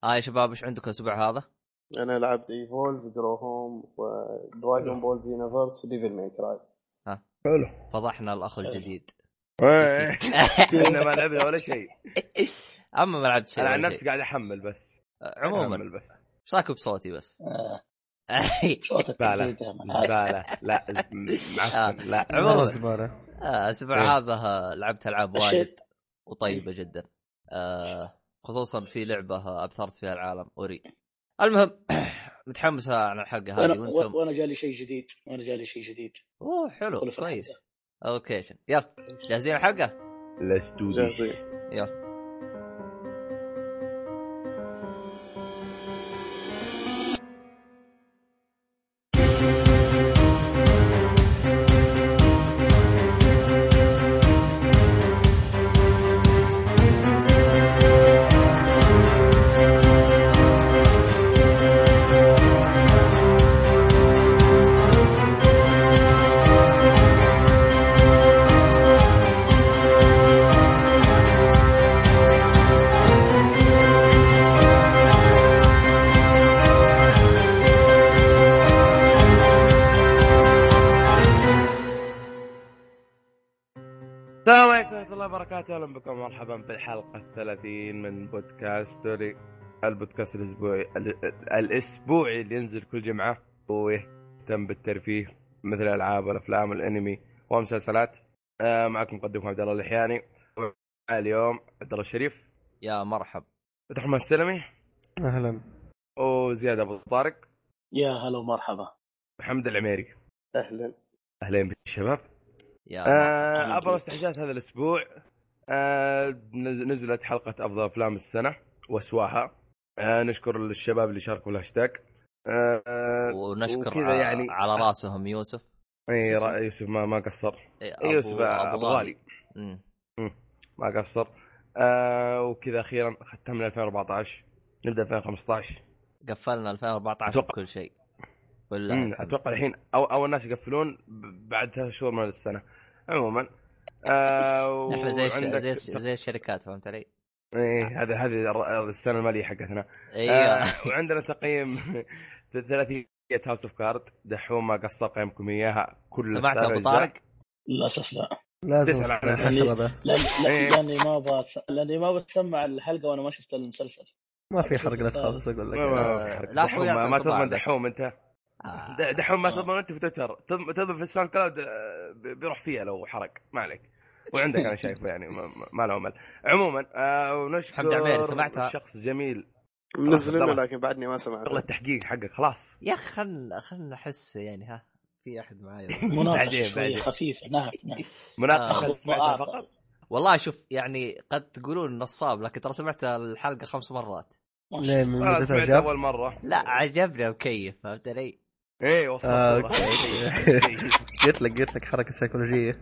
يا شباب ايش عندكم الاسبوع هذا؟ انا لعبت ايفولف جرو هوم ودراجون بول زينوفيرس وديفل ماي كراي. حلو. فضحنا الاخ الجديد. احنا ما لعبنا ولا شيء. اما ما لعبت شيء. انا عن نفسي قاعد احمل بس. عموما ايش رايكم بصوتي بس؟ صوتك زياده لا معفن. لا عموما الاسبوع هذا لعبت العاب وايد وطيبه جدا. خصوصا في لعبه ابثرت فيها العالم اوري. المهم متحمس عن الحلقه هذه وانتم. وانا جالي شيء جديد. اوه حلو كويس. اوكي يلا جاهزين الحلقه؟ ليتس دو ذس. يلا السلام عليكم ورحمة الله وبركاته. أهلا بكم مرحبا في الحلقة 30 من بودكاست ستوري، البودكاست الأسبوعي اللي ينزل كل جمعة ويهتم بالترفيه مثل الألعاب والأفلام والأنمي ومسلسلات. معكم مقدمكم عبد الله الحياني، اليوم عبد الله الشريف. يا مرحب. عبد الرحمن السلمي. أهلا. وزياد أبو طارق. يا هلا ومرحبا. محمد العميري. أهلين بالشباب. أبرز تحديثات هذا الأسبوع، نزلت حلقة أفضل أفلام السنة وسواها. نشكر الشباب اللي شاركوا الهاشتاج، ونشكر يعني على راسهم يوسف. يوسف ما قصر. يوسف أبو غالي ما قصر. وكذا أخيرا ختمنا 2014 نبدأ 2015. قفلنا 2014 بكل شيء. اتوقع الحين او الناس يقفلون بعد 3 شهور من السنه. عموما نحن زي الشركات، فهمت علي؟ ايه هذه السنه الماليه حقتنا. وعندنا تقييم في 30 هاوس اوف كارد. دحوم ما قصر قيمكم اياها كل. سمعت ابو طارق؟ للاسف لا. لازم الحشره ذا. لاني ما بتسمع الحلقه وانا ما شفت المسلسل. ما في حرق، لا تخاف اقول لك. لا ما تضمن دحوم انت. دحوم ما تضمن انت في تويتر، تضمن في الساوند كلاود بيروح فيها لو حرق، ما عليك. وعندك انا شايفه يعني ما له امل. عموما ونشكر حمد عمير. سمعتها؟ شخص جميل منزلينه لكن بعدني ما سمعت. والله التحقيق حقك خلاص يا خلنا احس يعني. ها في احد معايا؟ مناقشه خفيفه. نعم مناقشه سمعتها فقط. والله شوف يعني قد تقولون نصاب، لكن ترى سمعت الحلقه 5 مرات. ليه من مدة سمعت اول مره؟ لا عجبني وكيف، فهمت علي؟ ايه وصلت. قلت لك حركه سيكولوجيه.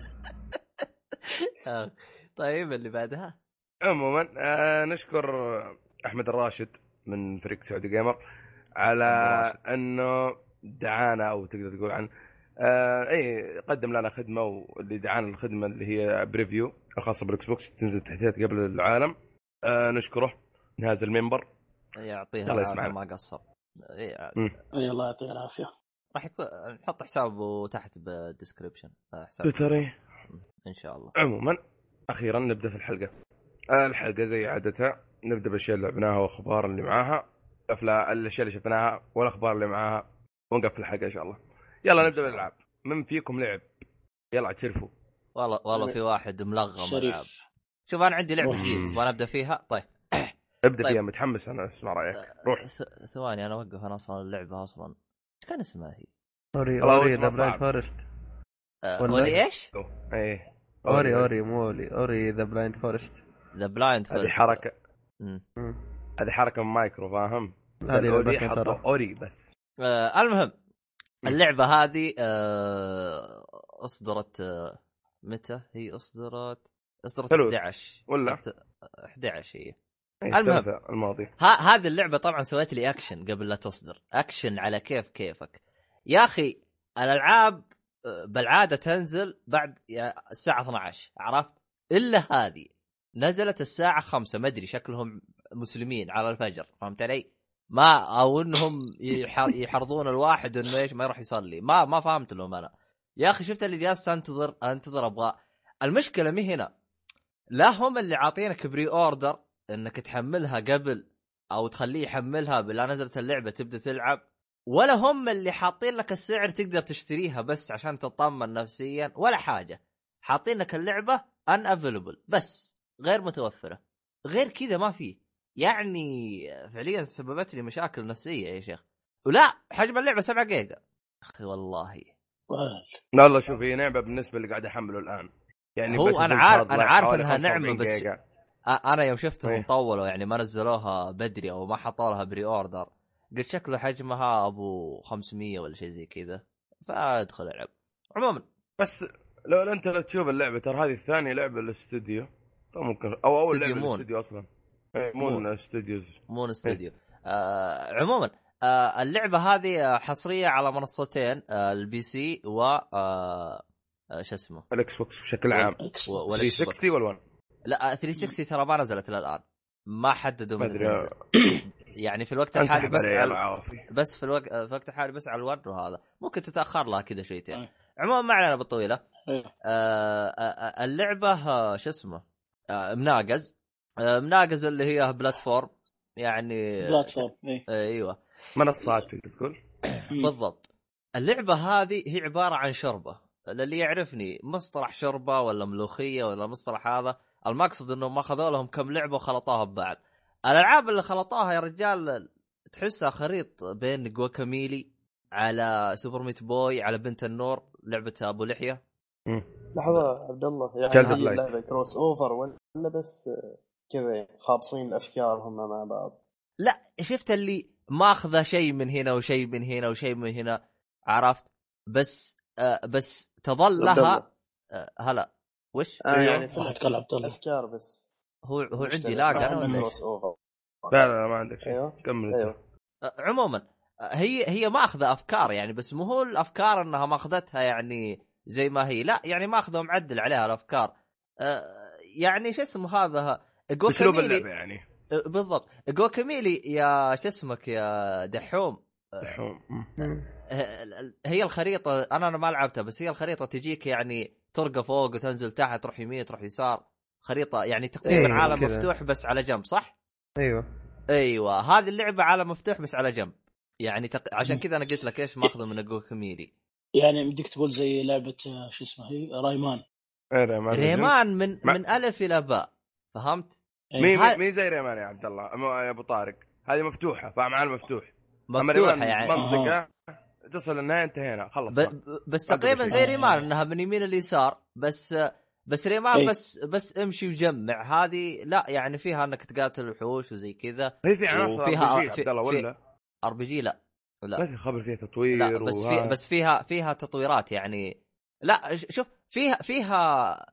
طيب اللي بعدها. عموما نشكر احمد الراشد من فريق سعودي جيمر على انه دعانا، او تقدر تقول عن قدم لنا خدمه، واللي دعانا الخدمه اللي هي بريفيو الخاصه بالاكس بوكس تنزل تحديثات قبل العالم. نشكره هذا المنبر، يعطيها العافيه ما قصر. الله يعطيه العافيه. راح نحط حسابه تحت بالديسكريبشن، حساب تويتر ان شاء الله. عموما اخيرا نبدا في الحلقه زي عادتها. نبدا بالاشياء اللي لعبناها واخبار اللي معاها، الاشياء اللي شفناها والاخبار اللي معاها، ونقفل الحلقه ان شاء الله. يلا نبدا بالالعاب. من فيكم لعب؟ يلا تشرفوا. والله في واحد ملغم العاب. شوف انا عندي لعبه جديدة ما نبدا فيها. طيب ابدا فيها، متحمس انا اسمع رايك. روح. ثواني انا اوقف. انا اصلا اللعبه اصلا ايش كان اسمها؟ هي اوري ذا بلايند فورست. اوري ايش؟ ايه اوري مو اوري ذا بلايند فورست. ذا بلايند فورست هذه حركه. هذه حركه من مايكرو، فاهم؟ هذه اوري بس. المهم اللعبه هذه اصدرت متى هي؟ اصدرت 11 ولا 11 هي. المهم الماضي. هذه اللعبه طبعا سويت لي اكشن قبل لا تصدر. اكشن على كيفك يا اخي. الالعاب بالعاده تنزل بعد الساعه 12، عرفت؟ الا هذه نزلت الساعه 5. ما ادري شكلهم مسلمين على الفجر، فهمت علي؟ ما او انهم يحرضون الواحد انه ايش ما يروح يصلي، ما فهمت لهم انا. يا اخي شفت اللي جالس انتظر ابغى. المشكله مي هنا، لا هم اللي عاطينك بري اوردر انك تحملها قبل او تخليه يحملها بلا نزلت اللعبه تبدا تلعب، ولا هم اللي حاطين لك السعر تقدر تشتريها بس عشان تطمن نفسيا، ولا حاجه. حاطين لك اللعبه ان افيلبل بس غير متوفره، غير كذا ما في. يعني فعليا سببت لي مشاكل نفسيه يا شيخ. ولا حجم اللعبه 7 جيجا اخي والله. لا والله شوف هي نعمه بالنسبه اللي قاعد احمله الان، يعني هو انا عارف انها نعمه، بس انا يوم شفتهم طولوا يعني ما نزلوها بدري او ما حطوا لها بري اوردر، قلت شكله حجمها ابو 500 ولا شيء زي كذا، فادخل العب. عموما بس لو انت لا تشوف اللعبه ترى هذه الثانيه لعبه الاستوديو، ممكن او اول لعبه الاستوديو اصلا مون استوديوز مون استوديو. عموما اللعبه هذه حصريه على منصتين، البي سي و شو اسمه الاكس بوكس بشكل عام، 360 ولا لا 360 ترى ما نزلت الان، ما حددوا متى تنزل. يعني في الوقت الحالي بس في الوقت الحالي بس على الورد، وهذا ممكن تتاخر لها كذا شويتين. عموما ما علينا بالطويله. اللعبه شو اسمه مناقز اللي هي بلاتفورم، يعني بلاتفورم ايوه منصات تقول بالضبط. اللعبه هذه هي عباره عن شربه، اللي يعرفني مصطلح شربه ولا ملوخيه ولا مصطلح هذا، المقصد انهم اخذوا لهم كم لعبه وخلطوها ببعض. الالعاب اللي خلطوها يا رجال تحسها خريط بين جواكاميلي على سوبر ميت بوي على بنت النور، لعبه ابو لحيه. لحظه عبد الله، يعني اللعبه كروس اوفر ولا بس كذا خابصين الافكار هم مع بعض؟ لا شفت اللي ماخذه شيء من هنا وشيء من هنا وشيء من هنا، عرفت؟ بس تظل لها هلا وش يعني في الافكار بس هو عندي لاقى انا ولا لا ما عندك شيء. كمل. عموما هي ماخذه افكار يعني، بس مو هو الافكار انها ماخذتها يعني زي ما هي، لا يعني ماخذه ومعدل عليها الافكار. يعني شو اسمه هذا جواكاميلي يعني بالضبط. جواكاميلي يا شو اسمك يا دحوم. هي الخريطه انا ما لعبتها، بس هي الخريطه تجيك يعني ترقى فوق وتنزل تحت، تروح يمين تروح يسار، خريطه يعني تقريبا عالم كده. مفتوح بس على جنب، صح؟ ايوه هذه اللعبه عالم مفتوح بس على جنب يعني عشان كذا انا قلت لك ايش ماخذه من جواكاميلي. يعني بدك تقول زي لعبه شو اسمها هي ريمان من الف الى باء، فهمت؟ مي زي ريمان يا عبد الله يا ابو طارق، هذه مفتوحه فاهم عالم مفتوحه يعني منطقه تصل النهايه انتهينا خلص. بس تقريبا زي ريمان انها من يمين اليسار بس ريمان بس امشي وجمع، هذه لا يعني فيها انك تقاتل وحوش وزي كذا. هي في عناصر RPG ولا RPG لا ما في خبر فيها تطوير لا بس فيها تطويرات يعني. لا شوف فيها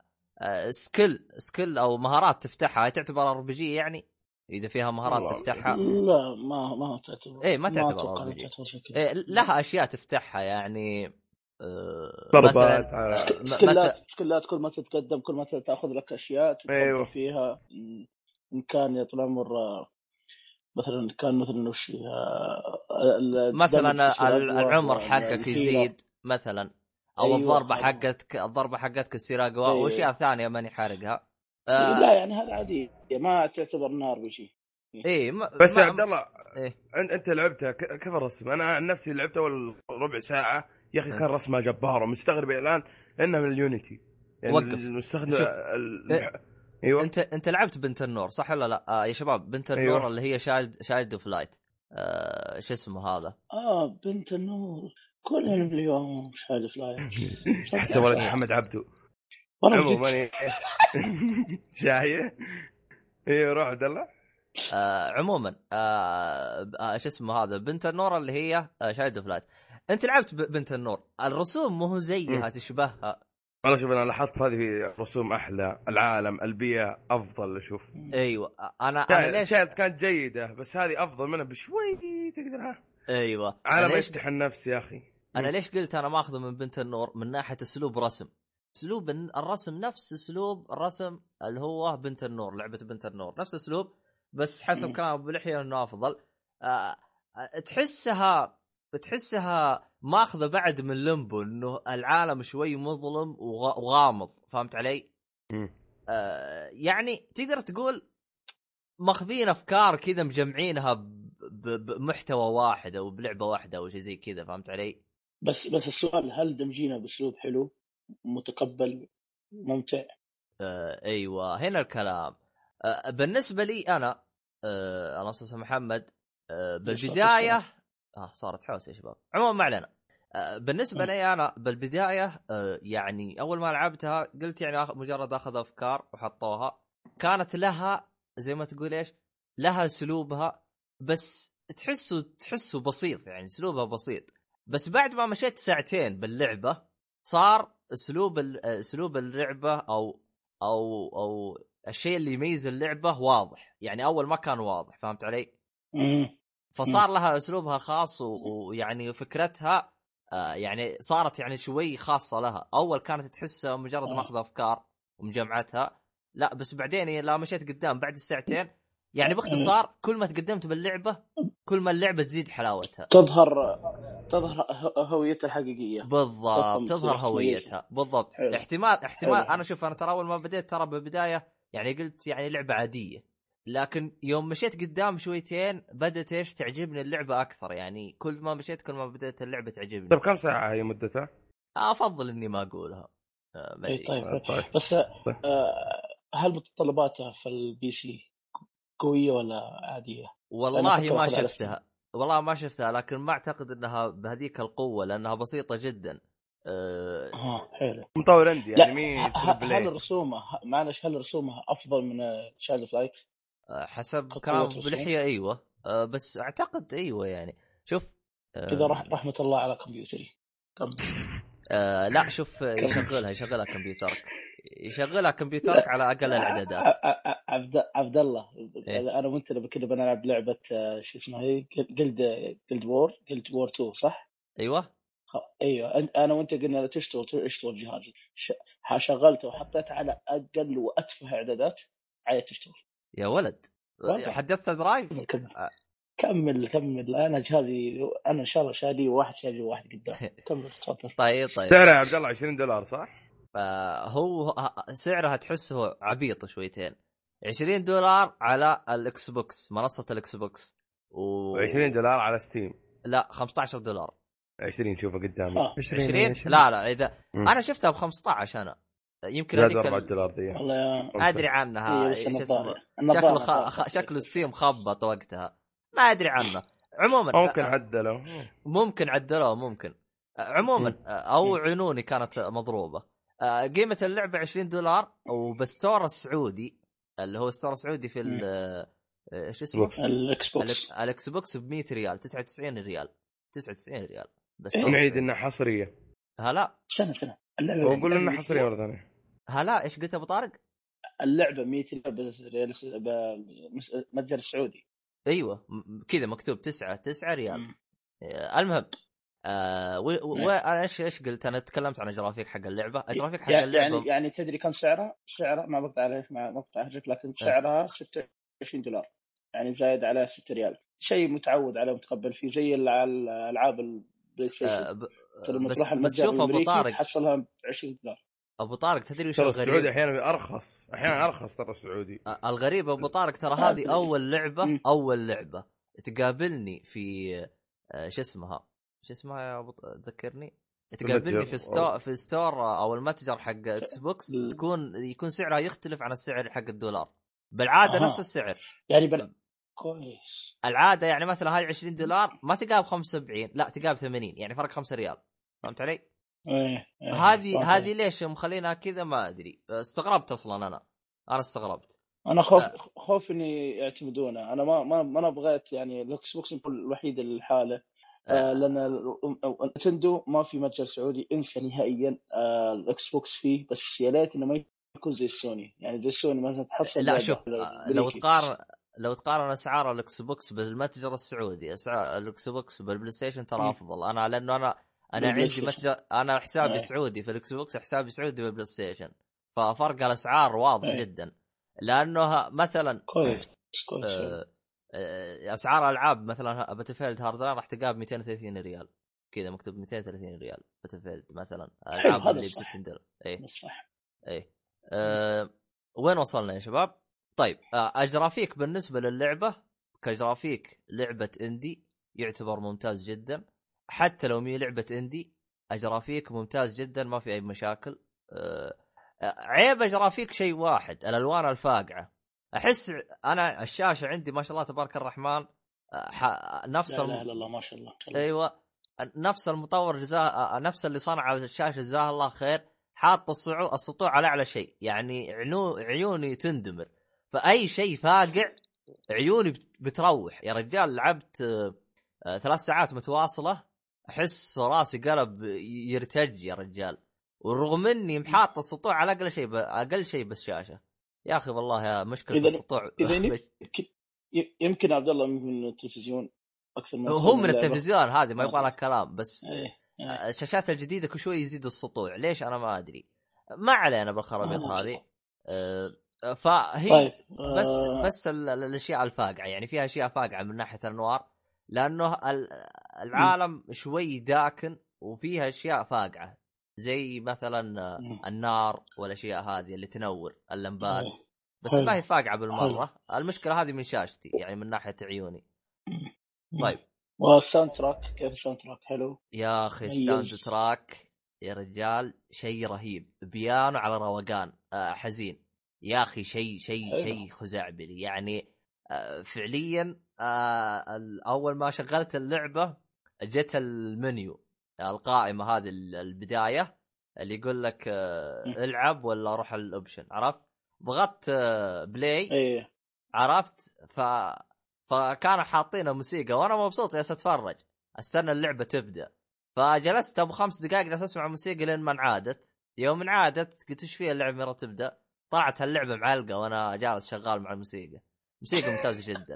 سكيل او مهارات تفتحها، RPG يعني اذا فيها مهارات تفتحها. لا ما تعتبر ما تعتبر RPG. لها اشياء تفتحها يعني ضربات سكلات كل ما تتقدم كل ما تاخذ لك اشياء تتطور فيها. ان كان يا طول العمر مثلا كان مثلا وش مثلا العمر حقك يزيد مثلا، او الضربه حقتك تصير اقوى، واشياء ثانيه ماني حارقها. لا يعني هذا عادي ما تعتبر نار بشيء. بس يا عبد الله انت لعبتها كيف الرسم؟ انا عن نفسي لعبت اول ربع ساعه يا اخي كان رسمه جباره، مستغرب الان انها من اليونيتي يعني المستخدم ايوه انت لعبت بنت النور صح ولا لا يا شباب؟ بنت النور اللي هي شايلد اوف لايت شو اسمه هذا؟ بنت النور كلنا اليوم شايلد اوف لايت حسب ولد محمد عبدو عموما شايه روح عبد الله. عموما شو اسمه هذا بنت النور اللي هي شايلد اوف لايت. انت لعبت بنت النور، الرسوم مو زيها تشبهها. والله شوف انا لاحظت هذه رسوم احلى، العالم البيئه افضل اشوف. ايوه انا ليش كانت جيده بس هذه افضل منها بشوي تقدرها. ايوه عالم يفتح النفس يا اخي. انا ليش قلت انا ماخذه من بنت النور؟ من ناحيه اسلوب رسم، اسلوب الرسم نفس اسلوب الرسم اللي هو بنت النور، لعبه بنت النور نفس اسلوب بس حسب كلام ابو لحيه انه افضل. تحسها ماخذه بعد من لمبو انه العالم شوي مظلم وغامض، فهمت علي؟ يعني تقدر تقول ماخذين افكار كذا مجمعينها بمحتوى واحد او بلعبه واحده او شيء زي كذا، فهمت علي؟ بس السؤال، هل دمجينها باسلوب حلو متقبل ممتع؟ ايوه هنا الكلام. بالنسبه لي انا الله يسلمك محمد، بالبدايه صارت حوسه يا شباب. عموما ما علينا. بالنسبه لي انا بالبدايه يعني اول ما لعبتها قلت يعني مجرد اخذ افكار وحطوها، كانت لها زي ما تقول ايش، لها اسلوبها، بس تحسه بسيط، يعني اسلوبها بسيط. بس بعد ما مشيت ساعتين باللعبه صار اسلوب اللعبه او الشيء اللي يميز اللعبه واضح. يعني اول ما كان واضح، فهمت علي؟ فصار لها اسلوبها خاص ويعني فكرتها يعني صارت يعني شوي خاصه لها. اول كانت تحسها مجرد ماخذ افكار ومجمعتها، لا بس بعدين لا مشيت قدام بعد الساعتين، يعني باختصار كل ما تقدمت باللعبه كل ما اللعبه تزيد حلاوتها، تظهر هويتها الحقيقيه. بالضبط، تظهر هويتها بالضبط. حلو. احتمال حلو. انا شوف انا ترى اول ما بديت ترى بالبدايه يعني قلت يعني لعبه عاديه، لكن يوم مشيت قدام شويتين بدت ايش تعجبني اللعبه اكثر. يعني كل ما مشيت كل ما بدأت اللعبه تعجبني. طيب كم ساعه هي مدتها؟ افضل اني ما اقولها. طيب. بس هل متطلباتها في البي سي قويه ولا عاديه؟ والله ما شفتها لكن ما اعتقد انها بهذيك القوه لانها بسيطه جدا. حلو. مطور عندي يعني هل رسومها معلش هل رسومها افضل من شايلد اوف لايت؟ حسب كلام بلحيه ايوه. بس اعتقد ايوه يعني شوف كذا رحمه الله على كمبيوتري. لا شوف يشغلها كمبيوترك على اقل الاعدادات. عبد الله إيه؟ انا وانت كنا بنلعب لعبه شو اسمها هي جلد وور 2 صح؟ ايوه انا وانت قلنا اشتغل جهازي، شغلته وحطيته على اقل واتفه اعدادات على تشتغل يا ولد. حدثت درايف. كمل انا جهازي انا ان شاء الله شاري واحد قدام. كمل تفضل. طيب سعرها يا عبد الله $20 صح؟ هو سعرها تحسه عبيط شويتين. $20 على الاكس بوكس، منصه الاكس بوكس، $20 على ستيم. لا $15. 20 شوفه قدامي. 20 لا اذا انا شفتها ب15 انا يمكن هذيك $4 دي والله ادري عنها. شكله ستيم خبط وقتها ما ادري عنه. عموما ممكن عدلوا عموما او عنوني كانت مضروبه. قيمه اللعبه $20 وبستور السعودي اللي هو ستور سعودي في ايش اسمه الاكس بوكس ب$100 $99 بس نعيد انها حصريه. هلا سنه وقول لنا حصريه مره ثانيه. هلا ايش قلت ابو طارق؟ اللعبه $100 متجر السعودي. ايوه كذا مكتوب 9 ريال. المهم ايش قلت انا؟ تكلمت عن الجرافيك حق اللعبه. الجرافيك حق اللعبه يعني تدري كم سعرها ما بقطع عليك ما بقطع عليك، لكن سعرها $26 يعني زايد على $6. شيء متعود عليه متقبل فيه زي الالعاب البلاي ستيشن. لما تروح المتجر الامريكي تحصلها $20. ابو طارق تدري وش الغريب؟ السعودي احيانا ارخص ترى السعودي. الغريب ابو طارق ترى هذه اول لعبه تقابلني في شو اسمها يا ابو ذكرني، تقابلني في ستور او المتجر حق اكس بوكس يكون سعرها يختلف عن السعر حق $1. بالعاده نفس السعر يعني كويس. العاده يعني مثلا هاي $20 ما تقاب 75 لا تقاب 80 يعني فرق $5. فهمت علي؟ هذه ليش مخلينها كذا ما ادري. استغربت اصلا انا استغربت. انا خوف اني يعتمدونه. انا ما بغيت يعني الاكس بوكس الوحيد الحاله لان نتندو ما في متجر سعودي انسى نهائيا. الاكس بوكس فيه بس يا ليت انه ما يكون زي السوني. يعني زي السوني مثلا تحصل لا شوف لو تقارن اسعار الاكس بوكس بالمتجر السعودي اسعار الاكس بوكس بالبلاي ستيشن ترى افضل. لانه انا عندي متجر، انا حسابي سعودي في الاكس بوكس، حسابي سعودي بالبلاي ستيشن، ففرق الاسعار واضح جدا. لانه مثلا اسعار العاب مثلا باتلفيلد هاردلاين راح تلقاها ب 230 ريال كذا، مكتوب 230 ريال باتلفيلد مثلا، العاب اللي ب 60 درهم. اي صح. اي وين وصلنا يا شباب؟ طيب اجرافيك بالنسبه للعبه كجرافيك لعبه اندي يعتبر ممتاز جدا، حتى لو مي لعبه اندي اجرافيك ممتاز جدا ما في اي مشاكل. عيب اجرافيك شيء واحد، الالوان الفاقعه. احس انا الشاشه عندي ما شاء الله تبارك الرحمن نفس لا لا الله ما شاء الله. ايوه نفس المطور نفس اللي صنع الشاشه جزاه الله خير، حاط السطوع على اعلى شيء، يعني عيوني تندمر، فاي شيء فاقع عيوني بتروح يا رجال. لعبت 3 ساعات متواصله احس راسي قلب يرتج يا رجال، ورغم اني محاط السطوع على اقل شيء بس شاشه. يا اخي والله يا مشكله السطوع. يمكن عبد الله من التلفزيون اكثر هو من التلفزيون هذه ما يبغى لك كلام، بس الشاشات الجديده كل شوي يزيد السطوع ليش انا ما ادري. ما علينا بالخرابيط هذه. فهي طيب. بس الاشياء الفاقعه، يعني فيها اشياء فاقعه من ناحيه الانوار، لانه العالم شوي داكن وفيها اشياء فاقعه زي مثلا النار والاشياء هذه اللي تنور اللمبات، بس ما هي فاقعه بالمره. المشكله هذه من شاشتي يعني من ناحيه عيوني. طيب والساوند تراك كيف؟ الساوند تراك حلو يا اخي، الساوند تراك يا رجال شيء رهيب، بيانو على روقان حزين يا اخي، شيء خزعبلي يعني. فعليا اول ما شغلت اللعبه جت المنيو القائمه هذه البدايه اللي يقول لك العب ولا روح الاوبشن، عرفت؟ ضغطت بلاي عرفت، فكانوا حاطين موسيقى وانا مبسوط جالس اتفرج استنى اللعبه تبدا، فجلست ابو 5 دقائق جالس اسمع موسيقى لين ما انعادت. يوم انعادت قلت ايش فيها اللعبه مرة تبدا، طلعت هاللعبه معلقه وانا جالس شغال مع الموسيقى ممتازه جدا.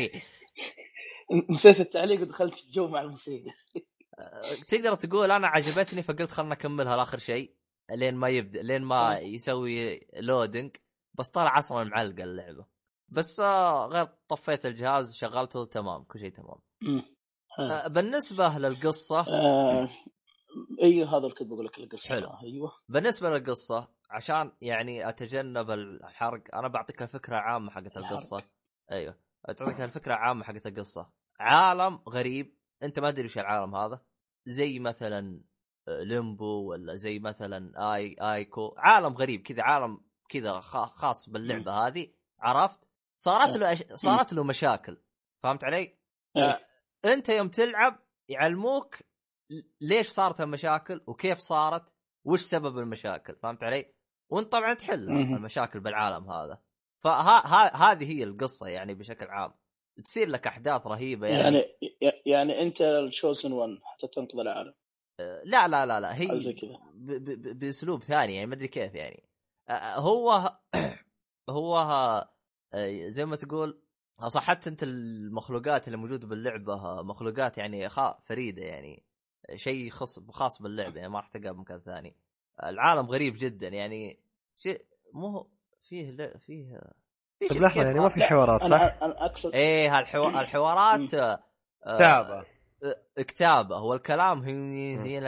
نسيت التعليق ودخلت في الجو مع الموسيقى. تقدر تقول انا عجبتني فقلت خلنا نكملها لاخر شيء لين ما يبدا، لين ما يسوي لودنج، بس طلع اصلا معلقه اللعبه. بس غير طفيت الجهاز شغلته تمام، كل شيء تمام. بالنسبه للقصه ايوه هذا اللي كنت بقول لك القصه. حلو. ايوه بالنسبه للقصه عشان يعني اتجنب الحرق انا بعطيك الفكره عامه حقت القصه. ايوه تعطيك الفكره عامه حقت القصه. عالم غريب انت ما ادري وش العالم هذا، زي مثلا ليمبو ولا زي مثلا ايكو، عالم غريب كذا، عالم كذا خاص باللعبه هذه، عرفت؟ صارت له مشاكل، فهمت علي؟ انت يوم تلعب يعلموك ليش صارت المشاكل وكيف صارت وش سبب المشاكل، فهمت علي؟ وانت طبعا تحل المشاكل بالعالم هذا. فهذه هي القصه يعني بشكل عام، تصير لك احداث رهيبه يعني انت الشوزن 1 حتى تنقذ العالم. لا هي باسلوب ثاني يعني ما ادري كيف يعني. هو زي ما تقول صح، حتى انت المخلوقات اللي موجوده باللعبه مخلوقات يعني فريده، يعني شيء خاص باللعبه، يعني ما راح تلقاه بمكان ثاني. العالم غريب جدا يعني، شيء مو فيه طيب لحظه يعني ما في حوارات صح؟ أنا أقصد ايه الحوارات كتابه والكلام هي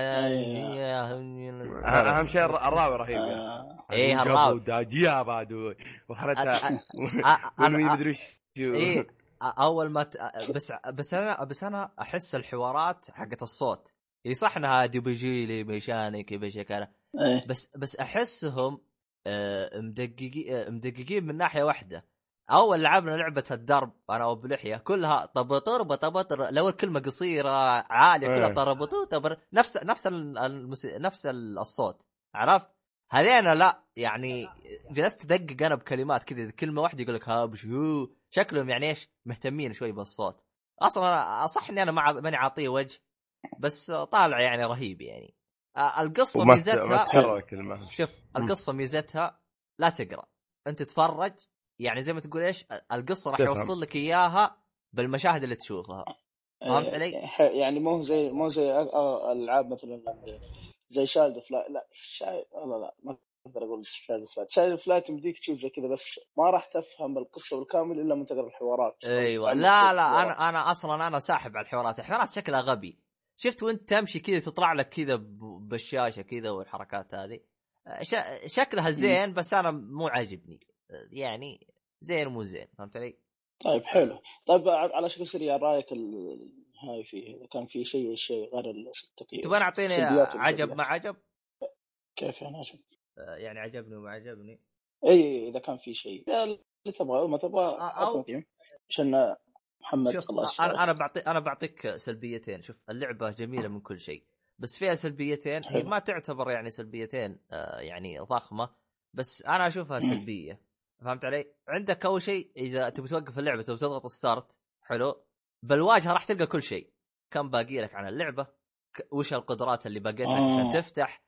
اهم شيء الراوي رهيب يعني. ايه الراوي داجيا بعد وخلتها من مدري ايه اول ما بس انا احس الحوارات حقت الصوت هي صح انها دي بيجيلي ميشانك بشكل، بس احسهم مدققين من ناحيه واحده. اول لعبنا لعبه الدرب انا وابو لحيه كلها طبطر لو الكلمه قصيره عاليه كلها طربطو نفس الصوت، عرفت؟ هذين لا يعني جلست ادقق انا بكلمات كذا كلمه واحده يقول لك ها بشو شكلهم يعني ايش مهتمين شوي بالصوت. اصلا صح اني انا ماني عاطيه وجه بس طالع يعني رهيب يعني. القصه ميزتها شوف القصه ميزتها لا تقرا انت تتفرج، يعني زي ما تقول ايش القصه راح يوصل لك اياها بالمشاهد اللي تشوفها، فهمت علي؟ يعني مو زي العاب مثلا زي شالدف لا ما اقدر اقول شايف فلايت مديك تشوف زي كذا، بس ما راح تفهم القصه بالكامل الا من تقرا الحوارات. ايوه لا انا اصلا انا ساحب على الحوارات شكلها غبي. شفت وانت تمشي كذا تطلع لك كذا بالشاشه كذا والحركات هذه شكلها زين بس انا مو عاجبني يعني زين مو زين، فهمت علي؟ طيب حلو. طيب على شكل سريع رايك هاي فيه كان في شيء غير التقييم؟ تبغى نعطيني عجب ما عجب؟ كيف يعني عجب؟ يعني عجبني وما عجبني. اي اذا كان في شيء اللي تبغى ما تبغى او عشان محمد خلاص. انا بعطيك سلبيتين. شوف اللعبه جميله من كل شيء بس فيها سلبيتين هي ما تعتبر يعني سلبيتين يعني ضخمه بس انا اشوفها سلبيه، فهمت علي؟ عندك اول شيء اذا تبي توقف اللعبه تبي تضغط ستارت حلو بالواجهه راح تلقى كل شيء كم باقي لك عن اللعبه، وش القدرات اللي بقيت لك عشان تفتح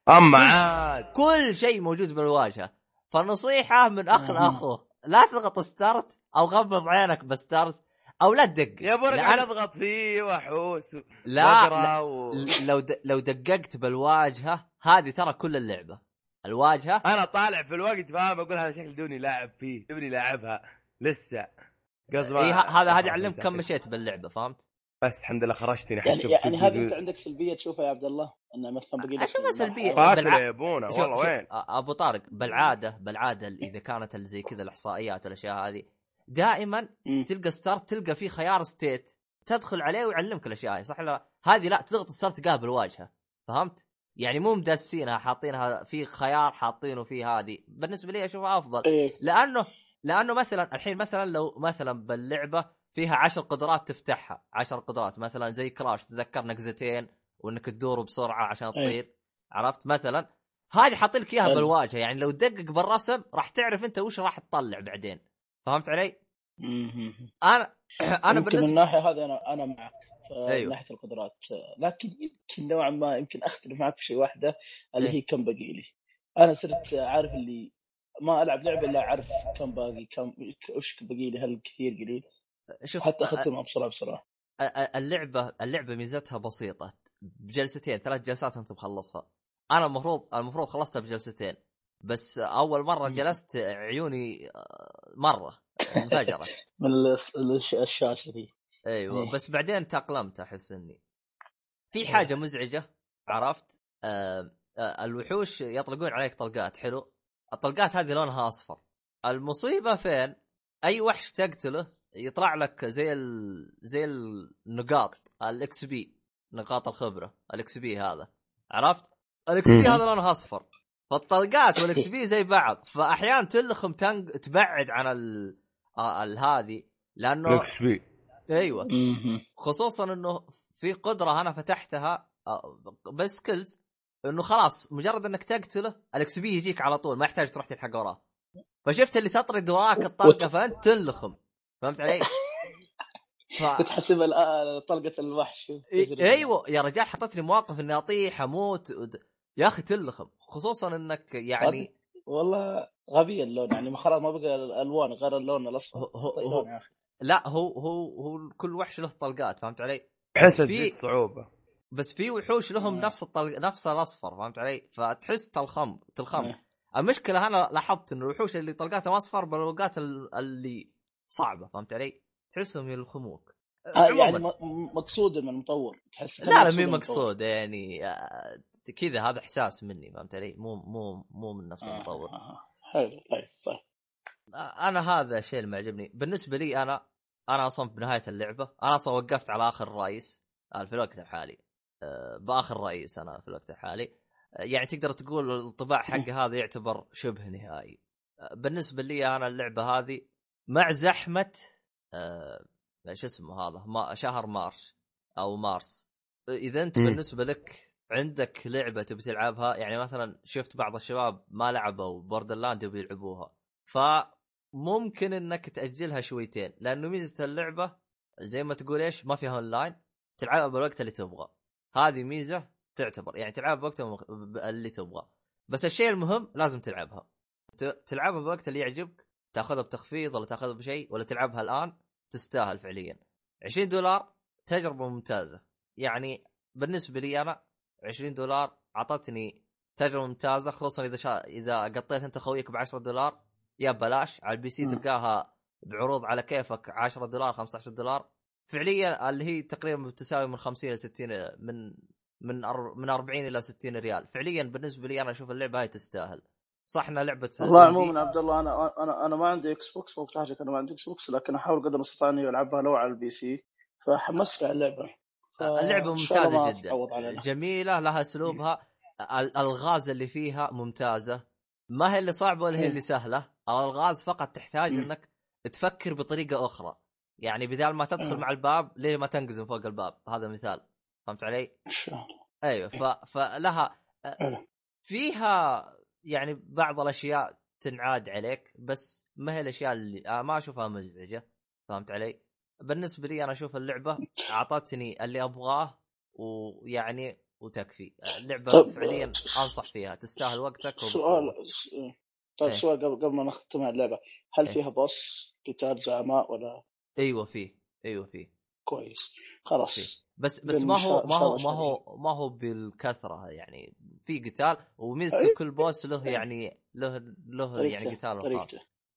كل شيء موجود بالواجهه. فالنصيحه من اخ لاخوه لا تضغط ستارت او غمض عينك بستارت او لا تدقق يا برق انا اضغط فيه وحوس لا لو دققت بالواجهه هذه ترى كل اللعبه الواجهه انا طالع في الوقت فاهم اقول هذا شكل دوني لاعب فيه دوني لاعبها لسه هذا علمك كم مشيت باللعبه فهمت؟ بس الحمد لله خرجتني يعني هذا انت عندك سلبيه تشوفها يا عبد الله انه مثلا بقي لك اشوفها سلبيه يبونا والله وين ابو طارق بالعاده اذا كانت زي كذا الاحصائيات والاشياء هذه دائما تلقى ستارت تلقى فيه خيار ستيت تدخل عليه ويعلمك الاشياء صح لا هذه لا تضغط ستارت تقابل الواجهه، فهمت؟ يعني مو مدسينها حاطينها في خيار حاطينه فيه. هذه بالنسبه لي اشوفها افضل لانه مثلا الحين مثلا لو مثلا باللعبه فيها 10 قدرات تفتحها 10 قدرات مثلا زي كراش تذكر نقزتين وانك تدور بسرعه عشان تطير عرفت مثلا هذه حاط لك اياها بالواجهه يعني لو تدقق بالرسم راح تعرف انت وش راح تطلع بعدين، فهمت علي؟ انا بالنسبه من ناحيه هذه انا معك أيوه. من ناحيه القدرات، لكن يمكن نوعا ما يمكن اختلف معك في شيء واحده اللي هي كم باقي لي. انا صرت عارف اللي ما العب لعبه الا اعرف كم باقي كم وش باقي لي هل كثير قليل. شوف حتى اختمها بسرعه اللعبه ميزتها بسيطه بجلستين 3 جلسات انت مخلصها. انا المفروض خلصتها بجلستين بس اول مره جلست عيوني مره انفجرت من الشاشه دي. ايوه بس بعدين تأقلمت احس اني في حاجه مزعجه عرفت الوحوش يطلقون عليك طلقات حلو الطلقات هذه لونها اصفر. المصيبه فين اي وحش تقتله يطلع لك زي النقاط الاكس بي نقاط الخبره الاكس بي هذا عرفت الاكس بي هذا لونها اصفر فالطلقات والاكس بي زي بعض فاحيانا تلخم تبعد عن هذه لانه الاكس بي ايوه خصوصا انه في قدره انا فتحتها بس سكيلز انه خلاص مجرد انك تقتله الاكس بي يجيك على طول ما يحتاج تروح تلحق وراه فشفت اللي تطرد وراك الطلقه فانت تلخم فهمت علي؟ تحسب طلقه الوحش ايوه يا رجال حطيت لي مواقف اني اطيح اموت يا اخي تلخم خصوصا انك يعني والله غبي اللون يعني خلاص ما بقى الالوان غير اللون الاصفر هو لا هو كل وحش له طلقات فهمت علي؟ حس تزيد صعوبه بس في وحوش لهم نفس الاصفر فهمت علي؟ فتحس تلخم المشكله انا لاحظت انه الوحوش اللي طلقاتها اصفر بالوقات اللي صعبه فهمت علي؟ تحسهم يلخموك يعني مقصود من المطور تحس لا مين مقصود يعني كذا هذا احساس مني فهمت علي؟ مو من نفس المطور. حلو طيب انا هذا الشيء اللي معجبني بالنسبه لي. انا اصلا بنهايه اللعبه انا اصلا وقفت على اخر رئيس في الوقت الحالي باخر رئيس انا في الوقت الحالي يعني تقدر تقول الطباع حقي هذا يعتبر شبه نهائي بالنسبه لي. انا اللعبه هذه مع زحمه ايش اسمه هذا شهر مارس اذا انت بالنسبه لك عندك لعبه تبي تلعبها يعني مثلا شفت بعض الشباب ما لعبوا بوردرلاند يبي يلعبوها فممكن انك تاجلها شويتين لانه ميزه اللعبه زي ما تقول ايش ما فيها اونلاين تلعبها بالوقت اللي تبغى. هذه ميزه تعتبر يعني تلعبها بوقت اللي تبغى بس الشيء المهم لازم تلعبها بالوقت اللي يعجبك تاخذها بتخفيض ولا تاخذها بشيء ولا تلعبها الان تستاهل فعليا. $20 تجربه ممتازه يعني بالنسبه لي انا $20 عطتني تجربه ممتازه، خصوصا اذا قطيت انت خويك $10 يا بلاش على البي سي تلقاها بعروض على كيفك $10 $15 فعليا، اللي هي تقريبا بتساوي من 50 إلى 60 من 40 إلى 60 ريال. فعليا بالنسبه لي انا اشوف اللعبه هاي تستاهل. صح انها لعبه والله عموما عبد الله انا ما عندي اكس بوكس، وقت حاجه انا ما عندي اكس بوكس، لكن احاول قدر المستطاع اني العبها لو على البي سي، فحمست على اللعبه. اللعبه ممتازه جدا، جميله، لها اسلوبها، الالغاز اللي فيها ممتازه، ما هي اللي صعبه ولا هي اللي سهله. الالغاز فقط تحتاج انك تفكر بطريقه اخرى، يعني بدال ما تدخل مع الباب ليه ما تنقز فوق الباب، هذا مثال، فهمت علي؟ ايوه. فلها فيها يعني بعض الاشياء تنعاد عليك، بس ما هي الاشياء اللي ما اشوفها مزعجه، فهمت علي؟ بالنسبه لي انا اشوف اللعبه اعطتني اللي ابغاه، ويعني وتكفي. اللعبه فعليا انصح فيها، تستاهل وقتك. سؤال سؤال قبل ما نختم اللعبه، هل فيها بوس قتال زعماء ولا؟ ايوه فيه كويس خلاص فيه. بس ما هو بالكثره، يعني في قتال، وميزته كل بوس له يعني له يعني قتال خاص.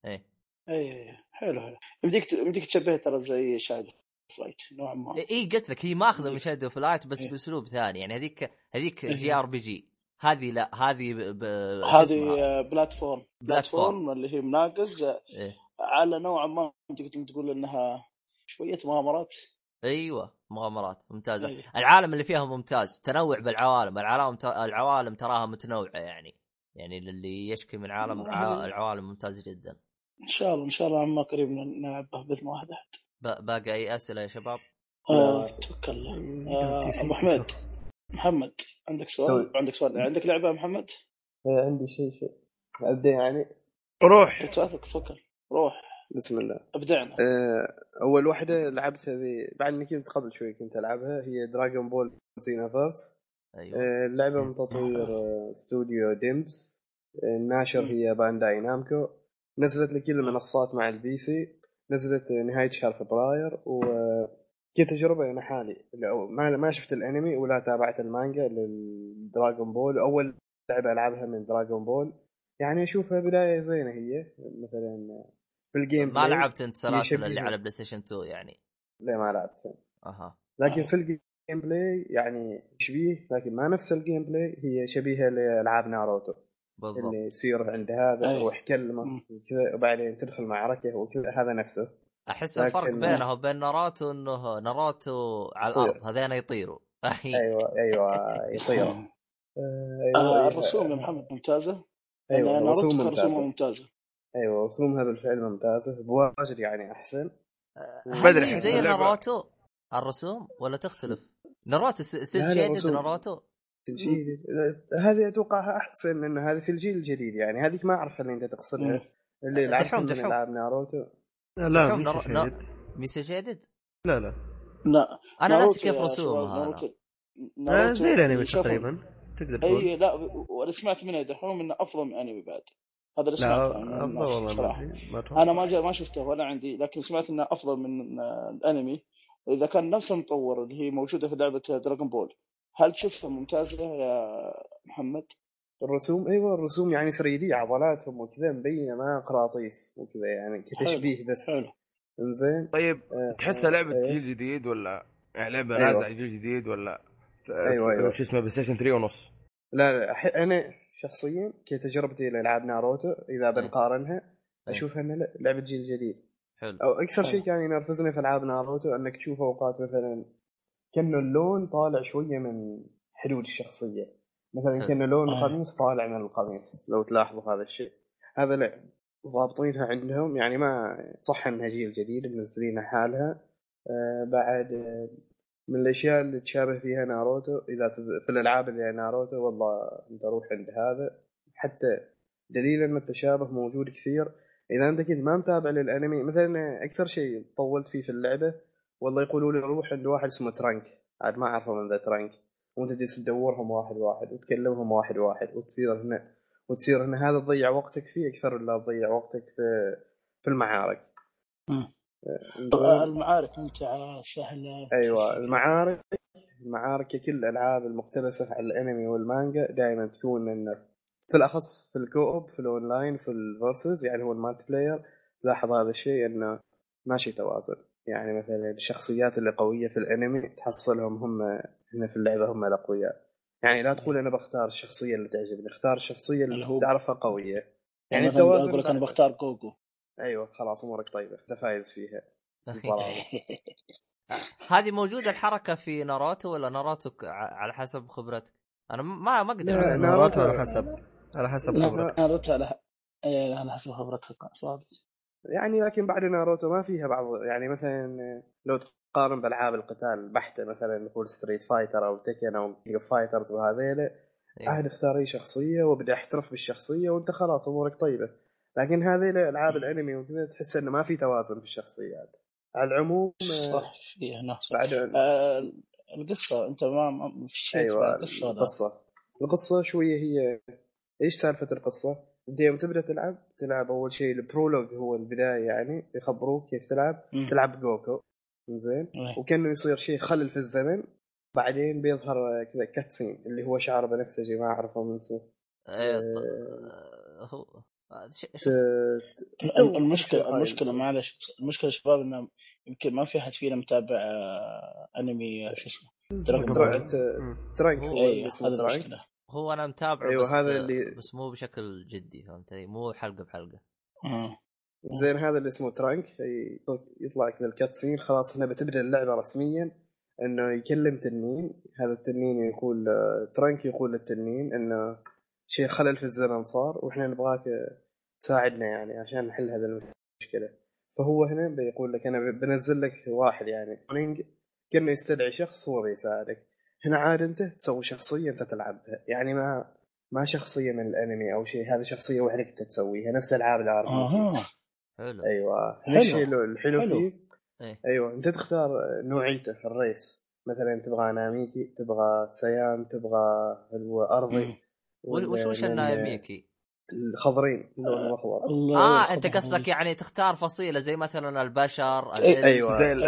اي حلو يمديك تشبه ترى زي شادو فلايت نوعا ما. قلت لك هي ماخذه من شادو فلايت بس باسلوب ثاني، يعني هذيك جي ار بي جي، هذه لا هذه هذه بلاتفورم اللي هي مناقز على نوعا ما تقدر تقول انها شويه مغامرات. ايوه مغامرات ممتازه. العالم اللي فيها ممتاز، تنوع بالعوالم، العوالم تراها متنوعه، يعني للي يشكي من العوالم ممتازه جدا. ان شاء الله عما قريب نلعبها باذن واحد احد. باقي اي اسئله يا شباب؟ توكل ابو حميد محمد، عندك سؤال؟ عندك لعبه محمد؟ عندي شيء ابدا يعني. روح توكل روح بسم الله ابدعنا. اول واحده لعبت هذه بعد اني كنت قبل شوي كنت العبها، هي دراغون بول زينوفيرس. ايوه اللعبه من تطوير استوديو ديمبس، الناشر هي بانداي نامكو. نزلت لكل المنصات مع البي سي، نزلت نهايه شهر فبراير، وكتجربه انا حالي ما شفت الانمي ولا تابعت المانجا للدراغون بول، اول لعبه العبها من دراغون بول، يعني اشوفها بدايه زينه. هي مثلا في الجيم ما لعبت انت سلاسل اللي على بلاي ستيشن 2 يعني؟ لا ما لعبت. لكن في الجيم بلاي يعني شبيه، لكن ما نفس الجيم بلاي، هي شبيهه لالعاب ناروتو بالضبط. اللي يصير عند هذا ويحكلمه وكذا وبعدين تدخل معركه وكذا، هذا نفسه. احس الفرق بينه وبين ناروتو انه ناروتو على الارض، هذين يطيروا. ايوه يطيروا. الرسوم يا محمد ممتازه. ايوه الرسوم ممتازه. ايوه رسومها بالفعل ممتازه بواجد، يعني احسن. بدري زي ناروتو الرسوم ولا تختلف؟ ناروتو سيل شيدد، ناروتو هذه اتوقعها احسن لانه هذه في الجيل الجديد، يعني هذيك ما اعرف اللي انت تقصدها اللي لعبتها من العاب ناروتو. لا ميسا شيدد لا انا ناسي كيف رسومها. انا زي الانمي تقريبا تقدر تقول. اي لا، وانا سمعت منه دحوم انه افضل من انمي بعد. هذا اللي سمعته. انا ما شفته ولا عندي، لكن سمعت انه افضل من الانمي اذا كان نفس المطور اللي هي موجوده في لعبه دراغون بول. هل تشوفها ممتازه يا محمد؟ الرسوم ايوه الرسوم يعني 3D، عضلاتهم وكذا مبينه ما قراطيس وكذا، يعني كتشبيه بس. انزين طيب تحسها لعبه جيل جديد ولا يعني لعبه نازله جيل جديد ولا ايوه شو اسمه بلاي ستيشن 3 ونص؟ لا انا شخصيا كتجربتي لالعاب ناروتو اذا بنقارنها اشوفها انها لعبه جيل جديد. حلو. او اكثر شيء كان ينرفزني في العاب ناروتو انك تشوف اوقات مثلا كأنه اللون طالع شويه من حدود الشخصيه، مثلا كأنه لون القميص طالع من القميص، لو تلاحظوا هذا الشيء. هذا لا ضابطينها عندهم، يعني ما صح انها جيل جديد منزلينها حالها. بعد من الاشياء اللي تشابه فيها ناروتو اذا في الالعاب اللي ناروتو، والله انت روح عند هذا، حتى دليل ان التشابه موجود كثير. اذا انت كنت ما متابع للانمي مثلا، اكثر شيء طولت فيه في اللعبه والله يقولوا لي روح عند واحد اسمه ترانك، عاد ما اعرفه من ذا ترانك، وانت تجلس تدورهم واحد واحد وتكلمهم واحد واحد وتصير هنا هذا تضيع وقتك فيه اكثر ولا تضيع وقتك في المعارك. المعارك ممتعه سهله. ايوه المعارك المعارك كل الألعاب المقتبسة على الأنمي والمانجا دائما تكون إنه في الأخص في الكوب في الأونلاين في الفيرسز يعني هو المالتي بلاير. لاحظ هذا الشيء إنه ماشي توازن. يعني مثلا الشخصيات اللي قوية في الأنمي تحصلهم هم هنا في اللعبة هم الأقوياء. يعني لا تقول أنا بختار الشخصية اللي تعجبني، اختار الشخصية اللي تعرفها قوية. يعني التوازن أقول لك أنا بختار جوجو. أيوة خلاص أمورك طيبة، أنت فايز فيها. هذه موجودة الحركة في ناروتو ولا ناروتو على حسب خبرتك؟ أنا ما أقدر. ناروتو على حسب خبرتك. ناروتو على حسب خبرتك صادق. يعني لكن بعد ناروتو ما فيها بعض، يعني مثلا لو تقارن بألعاب القتال البحتة مثلا نقول ستريت فايتر أو تكن أو كينج اوف فايترز وهذيله عاد اختار أي شخصية وبدأ احترف بالشخصية وانت خلاص أمورك طيبة. لكن هذيله ألعاب الأنمي وكذا تحس إنه ما في توازن في الشخصيات على العموم. صح فيها نفس القصة أنت ما في شيء. أيوة القصة القصة شوية هي إيش سالفة القصة؟ أنت يوم تبدأ تلعب أول شيء البرولوج هو البداية، يعني يخبروك كيف تلعب جوكو زين وكأنه يصير شيء خلل في الزمن. بعدين بيظهر كذا كاتسين اللي هو شعر بنفسجي ما أعرفه من اسمه. المشكلة معلش المشكلة شباب إنه يمكن ما في أحد فينا متابع أنمي شو اسمه ترانك هو اللي اسمه ترانك. هو أنا متابعه أيوة هذا اللي بس مو بشكل جدي فهمتني، مو حلقة بحلقة. زين هذا اللي اسمه ترانك يطلع كذا الكاتسين خلاص هنا بتبدأ اللعبة رسميا إنه يكلم تنين. هذا التنين يقول ترانك يقول للتنين إنه شيء خلل في الزمن صار وإحنا نبغاك تساعدنا يعني عشان نحل هذا المشكلة. فهو هنا بيقول لك أنا بنزل لك واحد يعني كأنه يستدعي شخص هو بيساعدك. هنا عاد أنت تسوي شخصية أنت تلعبها، يعني ما شخصية من الأنمي أو شيء، هذا شخصية وحدك أنت تسويها نفس ألعاب العربي. حلو. أيوة الشيء الحلو فيه إيه؟ أيوة أنت تختار نوعيته في الريس. مثلا تبغى ناميكي، تبغى سيان، تبغى أرضي. وش الناميكي؟ الخضرين اللون الأخضر. أنت قصدك يعني تختار فصيلة زي مثلا البشر أيوة زي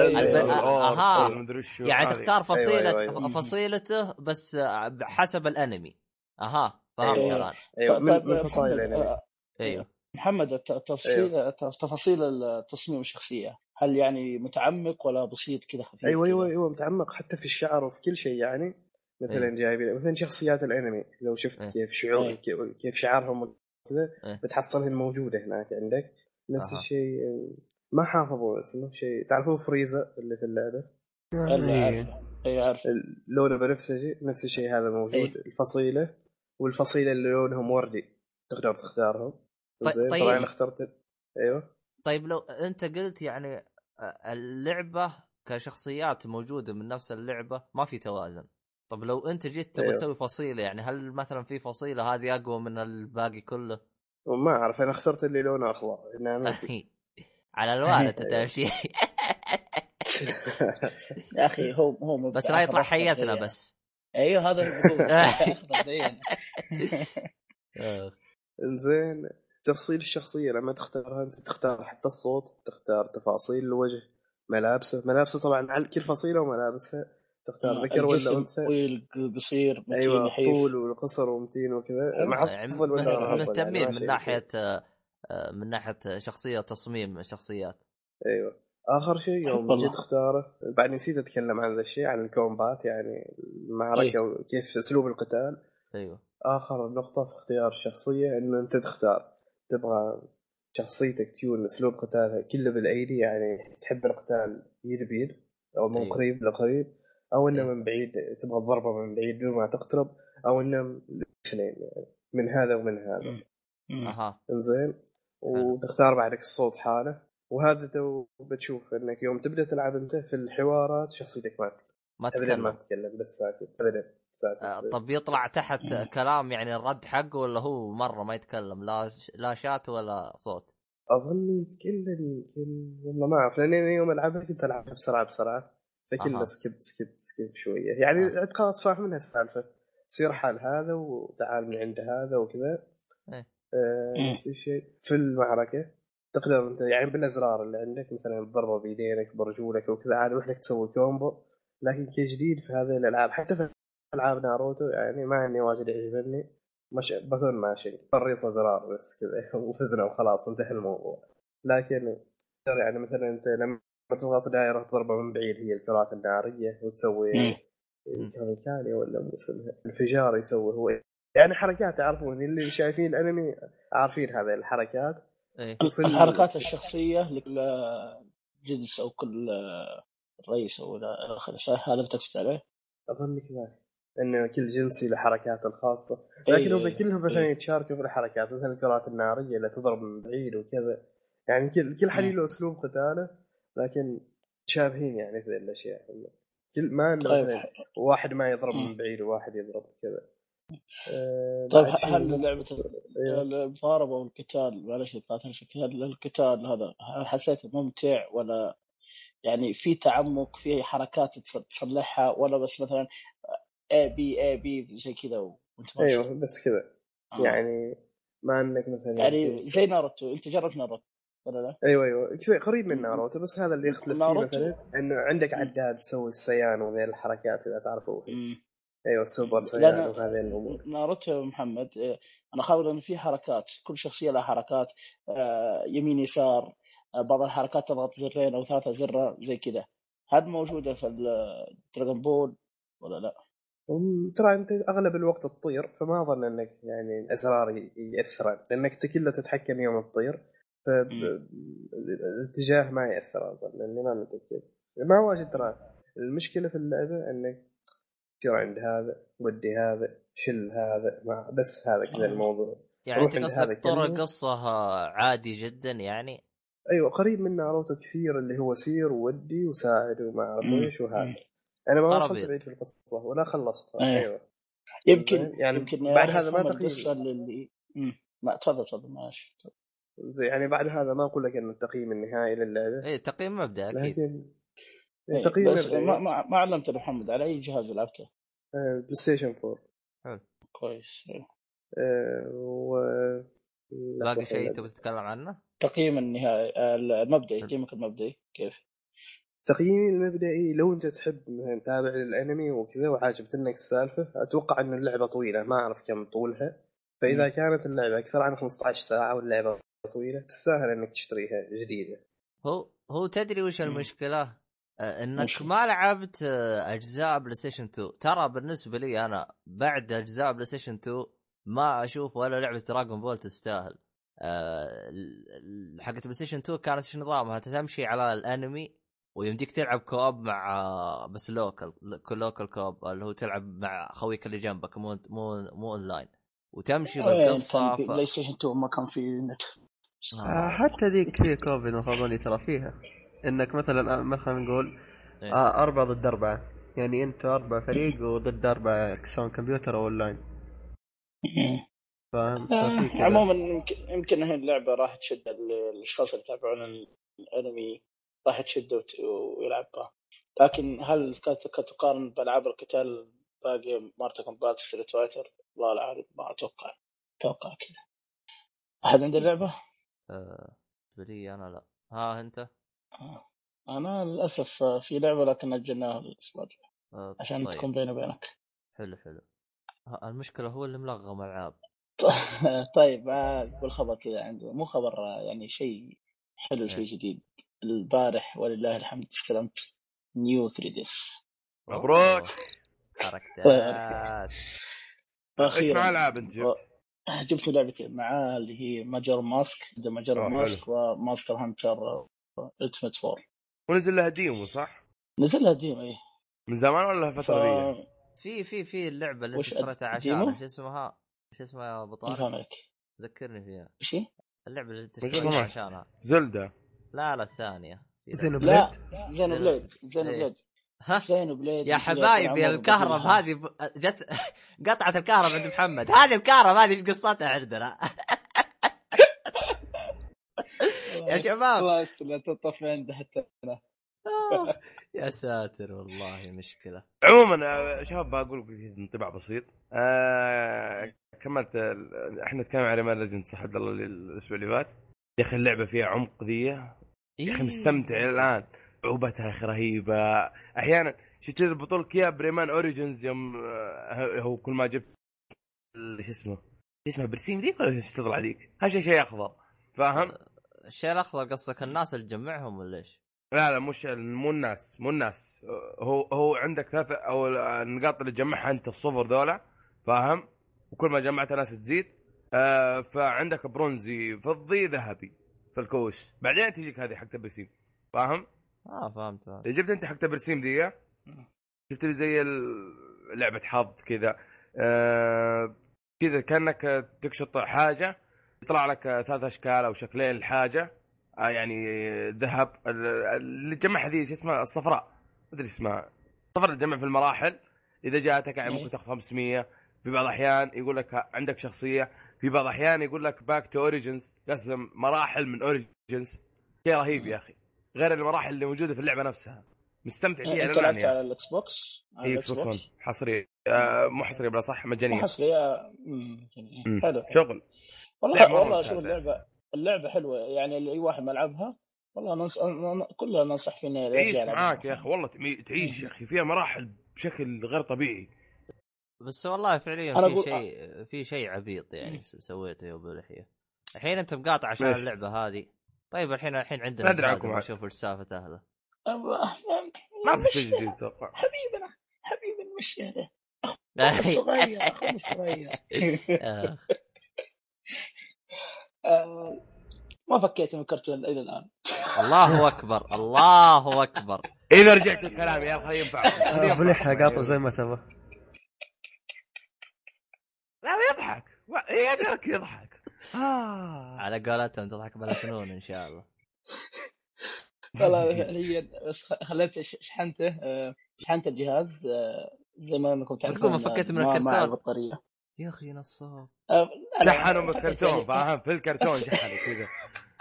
يعني تختار فصيلة أيوة. فصيلته بس حسب الأنمي. فهمت الآن. أيوة من فصائل الأنمي. أيوه محمد تفاصيل التصميم الشخصية هل يعني متعمق ولا بسيط كذا خفيف؟ أيوة متعمق حتى في الشعر وفي كل شيء. يعني مثلا جايبين مثلا شخصيات الأنمي لو شفت كيف شعور كيف شعرهم كذا بتحصلهم موجودة هناك عندك نفس الشيء. ما حافظوا اسمه شيء تعرفوا فريزا اللي في اللعبة عارف لونه بنفسجي نفس الشيء هذا موجود. الفصيلة والفصيلة اللي لونهم وردي تقدر تختارهم. طيب طبعا اخترت ايوه. طيب لو انت قلت يعني اللعبة كشخصيات موجودة من نفس اللعبة ما في توازن. طب لو انت جيت تبغى تسوي فصيلة يعني هل مثلا في فصيلة هذه اقوى من الباقي كله؟ وما اعرف انا اخترت اللي لونه اخضر على الوالد تمشي. يا اخي هو بس لا يطلع حياتنا بس. ايوه هذا اخضر زين. زين تفصيل الشخصيه لما تختارها انت تختار حتى الصوت، تختار تفاصيل الوجه، ملابسه طبعا على كل فصيله وملابسها تختار ذكر ولا انثى، طويل قصير متين أيوة نحيف. طول والقصر ومتين وكذا معضل ولا مهتمين يعني من ناحيه شخصيه تصميم الشخصيات. ايوه اخر شيء يوم جيت اختاره بعد نسيت اتكلم عن ذا الشيء عن الكومبات يعني المعركه وكيف اسلوب القتال. ايوه اخر نقطه في اختيار الشخصيه انه انت تختار تبغى شخصيتك تكون اسلوب قتالها كله بالايدي يعني تحب القتال يد بيد او من قريب لقريب او انه من بعيد تبغى الضربه من بعيد بدون ما تقترب او انه الاثنين يعني من هذا ومن هذا. زين وتختار بعدك الصوت حاله. وهذا تو بتشوف انك يوم تبدا تلعب انت في الحوارات شخصيتك ما تتكلم بس ساكت ابدا ساكت. طب يطلع تحت كلام يعني الرد حقه ولا هو مره ما يتكلم لا شات ولا صوت؟ اظن يتكلم يمكن والله ما اعرف لان يوم العبها كنت العب بسرعه فكله سكيب شويه يعني خلاص فاهم منها السالفه تصير حال هذا وتعال من عند هذا وكذا. نفس الشيء في المعركه تقدر انت يعني بالازرار اللي عندك مثلا الضربه بيدينك برجولك وكذا عاد وحدك تسوي كومبو لكن كجديد في هذه الالعاب حتى في العاب ناروتو يعني ما اني واجد يعجبني، مش بطل ماشي الريصه زرار بس كذا وفزنا وخلاص وانتهى الموضوع. لكن يعني مثلا انت لما تضغط دائره تضربه من بعيد هي الكرات الناريه وتسوي كاميكالي ولا مو اسمها انفجار يسوي هو، يعني حركات تعرفون اللي شايفين الانمي عارفين هذه الحركات. الحركات الشخصيه لكل جنس او كل رئيس او الى اخره، صح؟ هذا بتقصد عليه؟ اظن كذا انه كل جنسي له حركاته الخاصه، لكن هم كلهم مثلا يتشاركوا في الحركات، مثلا الكرات الناريه اللي تضرب من بعيد وكذا، يعني كل حد له اسلوب قتاله لكن شابهين يعني في الاشياء. كل ما انه طيب. مثلا واحد ما يضرب من بعيد وواحد يضرب كذا. طيب هل لعبه المضاربه والقتال معلش القتال هذا هل حسيته ممتع ولا يعني في تعمق في حركات تصلحها ولا بس مثلا اي بي زي كذا وانت ماشي؟ ايوه بس كذا. يعني ما انك مثلا يعني زي ناروتو، انت جربت ناروتو ولا لا؟ ايوه كذا قريب من ناروتو، بس هذا اللي يختلف فيه مثلا انه عندك عداد تسوي السيان وذي الحركات اذا تعرفوه. ايوه سوبر سيان وهذه الامور. ناروتو محمد انا خاطر انه في حركات كل شخصيه لها حركات يمين يسار، بعض الحركات تضغط زرين او 3 زر زي كذا، هذه موجوده في الدراغون بول ولا لا؟ ترى انت اغلب الوقت تطير، فما اظن انك يعني الازرار ياثرون لانك كله تتحكم يوم تطير، فالاتجاه ما ياثر اظن اني ما متاكد. ما واجد ترى المشكله في اللعبه انك تصير عند هذا ودي هذا شل هذا بس هذا كذا الموضوع. يعني انت قصدك طور القصه عادي جدا يعني؟ ايوه قريب من ناروتو كثير اللي هو سير وودي وساعد وما اعرف ايش وهذا. انا ما وصلت بعيد في القصه ولا خلصتها. ايوه يمكن يعني يمكن بعد هذا ما القصه اللي ما تفضل ماشي زي يعني بعد هذا ما اقول لك انه التقييم النهائي للعبه. ايه تقييم مبدئي اكيد، لكن تقييم بس ما علمت محمد على اي جهاز لعبته؟ بلاي ستيشن 4. حلو كويس. باقي شيء تبي تتكلم عنه؟ تقييم النهائي المبدئي، تقييمك المبدئي كيف؟ تقييمي المبدئي لو انت تحب مثلا تتابع الانمي وكذا وعاجبتك السالفه، اتوقع ان اللعبه طويله ما اعرف كم طولها، فاذا كانت اللعبه اكثر عن 15 ساعه واللعبه طويله تستاهل انك تشتريها جديده. هو تدري وش المشكله؟ انك ما لعبت اجزاء بلاي ستيشن 2. ترى بالنسبه لي انا بعد اجزاء بلاي ستيشن 2 ما اشوف ولا لعبه دراغون بول تستاهل. حقت بلاي ستيشن 2 كانت ايش نظامها؟ تمشي على الانمي ويمديك تلعب كوب مع بس لوكال كوب اللي هو تلعب مع خويك اللي جنبك مو اونلاين وتمشي بالقصه. بلاي ستيشن 2 ما كان في نت. حتى ذيك في كوب المفروض ترى فيها انك مثلا نقول 4 ضد 4، يعني انت 4 فريق وضد 4 سواء كمبيوتر او اونلاين. فاهم؟ عموما يمكن هي اللعبه راح تشد الاشخاص اللي يتابعون الانمي، راح تشد ويلعبها. لكن هل تقارن بالعاب القتال باقي مارتا كومبات ستريت فايتر؟ لا لا ما اتوقع كذا. احد عنده اللعبه؟ بري انا لا. ها انت؟ انا للاسف في لعبه لكن اجلناها الاسبوع الجاي عشان طيب. تكون بيني وبينك. حلو المشكله هو اللي ملغم العاب. طيب بالخبر كذا عنده مو خبر يعني شيء حلو شيء جديد البارح ولله الحمد استلمت نيو 3DS. مبروك حركتات. ايش مع العاب انت جبت لعبتين معاه اللي هي ماجر ماسك وماستر هانتر التيمت 4. ونزل لها ديمو صح؟ نزل لها ديمو ايه من زمان ولا فتره ذي؟ في اللعبه اللي اشتريتها عشان ايش اسمها يا ابو طارق؟ ذكرني فيها. ايش اللعبه اللي تشتريها عشانها؟ زلدة. لا الثانيه زينوبليد. زينوبليد يا حبايبي الكهرب هذه جت قطعت الكهرب عند محمد. هذه الكهرب هذه ايش قصتها عندنا؟ يا شباب الله يستر تطفي عنده حتى انا. يا ساتر والله مشكله. عموما شباب بقول لكم انطباع بسيط. كملت احنا نتكلم عن ريمان ليجند صح عبد الله الاسبوع اللي فات. يا اخي اللعبه فيها عمق ذي يا اخي مستمتع الان. عوبتها يا اخي رهيبه. احيانا شفت البطولة كيا بريمان اوريجنز يوم هو كل ما جبت ايش اسمه برسيم ذيك ولا ايش تطلع ذيك هذا شيء اخضر فاهم. الشيء الاخضر قصدك الناس اللي تجمعهم ولا ايش؟ لا مو الناس هو عندك ثلاثة او النقاط اللي تجمعها انت الصفر ذولا فاهم، وكل ما جمعت ناس تزيد. فعندك برونزي فضي ذهبي في الكوش، بعدين تجيك هذه حق برسيم فاهم. فهمت. جبت انت حق برسيم دي شفت لي زي لعبة حظ كذا كذا كأنك تكشط حاجة يطلع لك 3 أشكال أو شكلين الحاجة يعني ذهب اللي تجمع هذه شو اسمها الصفراء ما أدري اسمها الصفراء اللي تجمع في المراحل. إذا جاءتك يعني ممكن تأخذ 500. في بعض الأحيان يقول لك عندك شخصية، في بعض الأحيان يقول لك باك تو أوريجينز قسم مراحل من أوريجينز. شيء رهيب يا أخي غير المراحل اللي موجودة في اللعبة نفسها. مستمتع فيها انت لعبت على الاكس بوكس؟ على الاكس بوكس حصري مو حصري بلا صح مجانيه حصريه. حلو شغل والله شوف اللعبه حلوه يعني اي واحد ما لعبها والله كلها ننصح فينا تعيش معاك يا اخي والله تعيش يا اخي فيها مراحل بشكل غير طبيعي. بس والله فعليا في شيء عبيط يعني سويته يا ابو لحيه. الحين انت مقاطع عشان اللعبه هذه. طيب الحين عندنا لازم نشوف السالفه هذا ما في شيء جديد اتوقع. حبيبنا مش هذا اخونا الصغير ما فكيت من كرتون الى الان. الله اكبر الله اكبر. اذا رجعت الكلام يا اخي ينفع بلحها قاطع زي ما تبغى. لا يضحك يقدرك يضحك على قولتهم تضحك بلا سنون ان شاء الله. والله فعليا بس خليت شحنت الجهاز زي ما انكم تعرفون ما فكيت من الكرتون مع البطاريه يا اخي نصاب. شحنوا من الكرتون فاهم في الكرتون شحنوا كذا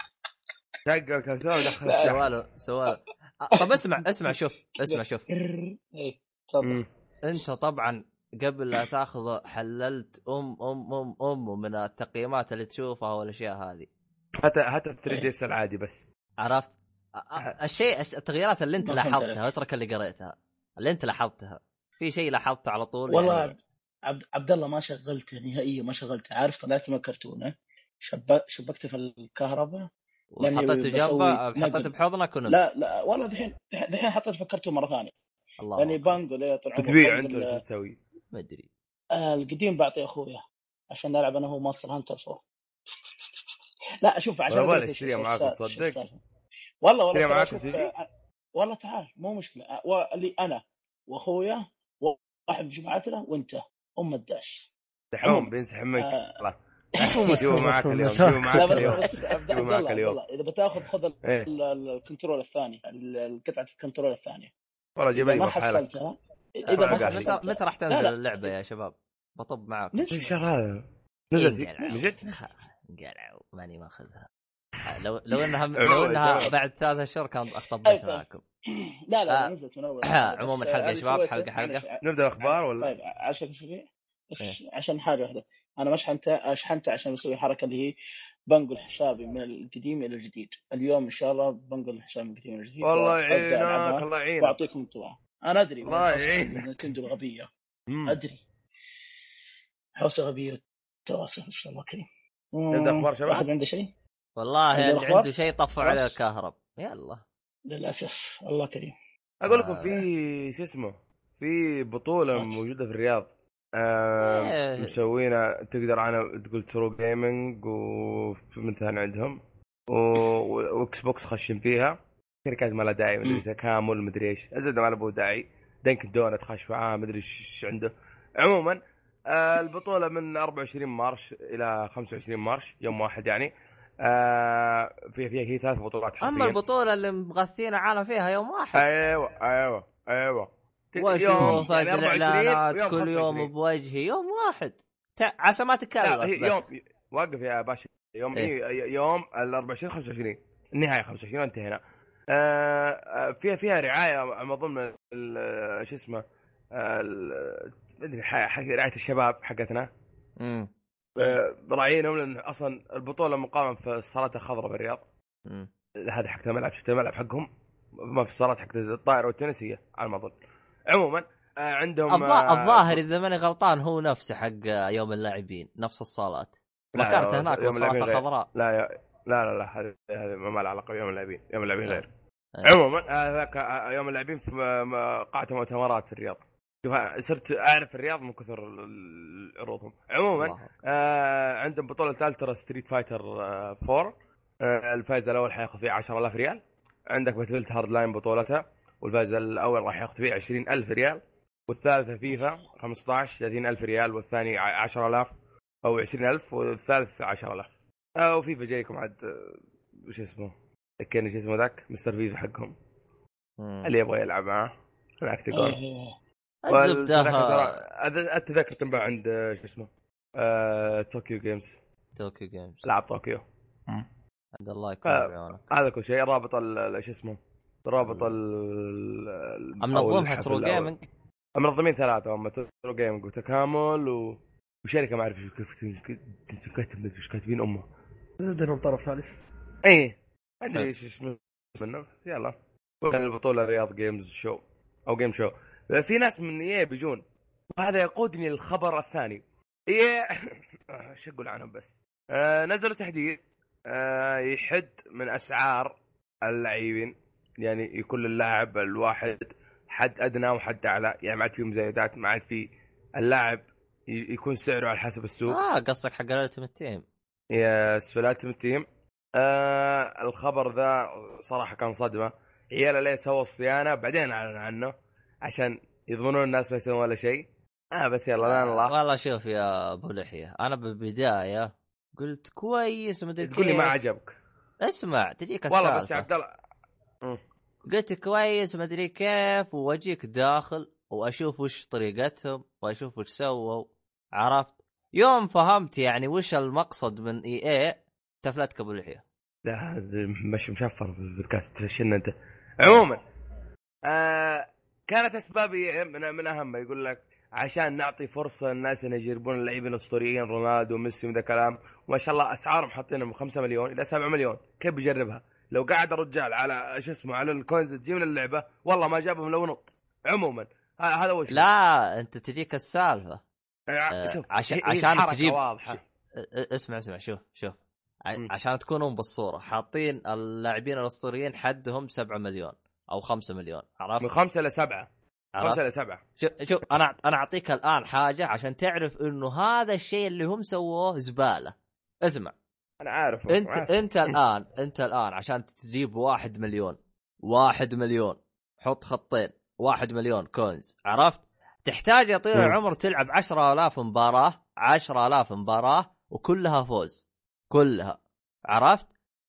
دق الكرتون دخل سوال. طب اسمع شوف ايه تفضل. انت طبعا قبل لا تاخذه حللت من التقييمات اللي تشوفها والاشياء هذه حتى 3 دي العادي بس عرفت التغييرات اللي انت لاحظتها اترك اللي قريتها اللي انت لاحظتها في شيء لاحظته على طول والله يعني. عبد الله ما شغلته نهائيا ما شغلته عارف طلعت من الكرتونه شبكته في الكهرباء وحطيته جنبه حطيته بحضنك لا والله دحين حطيته في الكرتون مره ثانيه يعني بانجو ليه طلع تبيع انت ولا تسوي ما ادري. القديم بعطيه اخويا عشان نلعب انا هو ماستر هانتر 4. لا اشوف عشان والله اشتريها معاكم تصدق والله والله تعال مو مشكله اللي انا واخويا واحد من جماعتنا وانت الداش دحوم بينسحب منك شو معك اليوم شو معك اليوم اذا بتاخذ خذ الكنترول الثاني القطعه الكنترول الثانيه والله جيب لي حصلتها. اذا متى راح تنزل اللعبه يا شباب بطب معاك شغال نزلت نجد قالوا ماني ماخذها لو انها بعد 3 أشهر كان اخطبت معاكم. لا نزلت من اول. عموما الحلقه يا شباب حلقه نبدا الاخبار ولا طيب عشان سريع بس عشان حاجه واحده انا مش شحنته عشان اسوي حركه اللي هي بنقل حسابي من القديم الى الجديد. اليوم ان شاء الله بنقل حسابي من القديم الى الجديد والله يعينك الله يعينك واعطيكم انطباع. انا ادري الله يعينك نتندو الغبيه ادري حوسه غبيه تواصل ان شاء الله كريم. عندك اخبار شباب؟ واحد عنده شيء والله اللي عنده شيء طفوا عليه الكهرب يلا للاسف الله كريم. اقول لكم في شو اسمه في بطوله موجوده في الرياض مسوينا تقدر انا تقول ترو جيمنج وفي من ثاني عندهم واكس بوكس خشن فيها شركات ما لها داعي مدري تكامل مدري ايش الزبده ما له داعي دنك دونت خش معاه مدري ايش عنده. عموما البطوله من 24 مارس الى 25 مارس يوم واحد يعني فيها هي 3 بطولات حرفيا. اما البطوله اللي مغثين عالم فيها يوم واحد ايوه وشوف الاعلانات كل يوم بوجهي يوم واحد عسى ما تكلف بس يوم وقف يا باشا يوم يوم ال 24 25 النهايه 25 انتهينا. فيها رعايه ما ضمن شو اسمه رعايه الشباب حقتنا راعينهم لان اصلا البطوله مقامه في الصالات الخضراء بالرياض. هذا حق الملعب شفت الملعب حقهم ما في الصالات حق الطائره والتنسيه على ما اظن. عموما عندهم الظاهر اذا ماني غلطان هو نفسه حق يوم اللاعبين، نفس الصالات مكانته هناك والصالات الخضراء. لا هذا ما له علاقه بيوم اللاعبين، يوم اللاعبين غير. عموما هذاك يوم اللاعبين في قاعه مؤتمرات في الرياض. صرت اعرف الرياض من كثر عروضهم. عموما عندهم بطوله الترا ستريت فايتر 4. الفائز الاول حياخذ فيه 10,000 ريال. عندك باتلفيلد هارد لاين بطولتها، والفائز الاول راح ياخذ فيه 20,000 ريال. والثالثه فيفا 15 30,000 ريال، والثاني 10,000 او 20,000، والثالث 10,000. وفيفا جايكم عاد وش اسمه كان اسمه ذاك مستر فيفا حقهم اللي يبغى يلعب معاه هناك تقول. التذاكر تنباع عند شو اسمه طوكيو جيمز لعب طوكيو عند الله يكون بعونك. هذا كل شيء. رابط شو اسمه رابط منظمها ترو جيمنج، منظمين ثلاثه هم ترو جيمنج وتكامل وشركه ما اعرف كيف كاتبين امه زبدهم طرف ثالث. ايه ما ادري ايش اسمه منه. يلا البطوله رياض جيمز شو او جيم شو. في ناس من ايه بيجون، وهذا يقودني للخبر الثاني. ايه شو اقول عنهم بس نزلوا تحديث يحد من اسعار اللاعبين، يعني يكون اللاعب الواحد حد ادنى وحد اعلى، يعني ما عاد في مزايدات، ما عاد في اللاعب يكون سعره على حسب السوق. قصدك حق الالتيمت تيم. يس في الالتيمت تيم. الخبر ذا صراحه كان صدمه. عياله ليه سووا الصيانه بعدين اعلنوا عنه عشان يضمنون الناس ما يسوون ولا شيء. بس يلا لا الله. والله شوف يا ابو لحيه، انا بالبدايه قلت كويس وما ادري تقول لي ما عجبك. اسمع تجيك السالفه والله بس عبد الله قلت كويس وما ادري كيف، واجيك داخل واشوف وش طريقتهم واشوف وش سووا. عرفت يوم فهمت يعني وش المقصد من اي تفلتك ابو لحيه. لا مش مشفر في البودكاست شنو انت. عموما كانت اسبابي من اهم. يقول لك عشان نعطي فرصه للناس ان يجربون اللاعبين الاسطوريين رونالدو وميسي وذا كلام، وما شاء الله اسعارهم حاطينهم من 5 مليون الى 7 مليون. كيف بيجربها لو قاعد الرجال على شو اسمه على الكوينز تجي من اللعبه؟ والله ما جابهم لو نط. عموما هذا وش لا انت تجيك السالفه عشان تجيب اسمع شوف عشان تكونون بالصوره حاطين اللاعبين الاسطوريين حدهم 7 مليون او 5 مليون. عرفت من 5 ل 7. 5 ل 7. شوف انا اعطيك الان حاجه عشان تعرف انه هذا الشيء اللي هم سووه زباله. اسمع انا عارف انت الان عشان تجيب 1 مليون حط خطين 1 مليون كوينز. عرفت تحتاج يا طويل العمر تلعب 10,000 مباراه وكلها فوز كلها. عرفت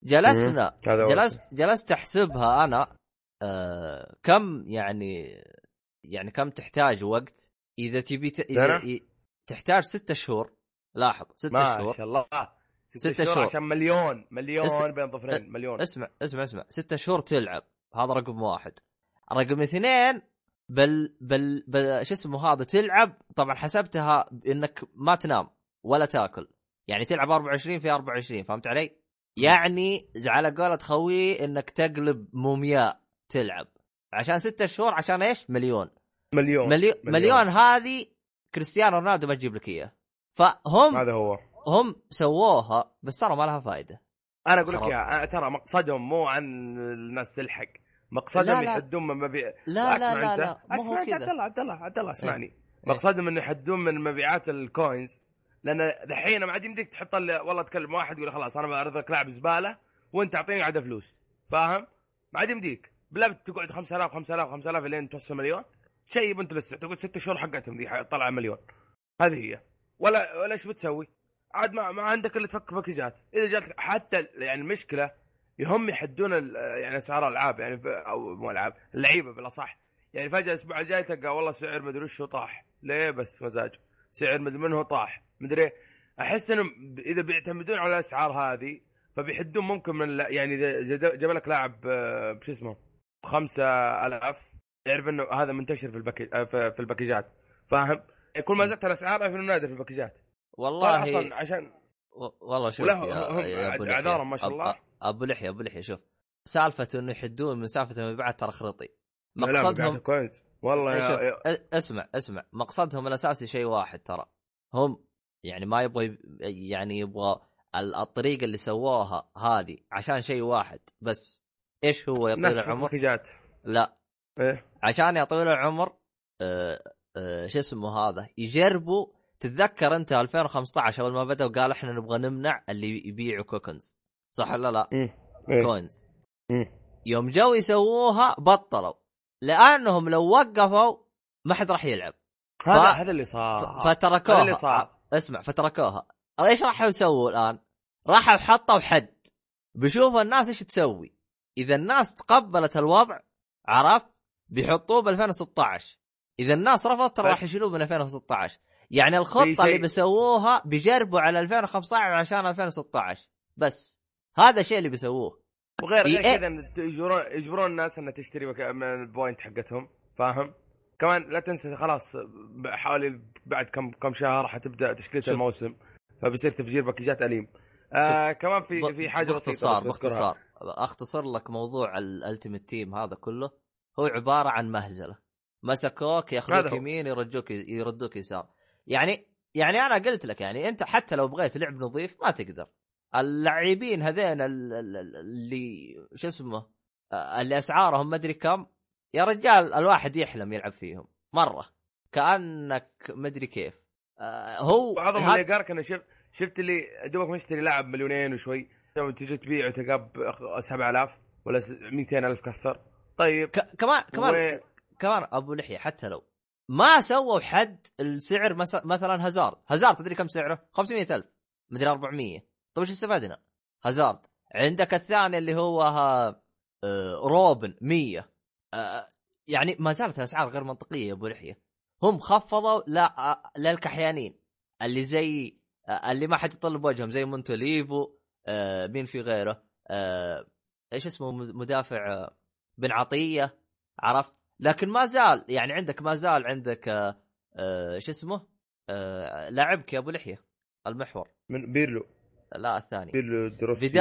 جلست احسبها انا كم يعني كم تحتاج وقت اذا تبي تحتاج 6 شهور. لاحظ 6 شهور ما شاء الله 6 شهور عشان مليون بين ظفرين مليون. اسمع 6 شهور تلعب. هذا رقم 1. رقم 2 شو اسمه هذا تلعب. طبعا حسبتها انك ما تنام ولا تاكل، يعني تلعب 24 في 24. فهمت علي؟ يعني على قولة خوي انك تقلب مومياء تلعب عشان 6 شهور. عشان ايش؟ مليون هذه كريستيانو رونالدو ما تجيب لك اياه. فهم هذا هو هم سووها بس ترى ما لها فائده. انا اقول لك يا ترى مقصدهم مو عن الناس تلحق، مقصدهم يحدون من مبيع. لا اسمع عبد الله اسمعني. مقصدهم انه يحدون من مبيعات الكوينز، لان الحين ما عاد يمديك تحط والله تكلم واحد يقول خلاص انا بعرض لك لاعب زباله وانت اعطيني عاد فلوس. فاهم؟ ما عاد يمديك بلا تقعد 5000 لين توصل مليون. شيء انت لسه تقعد 6 شهور حقتهم دي طلع مليون. هذه هي ولا ايش بتسوي؟ عاد ما عندك اللي تفك باكجات. اذا جاتك حتى يعني المشكله هم يحدون يعني اسعار الالعاب، يعني او مو العاب اللعيبه بالاصح. يعني فجاه الاسبوع الجاي تلقى والله سعر مدري وش طاح. ليه؟ بس مزاج سعر مدري منه طاح مدري. احس انهم اذا بيعتمدون على الاسعار هذه فبيحدون ممكن من يعني اذا جاب لك لاعب بش اسمه 5000 يعرف انه هذا منتشر في الباكجات. فاهم؟ كل ما زدت الاسعار في نادر في الباكجات. والله اصلا عشان والله شوف يا اعذارهم ما شاء الله. ابو لحيه شوف سالفه انه يحدون من سالفه المبيعات ترى خرطي. مقصدهم كويس والله اسمع مقصدهم الاساسي شيء واحد ترى. هم يعني ما يبغى يعني يبغى الطريقه اللي سووها هذه عشان شيء واحد بس. ايش هو؟ يطيل العمر. لا إيه؟ عشان يطيل العمر شو اسمه هذا يجربوا. تتذكر انت 2015 اول ما بدأوا قال احنا نبغى نمنع اللي يبيعوا كوكنز صح ولا لا؟ إيه؟ كوينز. يوم جو يسووها بطلوا لانهم لو وقفوا ما حد راح يلعب. هذا اللي صار. فتركوها. اللي صار. اسمع فتركوها. ايش راح يسووا الان؟ راحوا حطوا حد بيشوفوا الناس ايش تسوي. اذا الناس تقبلت الوضع عرفت بيحطوه ب 2016. اذا الناس رفضت راح يشيلوه من 2016. يعني الخطه اللي بيسووها بيجربوا على 2015 عشان 2016 بس. هذا الشيء اللي بيسووه. وغير كذا يجبرون الناس انها تشتري من البوينت حقتهم فاهم. كمان لا تنسى خلاص حوالي بعد كم شهر حتبدا تشكيله الموسم فبصير تفجير باكيجات اليم. كمان في حاجه بسيطه باختصار اختصر لك موضوع الالتيميت تيم هذا كله. هو عباره عن مهزله. مسكوك ياخذوك يمين يردوك يسار. يعني انا قلت لك يعني انت حتى لو بغيت لعب نظيف ما تقدر. اللاعبين هذين اللي شو اسمه اللي اسعارهم ما ادري كم يا رجال الواحد يحلم يلعب فيهم مره كانك ما ادري كيف. هو بعضهم اللي قارك انا شفت اللي دوبك مشتري لاعب مليونين وشوي يوم تجي تبيعه تلقى 7000 ولا 200,000 كثر. طيب كمان ابو لحيه حتى لو ما سووا حد السعر مثلا هازارد تدري كم سعره؟ 500,000 مدري 400. طيب ايش استفدنا؟ هازارد عندك الثاني اللي هو روبن 100. يعني ما زالت الاسعار غير منطقيه يا ابو لحيه. هم خفضوا للكحيانين اللي زي اللي ما حد يطلب وجههم زي مونتوليفو. مين في غيره؟ ايش اسمه مدافع بن عطيه عرفت. لكن ما زال يعني ما زال عندك ايش اسمه لاعبك يا ابو لحيه المحور من بيرلو. لا الثاني بيرلو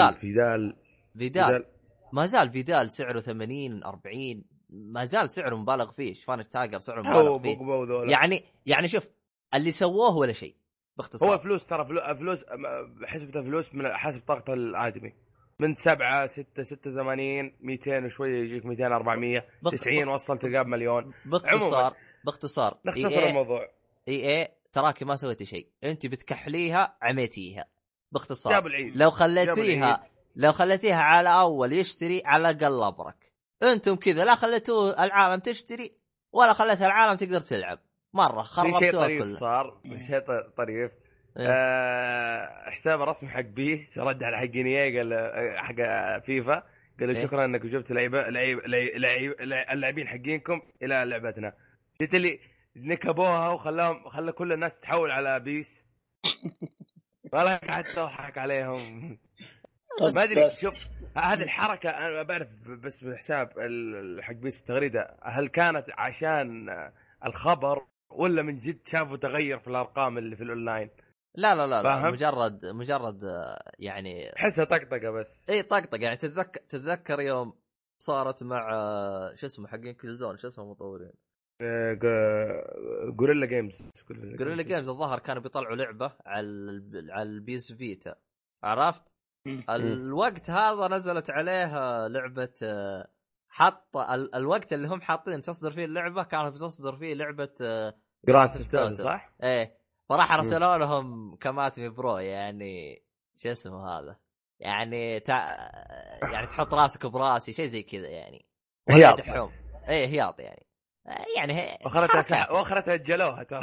فيدال ما زال فيدال سعره 80-40. ما زال سعره مبالغ فيه. شفان التاجر سعره مبالغ فيه. يعني شوف اللي سووه ولا شيء باختصار. هو فلوس ترى فلوس حسبتها فلوس من حسب طاقة الآدمي من 7 6 86 200 وشوية يجيك 200 400 90 وصلت تلقى مليون. باختصار نختصر الموضوع. اي تراكي ما سويتي شيء. انت بتكحليها عميتيها باختصار. لو خليتيها على اول يشتري على الاقل ابرك. انتم كذا لا خليتوه العالم تشتري ولا خليت العالم تقدر تلعب. مره خربتوها كلها. صار شيء طريف. حساب رسمي حق بيس رد على حق نيا قال حق فيفا قال شكرا انك جبت اللاعبين حقينكم الى لعبتنا. جيت اللي نكبوها خلى كل الناس تحول على بيس. والله حتى اضحك عليهم. ما ادري شوف هذه الحركه انا بعرف بس بالحساب حق بيس التغريده هل كانت عشان الخبر ولا من جد شافوا تغير في الارقام اللي في الاونلاين؟ لا مجرد يعني حسها طقطقه بس. اي طقطقه يعني تتذكر يوم صارت مع شو اسمه حقين كل زون شو اسمه مطورين غوريلا جيمز الظاهر كانوا بيطلعوا لعبه على البيس فيتا عرفت. الوقت هذا نزلت عليها لعبه حط الوقت اللي هم حاطين تصدر فيه اللعبه كانت بتصدر فيه لعبه جراند ثيفت اوتو صح. ايه فراح رسلوا لهم كماتمي برو يعني شو اسمه هذا يعني يعني تحط راسك براسي شيء زي كذا يعني هياط هياط يعني واخرتها اجلوها ترى.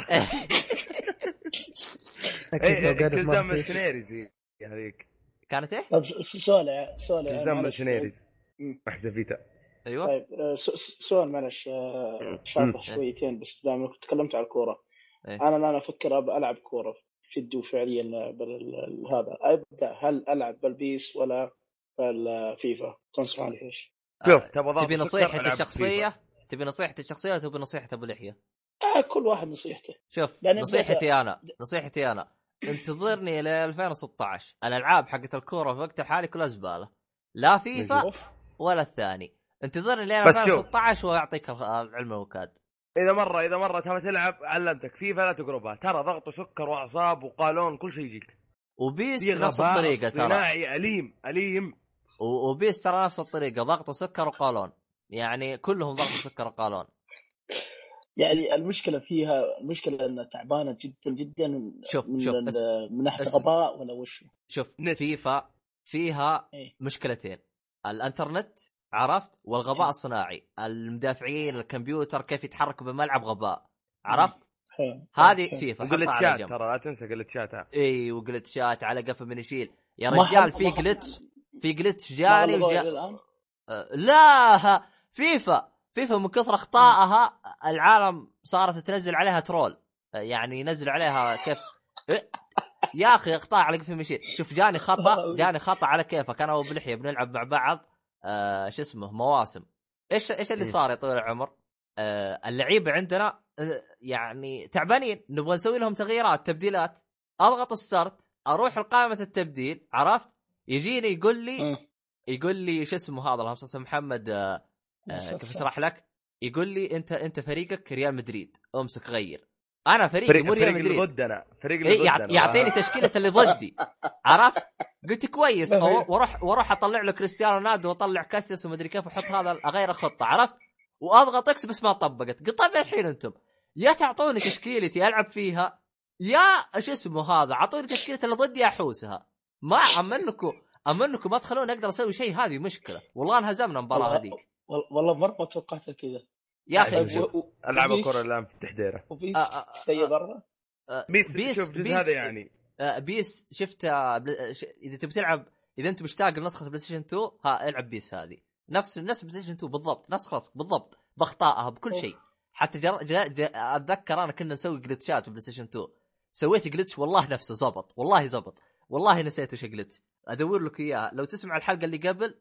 كلزام السيناريوز هذيك كانت ايه؟ طب سؤال كلزام السيناريوز واحده فيتا. ايوه طيب سؤال معلش شاطح شويتين بس دائما كنت تكلمت على الكوره. انا افكر العب كوره جد فعليا هذا ابدا هل العب بالبيس ولا بالفيفا؟ تنصحني ايش؟ شوف تبي نصيحه الشخصيه ولا تبي نصيحه ابو لحيه؟ كل واحد نصيحته. شوف نصيحتي انا انتظرني الى 2016. الالعاب حقت الكوره في وقت الحالي كلها زباله. لا فيفا ولا الثاني. انتظرني لين 2016 ويعطيك العلم والكاد. اذا مره تبغى تلعب علمتك فيفا لا تقربها، ترى ضغط وسكر واعصاب وقالون كل شيء يجيك. وبيس نفس الطريقه ترى اليم وبيس ترى نفس الطريقه، ضغط وسكر وقالون، يعني كلهم ضغط وسكر وقالون. يعني المشكله انها تعبانه جدا جدا. شوف من ناحيه غباء ولا وش؟ شوف فيفا فيها مشكلتين، الانترنت عرفت، والغباء الصناعي، المدافعين الكمبيوتر كيف يتحركوا بالملعب غباء، عرفت؟ هذه فيفا. وجلتشات ترى لا تنسى جلتشات. اي وجلتشات على قفا من يشيل يا رجال. في جلتش جاني لا فيفا من كثر اخطائها العالم صارت تنزل عليها ترول، يعني ينزل عليها كيف يا اخي اخطاء على قفا من يشيل. شوف جاني خطا على كيفك انا وبلحيه بنلعب مع بعض شو اسمه مواسم. ايش اللي صار يا طويل العمر؟ اللعيبه عندنا يعني تعبانين، نبغى نسوي لهم تغييرات تبديلات، اضغط الستارت اروح لقائمه التبديل، عرفت؟ يجيني يقول لي شو اسمه هذا الهمصاص محمد كيف اشرح لك؟ يقول لي انت فريقك ريال مدريد، امسك غير. انا فريقي مو ريال مدريد، فريق اللي ضدنا يعطيني تشكيله اللي ضدي، عرفت؟ قلت كويس واروح اطلع له كريستيانو رونالدو واطلع كاسياس ومدري كيف واحط هذا اغير خطه، عرفت؟ واضغط اكس بس ما طبقت. قلت طيب الحين انتم يا تعطوني تشكيلتي العب فيها يا ايش اسمه هذا اعطوني تشكيله اللي ضدي احوسها. ما امنكم ما تخلوني اقدر اسوي شيء، هذه مشكله والله انهزمنا المباراه هذيك. والله مره ما توقعت كذا يا اخي. العب الكره الان في التحديره سيء برا. بيس هذا يعني بيس شفت اذا تبي تلعب، اذا انت مشتاق لنسخه بلاي ستيشن 2 العب بيس هذه نفس بلاي ستيشن 2 بالضبط، نفس خلاص بالضبط باخطائها بكل شيء. حتى اتذكر انا كنا نسوي جلتشات في بلاي ستيشن 2، سويت جلتش والله نفسه زبط، والله نسيت وش جلتش، ادور لك اياها لو تسمع الحلقه اللي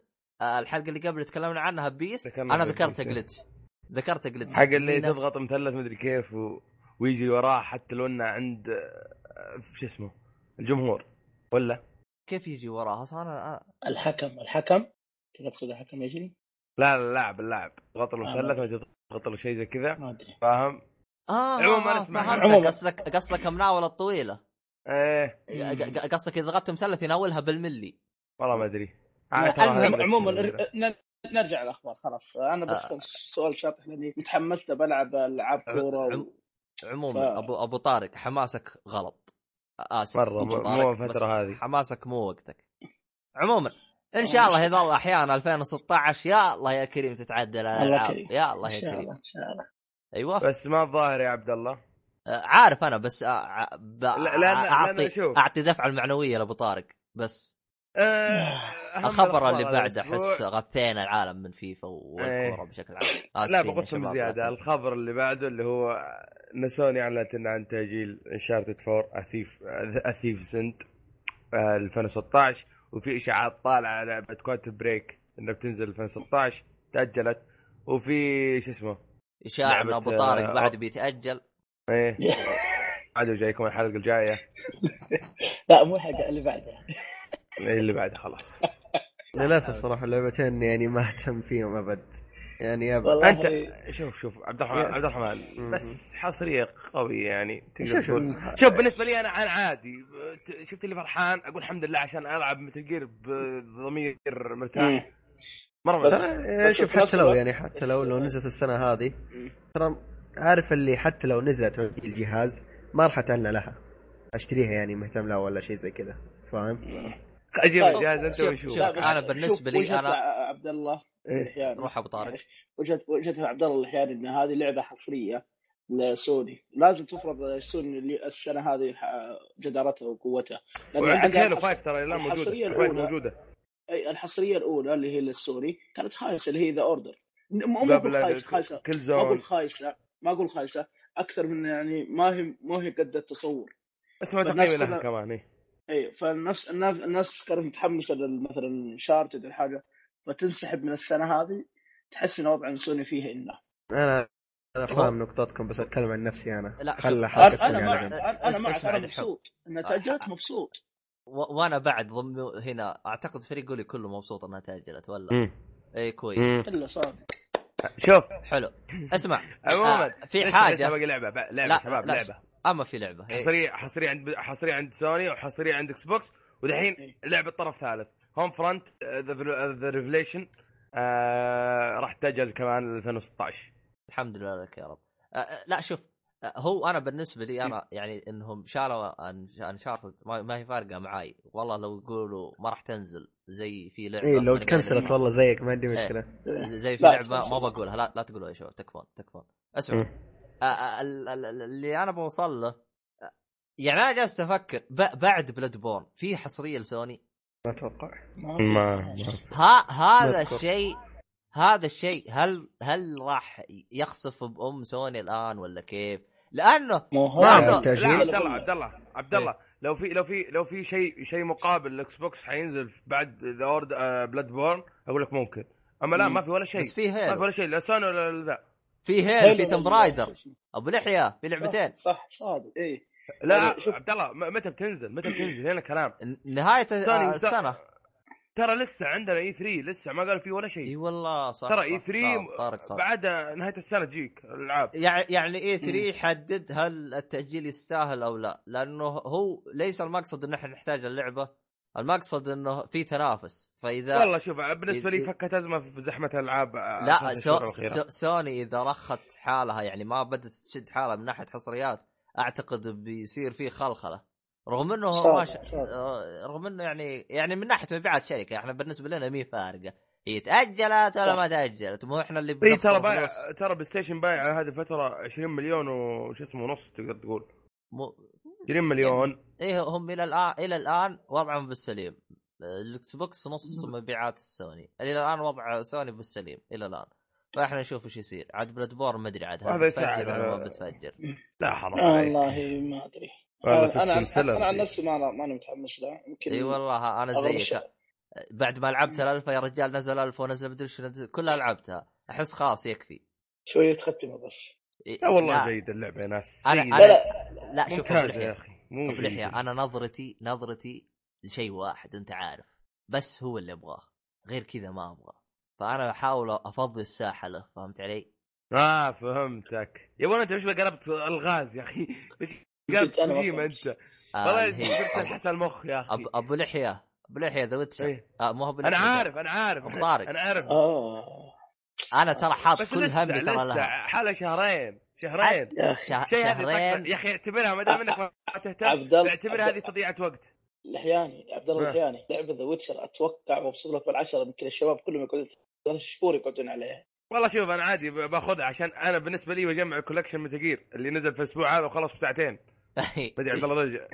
قبل تكلمنا عنها بيس، انا ذكرت جلتش حق اللي تضغط مثلث مدري كيف ويجي وراه حتى لو انه عند شو اسمه الجمهور ولا كيف يجي وراها اصلا الحكم تقصد الحكم يجري؟ لا اللاعب ضغط المثلث ضغط له شيء زي كذا، فاهم؟ عموما اسمع، قصدك المناوله الطويله. ايه قصدك اذا ضغطت مثلث يناولها بالملي، والله ما ادري. عموما نرجع الاخبار خلاص. انا بس سؤال شاطح لاني متحمس بلعب العاب كوره عموما ابو طارق حماسك غلط، اسف مره مو فتره هذه، حماسك مو وقتك. عموما ان شاء الله اذا الله احيانا 2016 يا الله يا كريم تتعدل الالعاب، يا الله يا كريم ان شاء الله. ايوه بس ما الظاهر يا عبد الله عارف انا بس لا اعطي دفعه المعنويه لابو طارق بس. الخبر اللي بعده احس غثينا العالم من فيفا والكوره بشكل عام. لا بقسم زياده. الخبر اللي بعده اللي هو سوني اعلنت عن تاجيل انشارتد 4 اثيف سنت 2016، وفي اشاعات طالعه على لعبه كوانتم بريك انها بتنزل 2016 تاجلت، وفي شو اسمه اشاعه من ابو طارق بعد بيتاجل. ايه عادوا جايكم الحلقه الجايه. لا مو الحلقه اللي بعدها، اللي بعدها خلاص. للاسف صراحه اللعبتين يعني ما اهتم فيهم ابد يعني انت شوف عبد الرحمن بس حصريه قويه يعني تقدر تقول. شوف بالنسبه لي انا عادي، شفت اللي فرحان اقول الحمد لله عشان العب مثل جير بضمير مرتاح مره. شوف حتى لو نزلت السنه هذه ترى عارف اللي حتى لو نزلت الجهاز ما راح اتعنى لها اشتريها، يعني مهتم لها ولا شيء زي كذا، فاهم؟ اجيب الجهاز انت وشوف. انا بالنسبه لي انا عبد الله الحياني روح ابو طارق وجهة عبد الله الحياني ان هذه لعبه حصريه لسوني، لازم تفرض سوني السنه هذه جدارتها وقوتها، وعندك هيلو 5 ترى الان موجوده. اي الحصريه الاولى اللي هي للسوني كانت خايسه، اللي هي ذا اوردر، مو خايسه ما اقول خايسه اكثر من يعني ما هي قد التصور، بس ما تقييم لها كمان. اي فالنفس الناس كانت متحمسه مثلا شارتد الحاجه فتنسحب من السنه هذه، تحس ان وضع سوني فيه انه انا فاهم نقطتكم بس اتكلم عن نفسي انا. خلى انا مبسوط ان تاجلت، مبسوط وانا بعد هنا اعتقد فريق يقولي كله مبسوط انها تاجلت ولا اي كويس الا صادق. شوف حلو اسمع عموما في حاجه باقي لعبه لا شباب لا لعبه اما في لعبه حصريه عند سوني وحصريه عند اكس بوكس ودحين لعبه طرف ثالث هوم فرونت ذا ريفليشن راح تجهز كمان 2016. الحمد لله لك يا رب. لا شوف هو انا بالنسبه لي انا يعني انهم شالوا انشارتد ما هي فارقه معاي والله. لو يقولوا ما راح تنزل زي في لعبه ايه لو كنسلت والله زيك ما عندي مشكله. زي في لعبه ما بقولها لا تقولوا يا شباب تكفون اسمع. اللي انا بوصل له يعني انا جالس افكر بعد بلاد بورن في حصريه لسوني ما اتوقع. ما هذا الشيء هل راح يخسف بأم سوني الآن ولا كيف؟ لأنه عبد الله لو في شيء مقابل الاكس بوكس حينزل بعد ذا اورد بلاد بورن اقول لك ممكن. اما لا ما في ولا شيء. بس في هيل. ما في ولا شيء لا سوني ولا ذا. في هيل في توم رايدر ابو لحيه في لعبتين. صح صادق ايه. لا عبد الله متى بتنزل هنا كلام نهايه السنه. ترى لسه عندنا اي 3 لسه ما قال فيه ولا شيء. اي والله صح. ترى اي 3 بعد نهايه السنه تجيك الالعاب. يعني اي 3 يحدد هل التاجيل يستاهل او لا. لانه هو ليس المقصد ان احنا نحتاج اللعبه. المقصد انه في تنافس. فاذا والله شوف بالنسبه لي فكت ازمه في زحمه الالعاب. لا سوني اذا رخت حالها يعني ما بدت تشد حالها من ناحيه حصريات اعتقد بيصير فيه خلخله. رغم انه رغم انه يعني من ناحيه مبيعات الشركه احنا بالنسبه لنا مي فارقه هي تاجلت ولا ما تاجلت. مو احنا اللي ترى بلاي ستيشن بايع هذه الفتره 20 مليون وش اسمه ونص تقدر تقول 20 مليون. ايه هم الى الان وضعهم بالسليم. الاكس بوكس نص مبيعات السوني الى الان. وضع سوني بالسليم الى الان. فاحنا نشوف ايش يصير عاد بلاد بور ما ادري عاد هذا بتفجر ولا ما بتفجر. لا حرام والله ما ادري. انا عن نفسي ما انا متحمس له يمكن. اي والله انا زيك بعد ما لعبت الالفا يا رجال نزل الفا ونزل بدل شو كلها لعبتها احس خلاص يكفي شويه ختمه بس. لا والله جيد اللعبه يا ناس. لا شوف يا اخي مو بلحية. انا نظرتي لشيء واحد انت عارف بس هو اللي ابغاه غير كذا ما ابغى. فانا احاول افضي الساحه له. فهمت علي؟ فهمتك يا ابوي. انت مش قلبت الغاز يا اخي مش قلبت كوجيما انت والله جبت الحس المخ يا اخي. ابو لحيه ذا ويتشر مو ابو لحيه. انا عارف انا عارف انا ترى حاط كل همي ترى لها حاله شهرين شهرين يا اخي اعتبرها ما دام انك ما تهتم اعتبرها هذه تضييع وقت. لحياني عبد الله لحياني لعبه ذا ويتشر اتوقع وبوصل لك بالعشره يمكن الشباب كلهم يقعدون 3 شهور يقعدون عليها. والله شوف انا عادي باخذها عشان انا بالنسبه لي بجمع الكولكشن متجير اللي نزل في الاسبوع هذا وخلص بساعتين. بدي عبد الله ضجه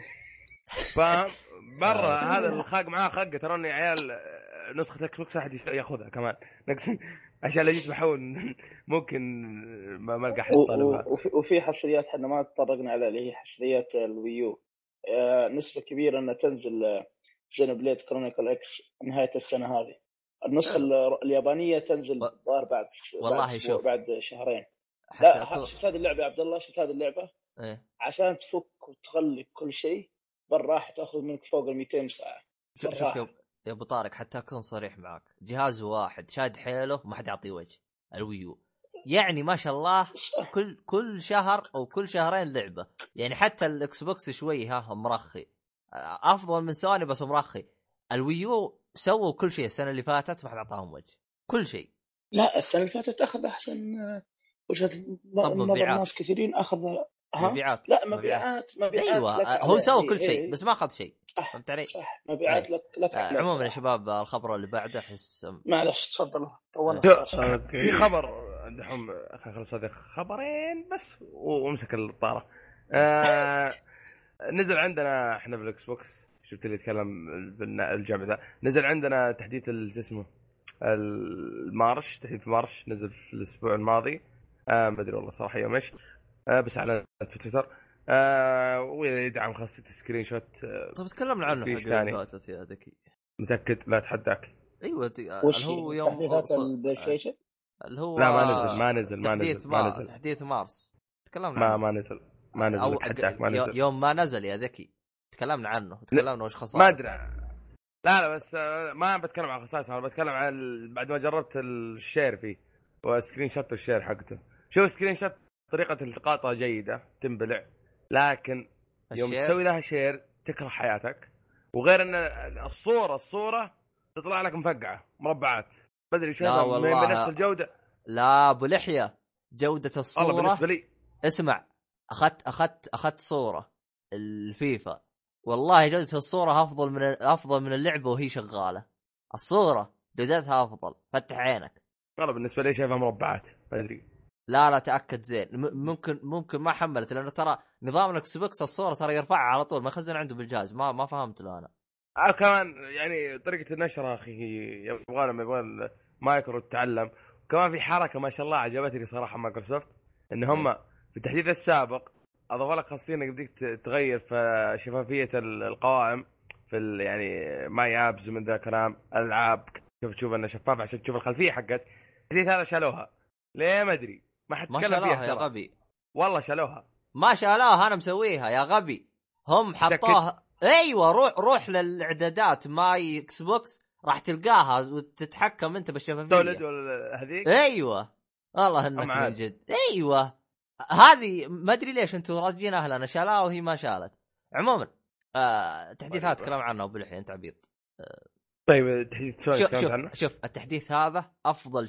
فمره هذا الخاق معاه خقه تراني عيال نسخه اكس بوكس احد ياخذها كمان عشان لو جيت بحاول ممكن ما القى حد طالبها. وفي حصريات احنا ما تطرقنا عليها اللي هي حصريات الويو. نسبه كبيره انها تنزل زينو بليد كرونيكل اكس نهايه السنه هذه. النسخه اليابانيه تنزل بعد شهرين. لا شفت هذه اللعبه يا عبد الله شفت هذه اللعبه إيه؟ عشان تفك وتخلي كل شيء بالراحه تاخذ منك فوق 200 ساعه. شوف يا ابو طارق حتى اكون صريح معك جهاز واحد شاد حيله وما حد يعطيه وجه الويو يعني ما شاء الله كل شهر او كل شهرين لعبه. يعني حتى الاكس بوكس شوي مرخي افضل من سوني بس مرخي. الويو سووا كل شيء السنه اللي فاتت ما حد اعطاهم وجه كل شيء. لا السنه اللي فاتت اخذ احسن وجهه نظر ناس كثيرين اخذ مبيعات. لا مبيعات ايوه هو سوى كل شيء بس ما اخذ شيء. فهمت علي؟ صح مبيعات لك عموما يا شباب الخبر اللي بعده احس معلش تفضل طولنا. في خبر عندهم خلص هذه خبرين بس وامسك الطاره. نزل عندنا احنا بالاكس بوكس شفت اللي يتكلم بالجامعه ذا نزل عندنا تحديث اسمه المارش. تحديث مارش نزل في الاسبوع الماضي ما ادري والله صراحه يوم ايش بس على تويتر ويدعم خاصة سكرين شوت. طب تكلمنا عنه حق فاتت يا ذكي. متأكد لا اتحداك. ايوه هو يوم البلاي ستيشن اللي هو لا ما نزل تحديث مارس تكلمنا ما نزل اتحداك ما نزل يوم ما نزل يا ذكي تكلمنا عنه تكلمنا وش خصائصه. ما ادري لا بس ما بتكلم عن خصائص، انا بتكلم عن بعد ما جربت الشير فيه وسكرين شوت الشير حقته. شوف سكرين شوت طريقه التقاطها جيده تنبلع، لكن يوم تسوي لها شير تكره حياتك. وغير ان الصوره تطلع لك مفقعه مربعات بدري شايفها بنفس الجوده. لا ابو لحيه، جوده الصوره والله بالنسبه لي اسمع، اخذت صوره الفيفا، والله جوده الصوره افضل من اللعبه وهي شغاله. الصوره جودتها افضل، فتح عينك. والله بالنسبه لي شايفها مربعات بدري. لا تاكد زين، ممكن ما حملت، لانه ترى نظام الاكس بوكس الصوره ترى يرفعها على طول، ما يخزن عنده بالجهاز. ما فهمت له انا. كمان يعني طريقه النشر اخي يبغى مايكرو تتعلم. كمان في حركه ما شاء الله عجبتني صراحه مايكروسوفت، ان هم في التحديث السابق اضافوا لك خاصيه انك بدك تغير في شفافيه القوائم في يعني ماي ابز من ذا كلام العاب. تشوف انه شفاف عشان تشوف الخلفيه حقت. التحديث هذا شالوها ليه ما ادري، ما حد تكلم فيها يا غبي. والله شالوها. ما شالوها، انا مسويها يا غبي. هم حطوها. ايوه روح للاعدادات ماي اكس بوكس راح تلقاها وتتحكم انت بالشفافيه. تولد ولا هذيك؟ ايوه والله انك من جد. ايوه هذه ما ادري ليش انتم راجين اهلنا شالها وهي ما شالت. عموما تحديثات كلام عنه بالحين انت عبيط. طيب التحديث شوف التحديث هذا افضل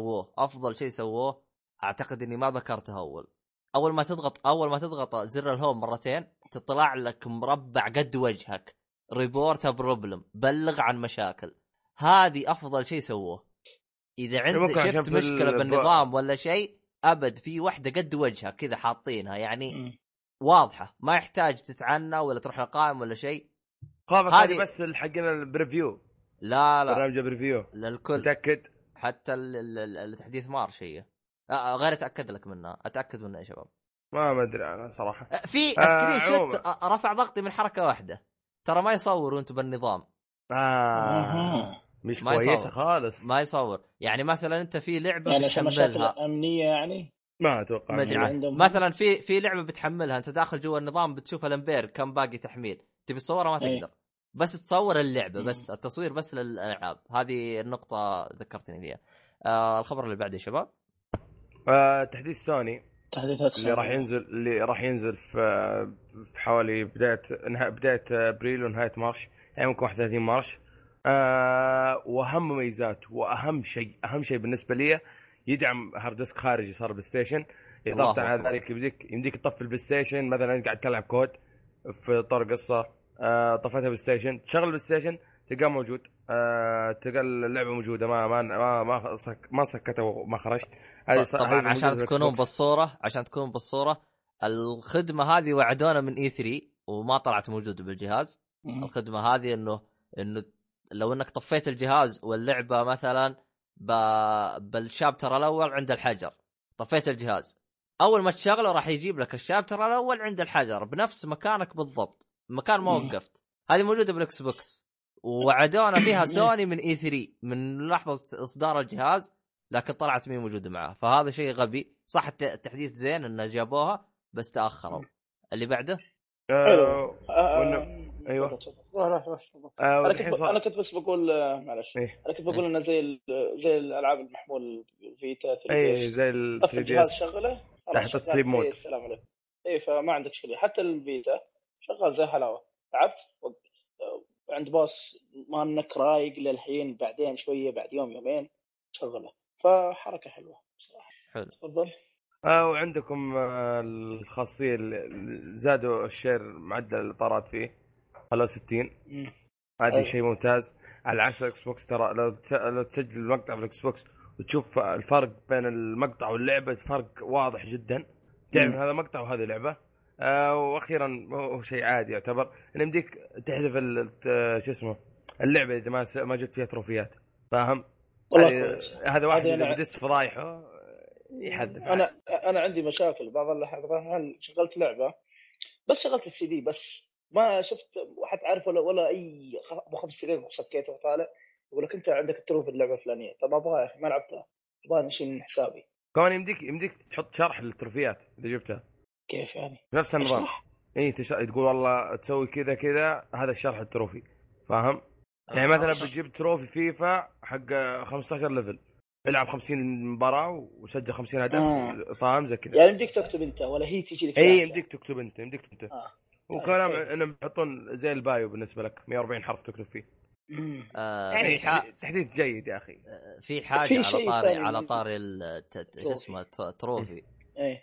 شيء سووه اعتقد اني ما ذكرته اول ما تضغط زر الهوم مرتين تطلع لك مربع قد وجهك، ريبورت بروبلم، بلغ عن مشاكل. هذه افضل شيء سووه. اذا عندك شفت مشكله بالنظام ولا شيء ابد، في واحده قد وجهك كذا حاطينها يعني واضحه، ما يحتاج تتعنى ولا تروح لقائم ولا شيء. هذه بس حقنا البريفيو. لا برنامج بريفيو للكل. متاكد؟ حتى التحديث مارش هي غير اتاكد لك منها، اتاكد منها يا شباب. ما ادري انا صراحه. في سكرين شوت رفع ضغطي من حركه واحده، ترى ما يصور وانت بالنظام. مش كويسه خالص. ما يصور يعني مثلا انت في لعبه يعني بتحملها امنيه يعني ما اتوقع. مثلا في لعبه بتحملها انت داخل جوا النظام بتشوف الامبير كم باقي تحميل، تبي تصورها ما تقدر. بس تصور اللعبه بس التصوير بس للالعاب. هذه النقطه ذكرتني فيها. الخبر اللي بعده يا شباب تحديث سوني تحديثات اللي راح ينزل في حوالي بدايه ابريل ونهايه مارش، يعني ممكن 31 مارش. واهم مميزات واهم شيء بالنسبه لي يدعم هارد ديسك خارجي صار بلاي ستيشن. اضافه على ذلك يمديك تطفي البلاي ستيشن مثلا قاعد تلعب كود في طور قصه، طفيتها بلاي ستيشن، تشغل البلاي ستيشن تلقاه موجود، تلقى اللعبه موجوده ما سكتها وما خرجت. طبعا عشان تكونون بالصوره الخدمه هذه وعدونا من E3 وما طلعت موجوده بالجهاز. الخدمه هذه انه لو انك طفيت الجهاز واللعبه مثلا بالشابتر الاول عند الحجر، طفيت الجهاز اول ما تشغله راح يجيب لك الشابتر الاول عند الحجر بنفس مكانك بالضبط، مكان ما وقفت. هذه موجوده بالاكس بوكس وعدونا فيها سوني من E3 من لحظه اصدار الجهاز، لكن طلعت مين موجوده معه. فهذا شيء غبي. صح التحديث زين انه جابوها بس تاخروا. اللي بعده ايوه انا كنت بس بقول معلش انا كنت بقول انه زي الالعاب المحمول فيتا 3 زي الجهاز شغله تحت تصيب مود. السلام عليكم. فما عندك شيء. حتى الفيتا شغال زي حلاوه. لعبت عند باص ما انك رايق للحين، بعدين شويه بعد يومين شغله، فحركه حلوه بصراحه. حلو. تفضل. وعندكم الخاصيه اللي زادوا الشير معدل الاطارات فيه خلوه 60. هذا شيء ممتاز على عكس الاكس بوكس. ترى لو تسجل المقطع في الاكس بوكس وتشوف الفرق بين المقطع واللعبه فرق واضح جدا، تعرف هذا مقطع وهذه لعبه. واخيرا هو شيء عادي يعتبر ان يمديك تحذف شو اسمه اللعبه اذا ما جت فيها تروفيات، فاهم؟ هذا واحد اللي بدس فضايحه يحذف. انا عندي مشاكل بعض اللحظات. شغلت لعبه بس شغلت السي دي بس ما شفت واحد عارف ولا اي ابو 5 دقائق وسكيته وطالع يقول لك انت عندك التروفي اللعبه الفلانيه. طب ابغى يا اخي ما لعبتها، ابغى نشيل من حسابي. كمان يمديك تحط شرح للتروفيات اللي جبتها. كيف يعني؟ نفس النظام. تقول والله تسوي كذا هذا الشرح التروفي، فاهم؟ يعني مثلا بتجيب تروفي فيفا حق 15 ليفل، العب 50 مباراه وسجل 50 هدف. فاهم زي كذا يعني بدك تكتب انت ولا هي تيجي لك؟ اي بدك تكتب انت وكلام طيب. انهم يحطون زي البايو بالنسبه لك 140 حرف تكتب فيه. يعني تحديث جيد يا اخي. في حاجه في على طاري شو اسمه تروفي. ايه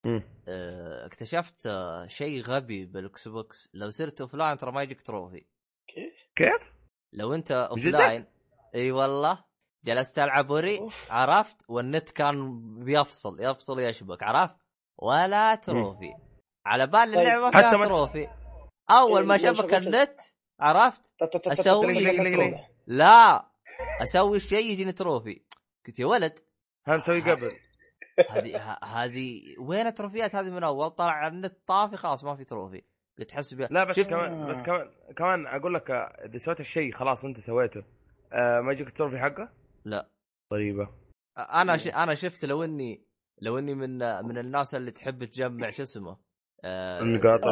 اكتشفت شيء غبي بالاكس بوكس. لو صرت اوفلاين ترى ما يجيك تروفي. كيف لو انت اوفلاين اي والله جلست العب وري عرفت والنت كان يفصل يشبك عرفت ولا تروفي على بال اللعبه فيها تروفي. اول ما شبك النت عرفت اسوي لا اسوي شيء يجيني تروفي. قلت يا ولد هنسوي قبل هذه وين التروفيات هذه؟ من اول طلع النت طافي خلاص ما في تروفي. بتحس لا بس كمان اقول لك اذا سويت الشيء خلاص انت سويته ما يجيك التروفي حقه. لا طيبه. انا شفت لو اني من الناس اللي تحب تجمع شو اسمه النقاط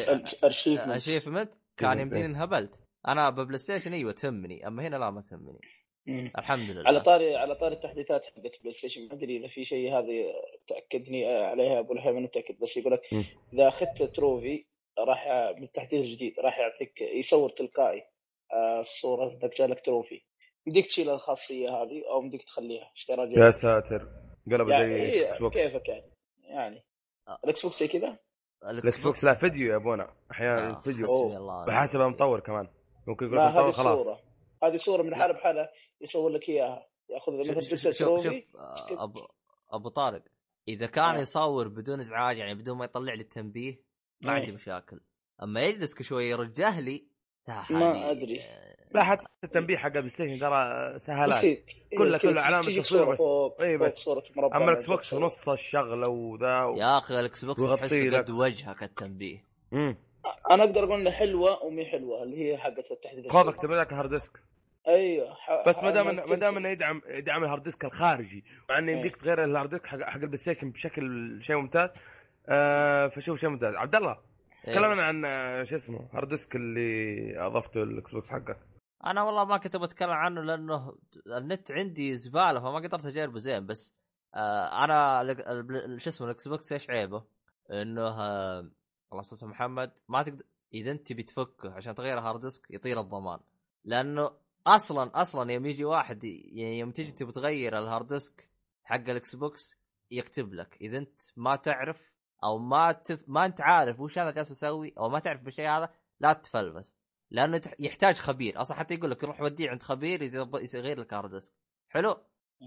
ارشيفمنت كان يمديني انهبلت. انا ببلاي ستيشن ايوه تهمني اما هنا لا ما تهمني. الحمد لله. على طاري التحديثات حقت بلاي ستيشن ما ادري اذا في شيء هذه تاكدني عليها ابو الهيمن متاكد بس يقول لك اذا اخذت تروفي راح بالتحديث الجديد راح يعطيك يصور تلقائي الصوره انك جالك تروفي. بدك تشيل الخاصيه هذه او بدك تخليها اشتراك. يا ساتر قلب يعني زي اكس بوكس. كيفك يعني الاكس بوكس زي كذا. الاكس بوكس لا فيديو يا ابونا احيانا فيديو بحسب المطور كمان ممكن يقول لك مطور خلاص هذه صوره من حاله بحاله يصور لك اياها ياخذ مثلا جبت تروفي. ابو طارق اذا كان يصور بدون ازعاج يعني بدون ما يطلع لي التنبيه ما عندي مشاكل. اما يجلس شوي يرجه لي ما ادري. لا حتى التنبيه حق البلاي ستيشن ترى سهلات كله علامه تصوير بس. اي بس صوره مربع. اما الاكس بوكس نص الشغله وذا يا اخي الاكس بوكس تحس قد وجهك التنبيه. انا اقدر اقول انها حلوه ومي حلوه اللي هي حقه التحديث. خذ اكتب لك هارد ديسك. ايوه بس ما دام انه يدعم الهارد ديسك الخارجي مع انه يمديك تغير الهارد ديسك حق البلاي ستيشن بشكل شيء ممتاز. فشوف شيء ممتاز. عبد الله تكلمنا عن شو اسمه هارد ديسك اللي اضفته للاكس بوكس حقك. انا والله ما كنت بتكلم عنه لانه النت عندي زباله فما قدرت اجربه زين. بس انا شو اسمه الاكس بوكس ايش عيبه انه الله استاذ محمد ما تقدر اذا انت بتفكه عشان تغير هارد ديسك يطير الضمان. لانه اصلا يوم يجي واحد يعني يوم تيجي تبي تغير الهارد ديسك حق الاكس بوكس يكتب لك اذا انت ما تعرف او ما انت عارف وش انا جالس اسوي او ما تعرف بالشيء هذا لا تفلبس لانه يحتاج خبير اصلا. حتى يقول لك روح وديه عند خبير يغير لك هارد ديسك حلو.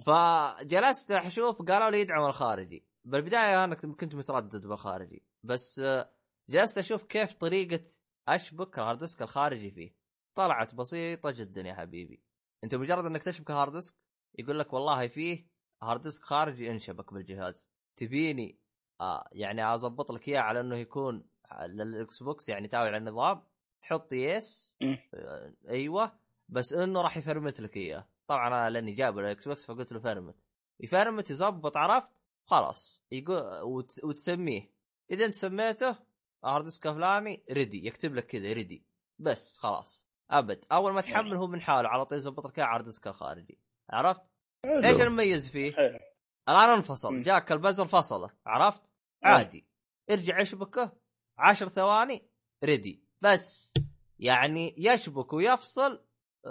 فجلست اشوف قالوا لي يدعم الخارجي. بالبدايه انا كنت متردد بالخارجي بس جلست اشوف كيف طريقه اشبك الهارد ديسك الخارجي فيه. طلعت بسيطه جدا يا حبيبي. انت مجرد انك تشبك هارد ديسك يقول لك والله فيه هارد ديسك خارجي انشبك بالجهاز تبيني يعني اضبط لك اياه على انه يكون للاكس بوكس يعني تابع على النظام تحط يس ايوه بس انه راح يفرمت لك اياه. طبعا انا لاني جايب الاكس بوكس فقلت له يفرمت يزبط عرفت خلاص يقول وتسميه اذا انت سميته هارد ديسك فلاني ريدي يكتب لك كذا ريدي بس خلاص ابد. اول ما تحمل هو من حاله على طول يزبط لك هارد ديسك الخارجي عرفت. ايش المميز فيه؟ الان انفصل جاك البزر فصله عرفت عادي ارجع اشبكه 10 ثواني ريدي بس يعني يشبك ويفصل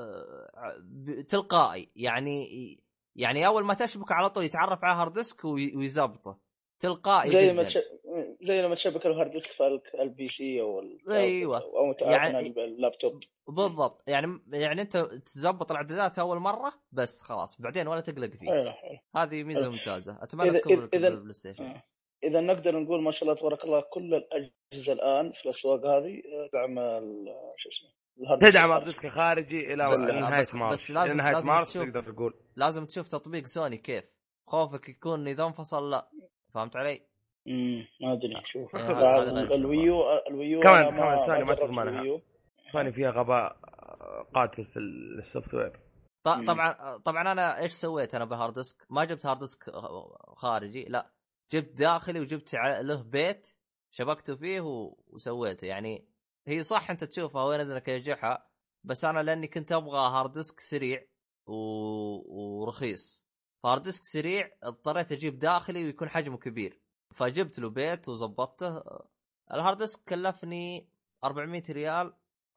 تلقائي. يعني اول ما تشبك على طول يتعرف على هارد ديسك ويزبطه تلقائي زي لما تشبك الهارد ديسك في البي سي او ايوه او يعني اللابتوب بالضبط. يعني انت تزبط الاعدادات اول مره بس خلاص بعدين ولا تقلق فيه. هذه ميزه ممتازه اتمنى تكون بالبلاي ستيشن. اذا نقدر نقول ما شاء الله تبارك الله كل الاجهزه الان في الاسواق هذه تدعم شو اسمه تدعم هارد ديسك خارجي الى نهايه مارس. بس لازم تقدر تقول لازم تشوف تطبيق سوني كيف خوفك يكون اذا انفصل لا فهمت علي. ما ادري شوف الويو كمان سوني ما تضمنها. سوني فيها غباء قاتل في السوفت وير. طبعا انا ايش سويت انا بهارد ديسك ما جبت هارد ديسك خارجي لا جبت داخلي وجبت له بيت شبكته فيه وسويته. يعني هي صح انت تشوفها وين اذنك يرجعها بس انا لاني كنت ابغى هارد ديسك سريع ورخيص، فهارد ديسك سريع اضطريت اجيب داخلي ويكون حجمه كبير، فجبت له بيت وزبطته. الهارد ديسك كلفني 400 ريال،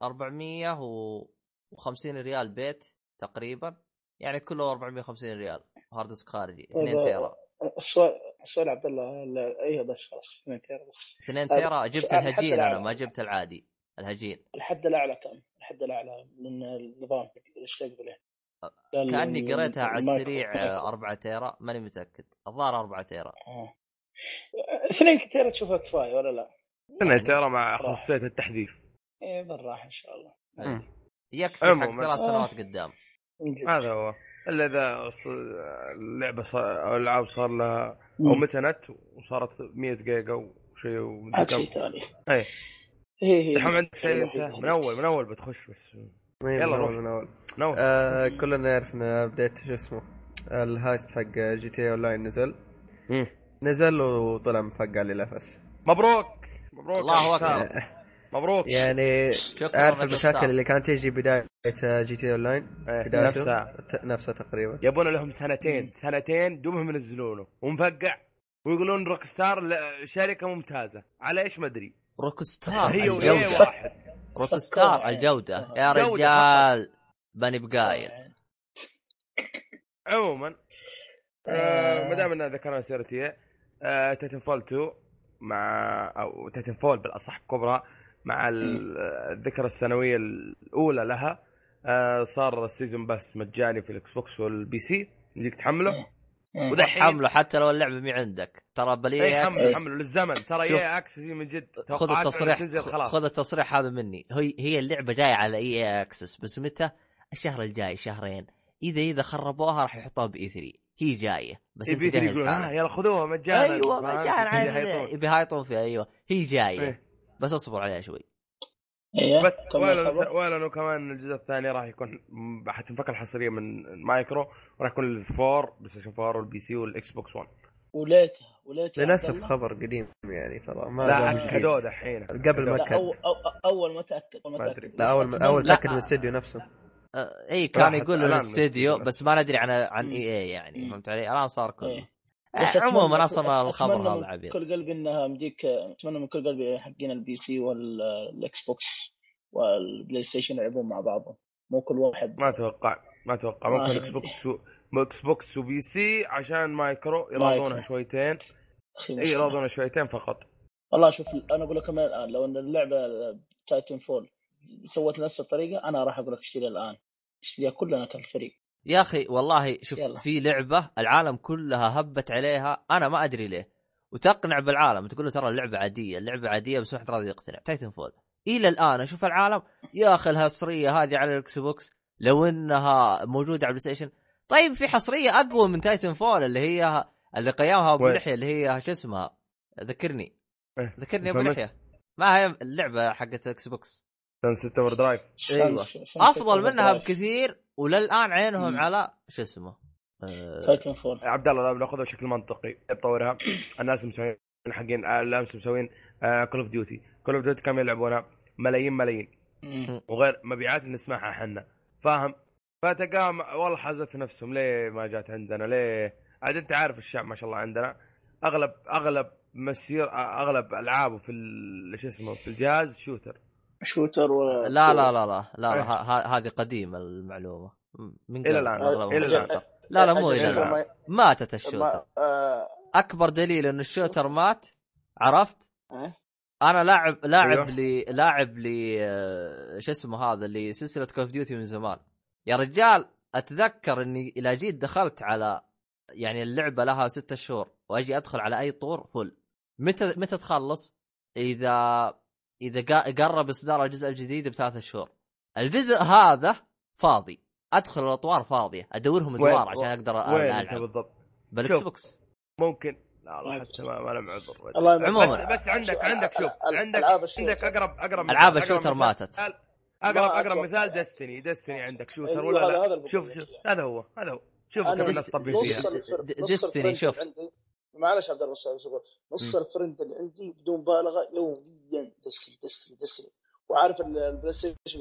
450 ريال بيت تقريبا، يعني كله 450 ريال هارد ديسك خارجي 2 تيرا. السؤال عبد الله ايوه بس خلاص 2 تيرا بس. 2 تيرا جبت الهجين انا ما جبت العادي، الهجين الحد الاعلى كم؟ الحد الاعلى من النظام اللي يستقبله كأني قريتها على السريع 4 تيرا، ماني متأكد، الظاهر 4 تيرا. 2 تيرا تشوفها كفايه ولا لا؟ 2 تيرا مع خاصية التحديث. ايه بالراحه ان شاء الله. يكفي حق 3 سنوات قدام. هذا هو الا اذا اللعبه او الالعاب صار لها او متى نت وصارت 100 جيجا وشيء ومدري شيء ثاني. هي الحين عندك شيء انت من اول بتخش بس. يلا روح من اول. كلنا عرفنا بديت شو اسمه الهايست حق جي تي اون لاين نزل وطلع مفقع للافس. مبروك الله اكبر مبروك. يعني عارف المشاكل اللي كانت تيجي بداية جي تي اون لاين نفسها تقريبا. يبون لهم سنتين دومهم ينزلونه ومفقع ويقولون روك ستار شركة ممتازة على ايش ما ادري. روك ستار هي واحد روك ستار الجودة يا رجال بني بقايل. عموما ما دام ان ذكرنا سيرتي تايتن فول 2 مع او تايتن فول بالاصح كبرى مع الذكرى السنويه الاولى لها صار السيزون بس مجاني في الاكس بوكس والبي سي يجيك تحمله وتحمله حتى لو اللعبه مي عندك ترى بليه حمله للزمن ترى اي اكسس من جد. خذ التصريح هذا مني. هي اللعبه جايه على اي اكسس بس متى الشهر الجاي شهرين اذا خربوها راح يحطوها باي 3 هي جايه بس انت جاهز يلا خذوها مجانا. ايوه مجانا بيهايطون فيها. ايوه هي جايه بس اصبر عليها شوي. بس ولا كمان الجزء الثاني راح يكون حتنفك الحصريه من مايكرو وراح يكون للفور بس 4 والبي سي والاكس بوكس 1. وليته للاسف خبر قديم يعني صراحه ما لا اكدوا دحين قبل ما كان اول ما تاكد لا اول تاكد من الاستديو نفسه. اي كان يقول الاستديو بس ما ندري عن اي يعني فهمت علي. الان صار كله عموما اصلا الخبر هذا عبيط. كل قلبي انها مديك اتمنى من كل قلبي حقين البي سي والاكس بوكس والبلاي ستيشن يلعبون مع بعضهم مو كل واحد. ما اتوقع ممكن اكس بوكس وبي سي عشان مايكرو يراضونها شويتين. يراضونها شويتين فقط. والله شوف انا اقول لك كمان الان لو ان اللعبه تايتن فول سوت نفس الطريقه انا راح اقول لك اشتريها الان اشتريها كلنا كالفريق يا اخي. والله شوف في لعبه العالم كلها هبت عليها انا ما ادري ليه وتقنع بالعالم تقول له ترى اللعبه عاديه بس واحد راضي يقتنع. تايتن فول الى الان اشوف العالم يا اخي الحصريه هذه على الاكس بوكس لو انها موجوده على البلاي ستيشن. طيب في حصريه اقوى من تايتن فول اللي قيامها ابو لحيه اللي هي شو اسمها ذكرني ابو لحيه ما هي اللعبه حقت اكس بوكس سانست اوفر درايف. ايوه افضل منها بكثير وللان عينهم على شو اسمه تايتن فول. عبد الله ناخذها بشكل منطقي تطورها. الناس مسوين حقين الامس مسوين كول اوف ديوتي كم يلعبونها ملايين وغير مبيعات اللي نسمعها احنا فاهم. فتقام والله حزت نفسهم ليه ما جات عندنا ليه. عاد انت عارف الشعب ما شاء الله عندنا اغلب مسير اغلب العابه في شو اسمه في الجهاز شوتر لا هذه قديمه المعلومه من الى الان لا مو الى الان ماتت الشوتر. اكبر دليل ان الشوتر مات عرفت انا لاعب لي شو اسمه هذا اللي سلسله كول اوف ديوتي من زمان يا رجال. اتذكر اني الى جيت دخلت على يعني اللعبه لها 6 شهور واجي ادخل على اي طور فل. متى تخلص اذا قرب اصدار الجزء الجديد ب3 شهور. الجزء هذا فاضي ادخل الاطوار فاضيه ادورهم ادوار عشان اقدر العب بالضبط بالاكس بوكس ممكن لا حتى ما لم عذر عموما بس عندك شوف عندك اقرب العاب الشوتر ماتت. اقرب مثال ديستني عندك شوتر ولا لا. شوف هذا هو شوف كيف الناس طبي فيها ديستني. شوف معلش عبد الله نص الفرند اللي عندي بدون مبالغه يوميا ديستني وعارف البلاي ستيشن يغف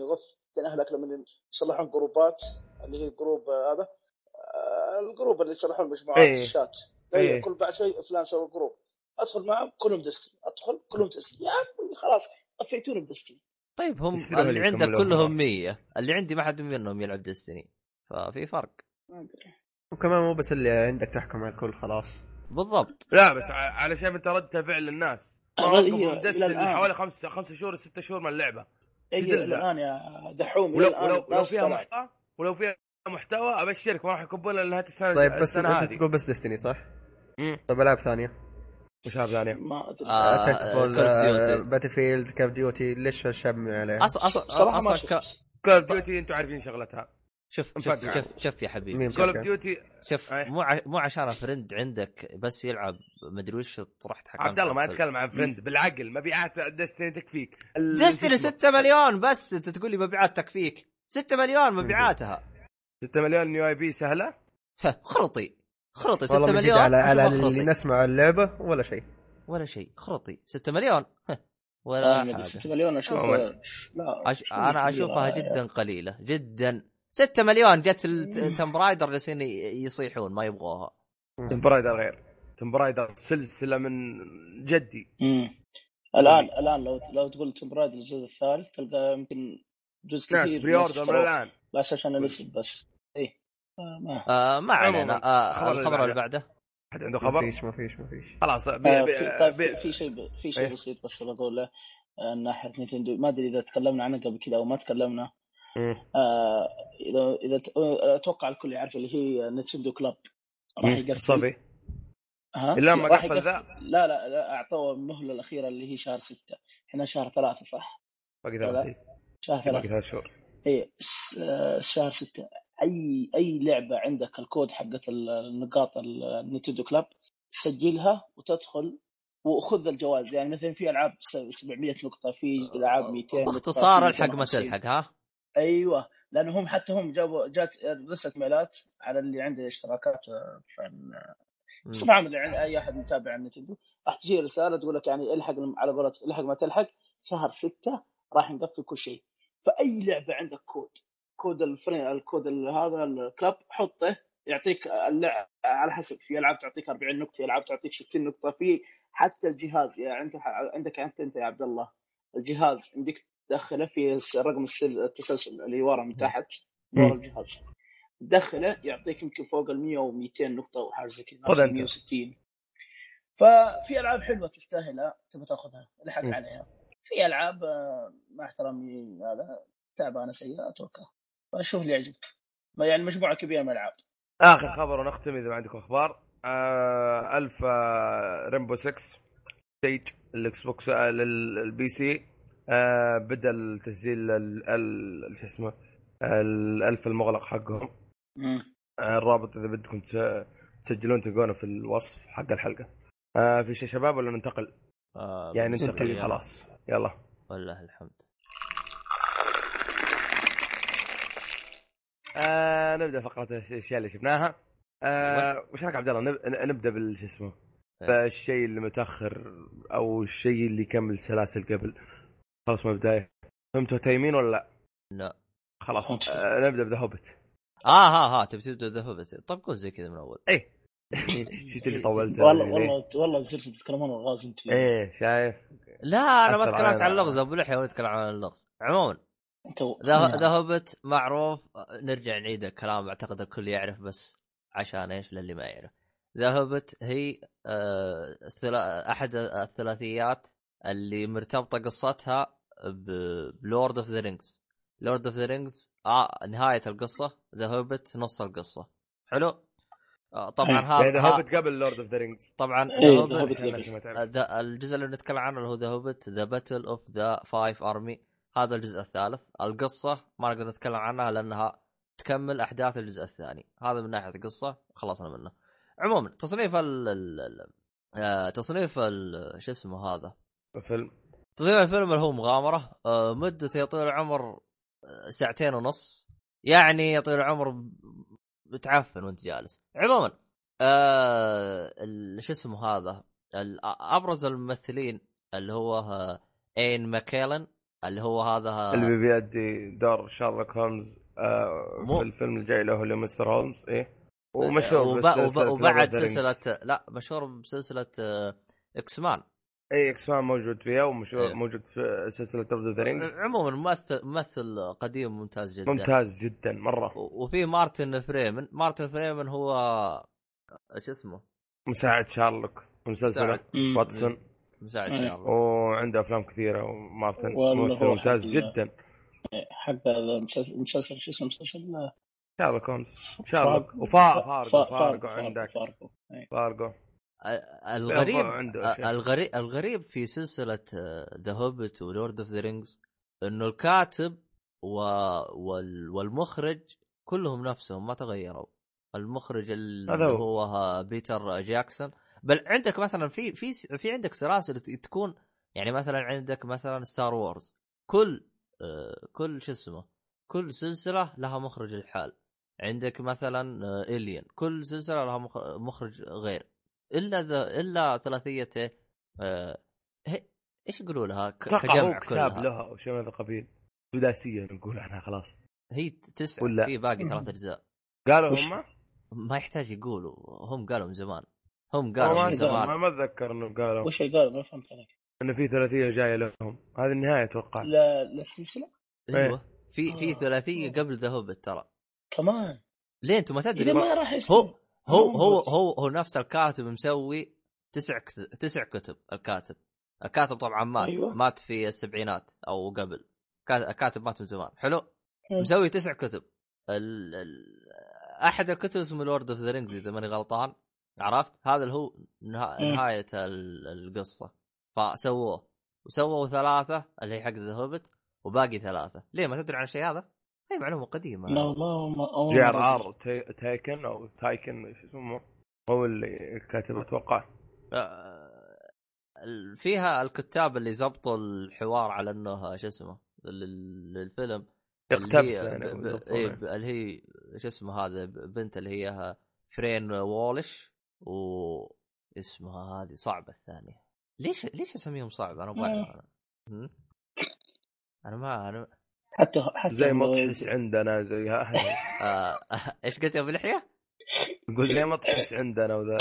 تنهلك لما يصلحون جروبات اللي هي جروب هذا الجروب اللي يصلحون مجموعات الشات كل بعد شوي فلان سوى جروب أدخل معهم كلهم دستني أدخل كلهم دستني يا عمي خلاص أفيتوني بدستني. طيب هم اللي عندك كلهم 100 اللي عندي ما حد منهم يلعب دستني ففي فرق. وكمان مو بس اللي عندك تحكم على الكل خلاص بالضبط. لا بس على شيء انت ردت فعل الناس حوالي 5 شهور 6 شهور من اللعبه الان يا دحوم ولو فيها محتوى ابشرك ما راح يكبون الا نهايه السنه. طيب بس انت تقول بس دستني صح؟ طيب العاب ثانيه وش العاب ثانيه؟ ما ادري باتلفيلد كاف ديوتي ليش الشاب عليها اصلا كاف ديوتي انتم عارفين شغلتها. شوف يا حبيبي كول اوف ديوتي شوف مو عشان فريند عندك بس يلعب مدري وش تروح تحكم. عبد الله ما اتكلم عن فريند بالعقل مبيعات دستني تكفيك. دستني 6 مليون بس انت تقول لي مبيعات تكفيك 6 مليون مبيعاتها 6 مليون يو اي بي سهله خرطي 6 مليون على اللي نسمع اللعبه ولا شيء خرطي 6 مليون ولا حاجه. 6 مليون اشوفها انا اشوفها جدا قليله جدا. 6 مليون جت التمبرايدر جالسين يصيحون ما يبغوها. تمبرايدر غير تمبرايدر سلسله من جدي. الان لو تقول تمبرايدر الجزء الثالث تلقى يمكن جزء كثير بريوردر من الان بس عشان الاسم بس ايه ما علينا. الخبر اللي بعده حد عنده خبر؟ ما فيش خلاص في شيء بسيط بس بقوله ناحيه نينتندو ما ادري اذا تكلمنا عنه قبل كذا او ما تكلمنا. اذا اتوقع الكل يعرف اللي هي نينتندو كلاب راح يقفل صبي الا ما قفل ذا. لا اعطوه المهله الاخيره اللي هي شهر 6 احنا شهر 3 صح باقي 3 شهر 3 اي شهر 6 اي لعبه عندك الكود حقت النقاط النينتندو كلاب سجلها وتدخل وخذ الجوائز. يعني مثلا في العاب 700 نقطه في العاب 200 باختصار الحق ما تلحق ها. ايوه لانهم حتى هم جات رسالة ميلات على اللي عنده اشتراكات سمعوا اي احد متابع النتندو راح تجي رساله تقول لك يعني الحق على قولة الحق ما تلحق شهر 6 راح نقفل كل شيء. فاي لعبه عندك كود الكود هذا الكلاب حطه يعطيك على حسب. في العاب تعطيك 40 نقطه في العاب تعطيك 60 نقطه في حتى الجهاز. يعني عندك انت يا عبد الله الجهاز عندك تدخله في رقم التسلسل اللي ورا من تحت ورا الجهاز تدخله يعطيك يمكن فوق 100 و 200 نقطه وحاجه زي كذا 160. ففي العاب حلوه تستاهل تبغى تاخذها الحق عليها. في العاب مع احترامي هذا تعبانه سيئه اتوقع فشوف اللي يعجبك. يعني مجموعه كبيره من الالعاب. اخر خبر ونختم اذا ما عندكم اخبار. الفا ريمبو 6 ستيج الاكس بوكس للبي سي بدا التسجيل شو اسمه الالف المغلق حقهم. الرابط اذا بدكم تسجلون تلقونه في الوصف حق الحلقه. في شيء شباب ولا ننتقل؟ يعني ننتقل خلاص يلا والله الحمد. نبدا فقره الاشياء اللي شفناها. وش رايك عبد الله نبدا بالشو اسمه بالشيء اللي متاخر او الشيء اللي كمل سلاسل قبل خلاص ما بدايه. فهمتوا تايمين ولا لا؟ خلاص نبدا بذا هوبت. ها تبدا ذا هوبت. طب قول زي كذا من اول. ايه شفت اللي طولت والله بصير تتكلمون الغاز انت. ايه شايف. لا انا ما تكلمت عن اللغز ابو لحيه واتكلم عن اللغز عموما. ذا هوبت معروف. نرجع نعيد الكلام اعتقد الكل يعرف بس عشان ايش للي ما يعرف. ذا هوبت هي احد الثلاثيات اللي مرتبطه قصتها بلورد اوف ذا رينجز. لورد اوف ذا رينجز نهايه القصه ذا هوبت نص القصه. حلو. طبعا هذا هوبت قبل لورد اوف ذا رينجز. طبعا الجزء اللي نتكلم عنه اللي هو ذا هوبت ذا باتل اوف ذا 5 ارمي. هذا الجزء الثالث. القصه ما نقدر نتكلم عنها لانها تكمل احداث الجزء الثاني. هذا من ناحيه القصه خلصنا منه. عموما تصنيف شو اسمه هذا الفيلم. تصنيف الفيلم اللي هو مغامره. مدته يطول العمر 2.5 ساعة. يعني يطول العمر بتعفن وانت جالس. عموما شو اسمه هذا ابرز الممثلين اللي هو اين ماكيلن اللي هو هذا اللي بيأدي دور شارلوك هولمز في الفيلم الجاي له اللي مستر هولمز. ايه ومشهور وبعد سلسلة لا مشهور بسلسلة اكس مان. اي اكس مان موجود فيها ومشهور موجود في سلسلة اوف ذا رينجز. عموما ممثل قديم ممتاز جدا. ممتاز جدا مرة. وفي مارتن فريمن هو ايش اسمه مساعد شارلوك مسلسل واتسون. مساعد شارلوك وعنده افلام كثيرة ومارتن ممتاز جدا. حق هذا مسلسل شو اسمه مسلسل شارلوك هولمز شارلوك وفارغو عندك فارغو. الغريب في سلسلة ذا هوبيت ولورد اوف ذا رينجز انه الكاتب والمخرج كلهم نفسهم ما تغيروا. المخرج اللي هو بيتر جاكسون. بل عندك مثلا في عندك سلاسل تكون يعني مثلا عندك مثلا ستار وورز كل شو اسمه كل سلسلة لها مخرج الحال. عندك مثلا إليان كل سلسلة لها مخرج غير إلا ثلاثيته إيش يقولوا لها كجمع كتاب لها أو شيء من هذا القبيل سداسية نقول عنها خلاص. هي 9 في باقي 3 أجزاء. قالوا هم ما يحتاج يقولوا هم قالوا من زمان. هم قالوا من زمان ما أتذكر إنه قالوا وش قالوا ما فهمت عليك. إنه في ثلاثية جاية لهم هذه النهاية أتوقع. لا السلسلة أيوة في ثلاثية قبل ذا هوبيت ترى كمان. ليه أنتم ما تدري ما راح هو نفس الكاتب مسوي 9 كتب. الكاتب طبعا مات في السبعينات أو قبل. الكاتب مات من زمان. حلو مسوي 9 كتب. أحد الكتب اسمه لورد اوف ذا رينجز إذا ماني غلطان. عرفت هذا اللي هو نهاية القصة. فسووه وسووا 3 اللي هي حق ذا هوبيت وباقي 3. ليه ما تدري عن الشيء هذا؟ هي معلومة قديمة. لا ما جي ار ار تايكن او تايكن ايش اسمه هو اللي كاتب اتوقع. فيها الكتاب اللي زبطوا الحوار على انه شو اسمه للفيلم اللي هي شو اسمه هذا بنت اللي هي فرين وولش واسمها هذه صعبة الثانية. ليش اسميهم صعب؟ انا ابغى انا حتى زي ما تحس عندنا زيها. ايش قلت يا ابو لحيه؟ يقول زي ما تحس عندنا وذا.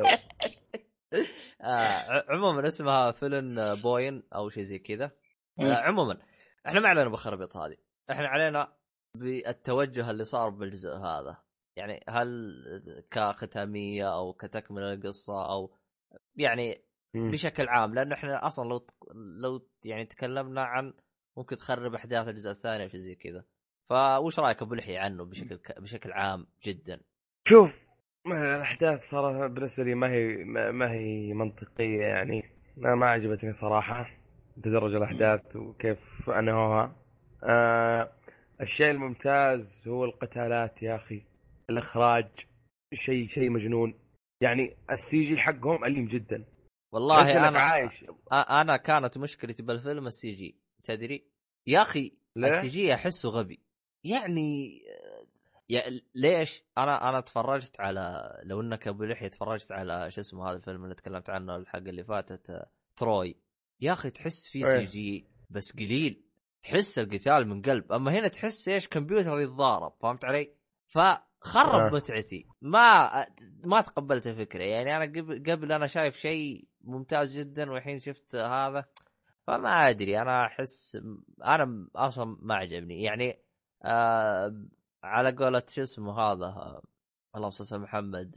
عموما اسمها فيلن بوين او شيء زي كذا. عموما احنا ما علينا بخربط هذه. احنا علينا بالتوجه اللي صار بالجزء هذا. يعني هل كختامية او كتكمل القصة او يعني بشكل عام. لانه احنا اصلا لو يعني تكلمنا عن ممكن تخرب احداث الجزء الثاني او شيء زي كذا. فوش رايك ابو لحي عنه بشكل عام جدا؟ شوف الاحداث صراحه بالنسبه لي ما هي منطقيه. يعني ما عجبتني صراحه تدرج الاحداث وكيف انهوها. الشيء الممتاز هو القتالات يا اخي. الاخراج شيء مجنون. يعني السي جي حقهم أليم جدا والله. انا كانت مشكلتي بالفيلم السي جي تدري يا اخي. السي جي احسه غبي يعني ليش انا تفرجت على لو انك ابو لحيه تفرجت على شو اسمه هذا الفيلم اللي تكلمت عنه الحلقه اللي فاتت تروي يا اخي تحس فيه سي جي بس قليل. تحس القتال من قلب. اما هنا تحس ايش كمبيوتر يتضارب. فهمت علي؟ فخرب متعتي. ما تقبلت الفكره. يعني انا قبل انا شايف شيء ممتاز جدا والحين شفت هذا. فما ادري انا احس انا اصلا ما عجبني يعني. على قولة شو اسمه هذا اللهم صل على محمد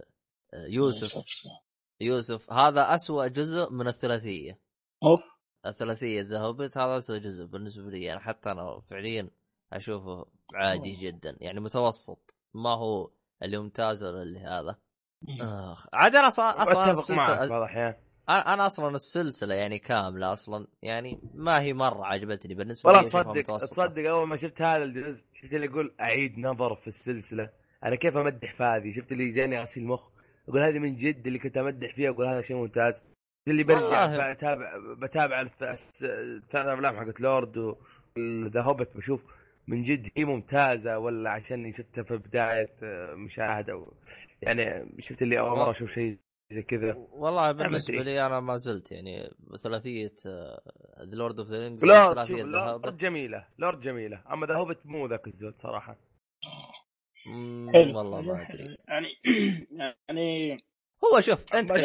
يوسف هذا أسوأ جزء من الثلاثية. الثلاثية ذا هوبيت هذا أسوأ جزء بالنسبة لي. يعني حتى أنا فعليا أشوفه عادي جدا يعني متوسط. ما هو اللي ممتاز ولا اللي هذا. عاد أنا أصلا أنا أصلا السلسلة يعني كاملة أصلا يعني ما هي مرة عجبتني بالنسبة لي. تصدق أول ما شفت هذا الجزء شفت اللي يقول أعيد نظر في السلسلة. أنا كيف أمدح فادي. شفت اللي جاني غسيل مخ أقول هذه من جد اللي كنت أمدح فيها. أقول هذا شيء ممتاز. اللي برجع بتابع الثلاث أفلام حقت لورد وذا هوبت بشوف من جد هي ممتازة ولا عشان شفتها في بداية مشاهدة يعني شفت اللي أول مرة أشوف شيء زي كذا. والله بالنسبه لي انا ما زلت يعني ثلاثيه ذا لورد اوف ذا رينجز، ثلاثيه لورد جميله اما ذا هوبت مو ذاك الزود صراحه. والله ما ادري يعني هو شوف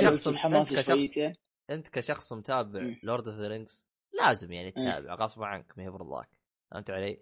انت كشخص متابع لورد اوف ذا رينجز لازم يعني تتابع غصب عنك، ما هي برضاك، فهمت علي؟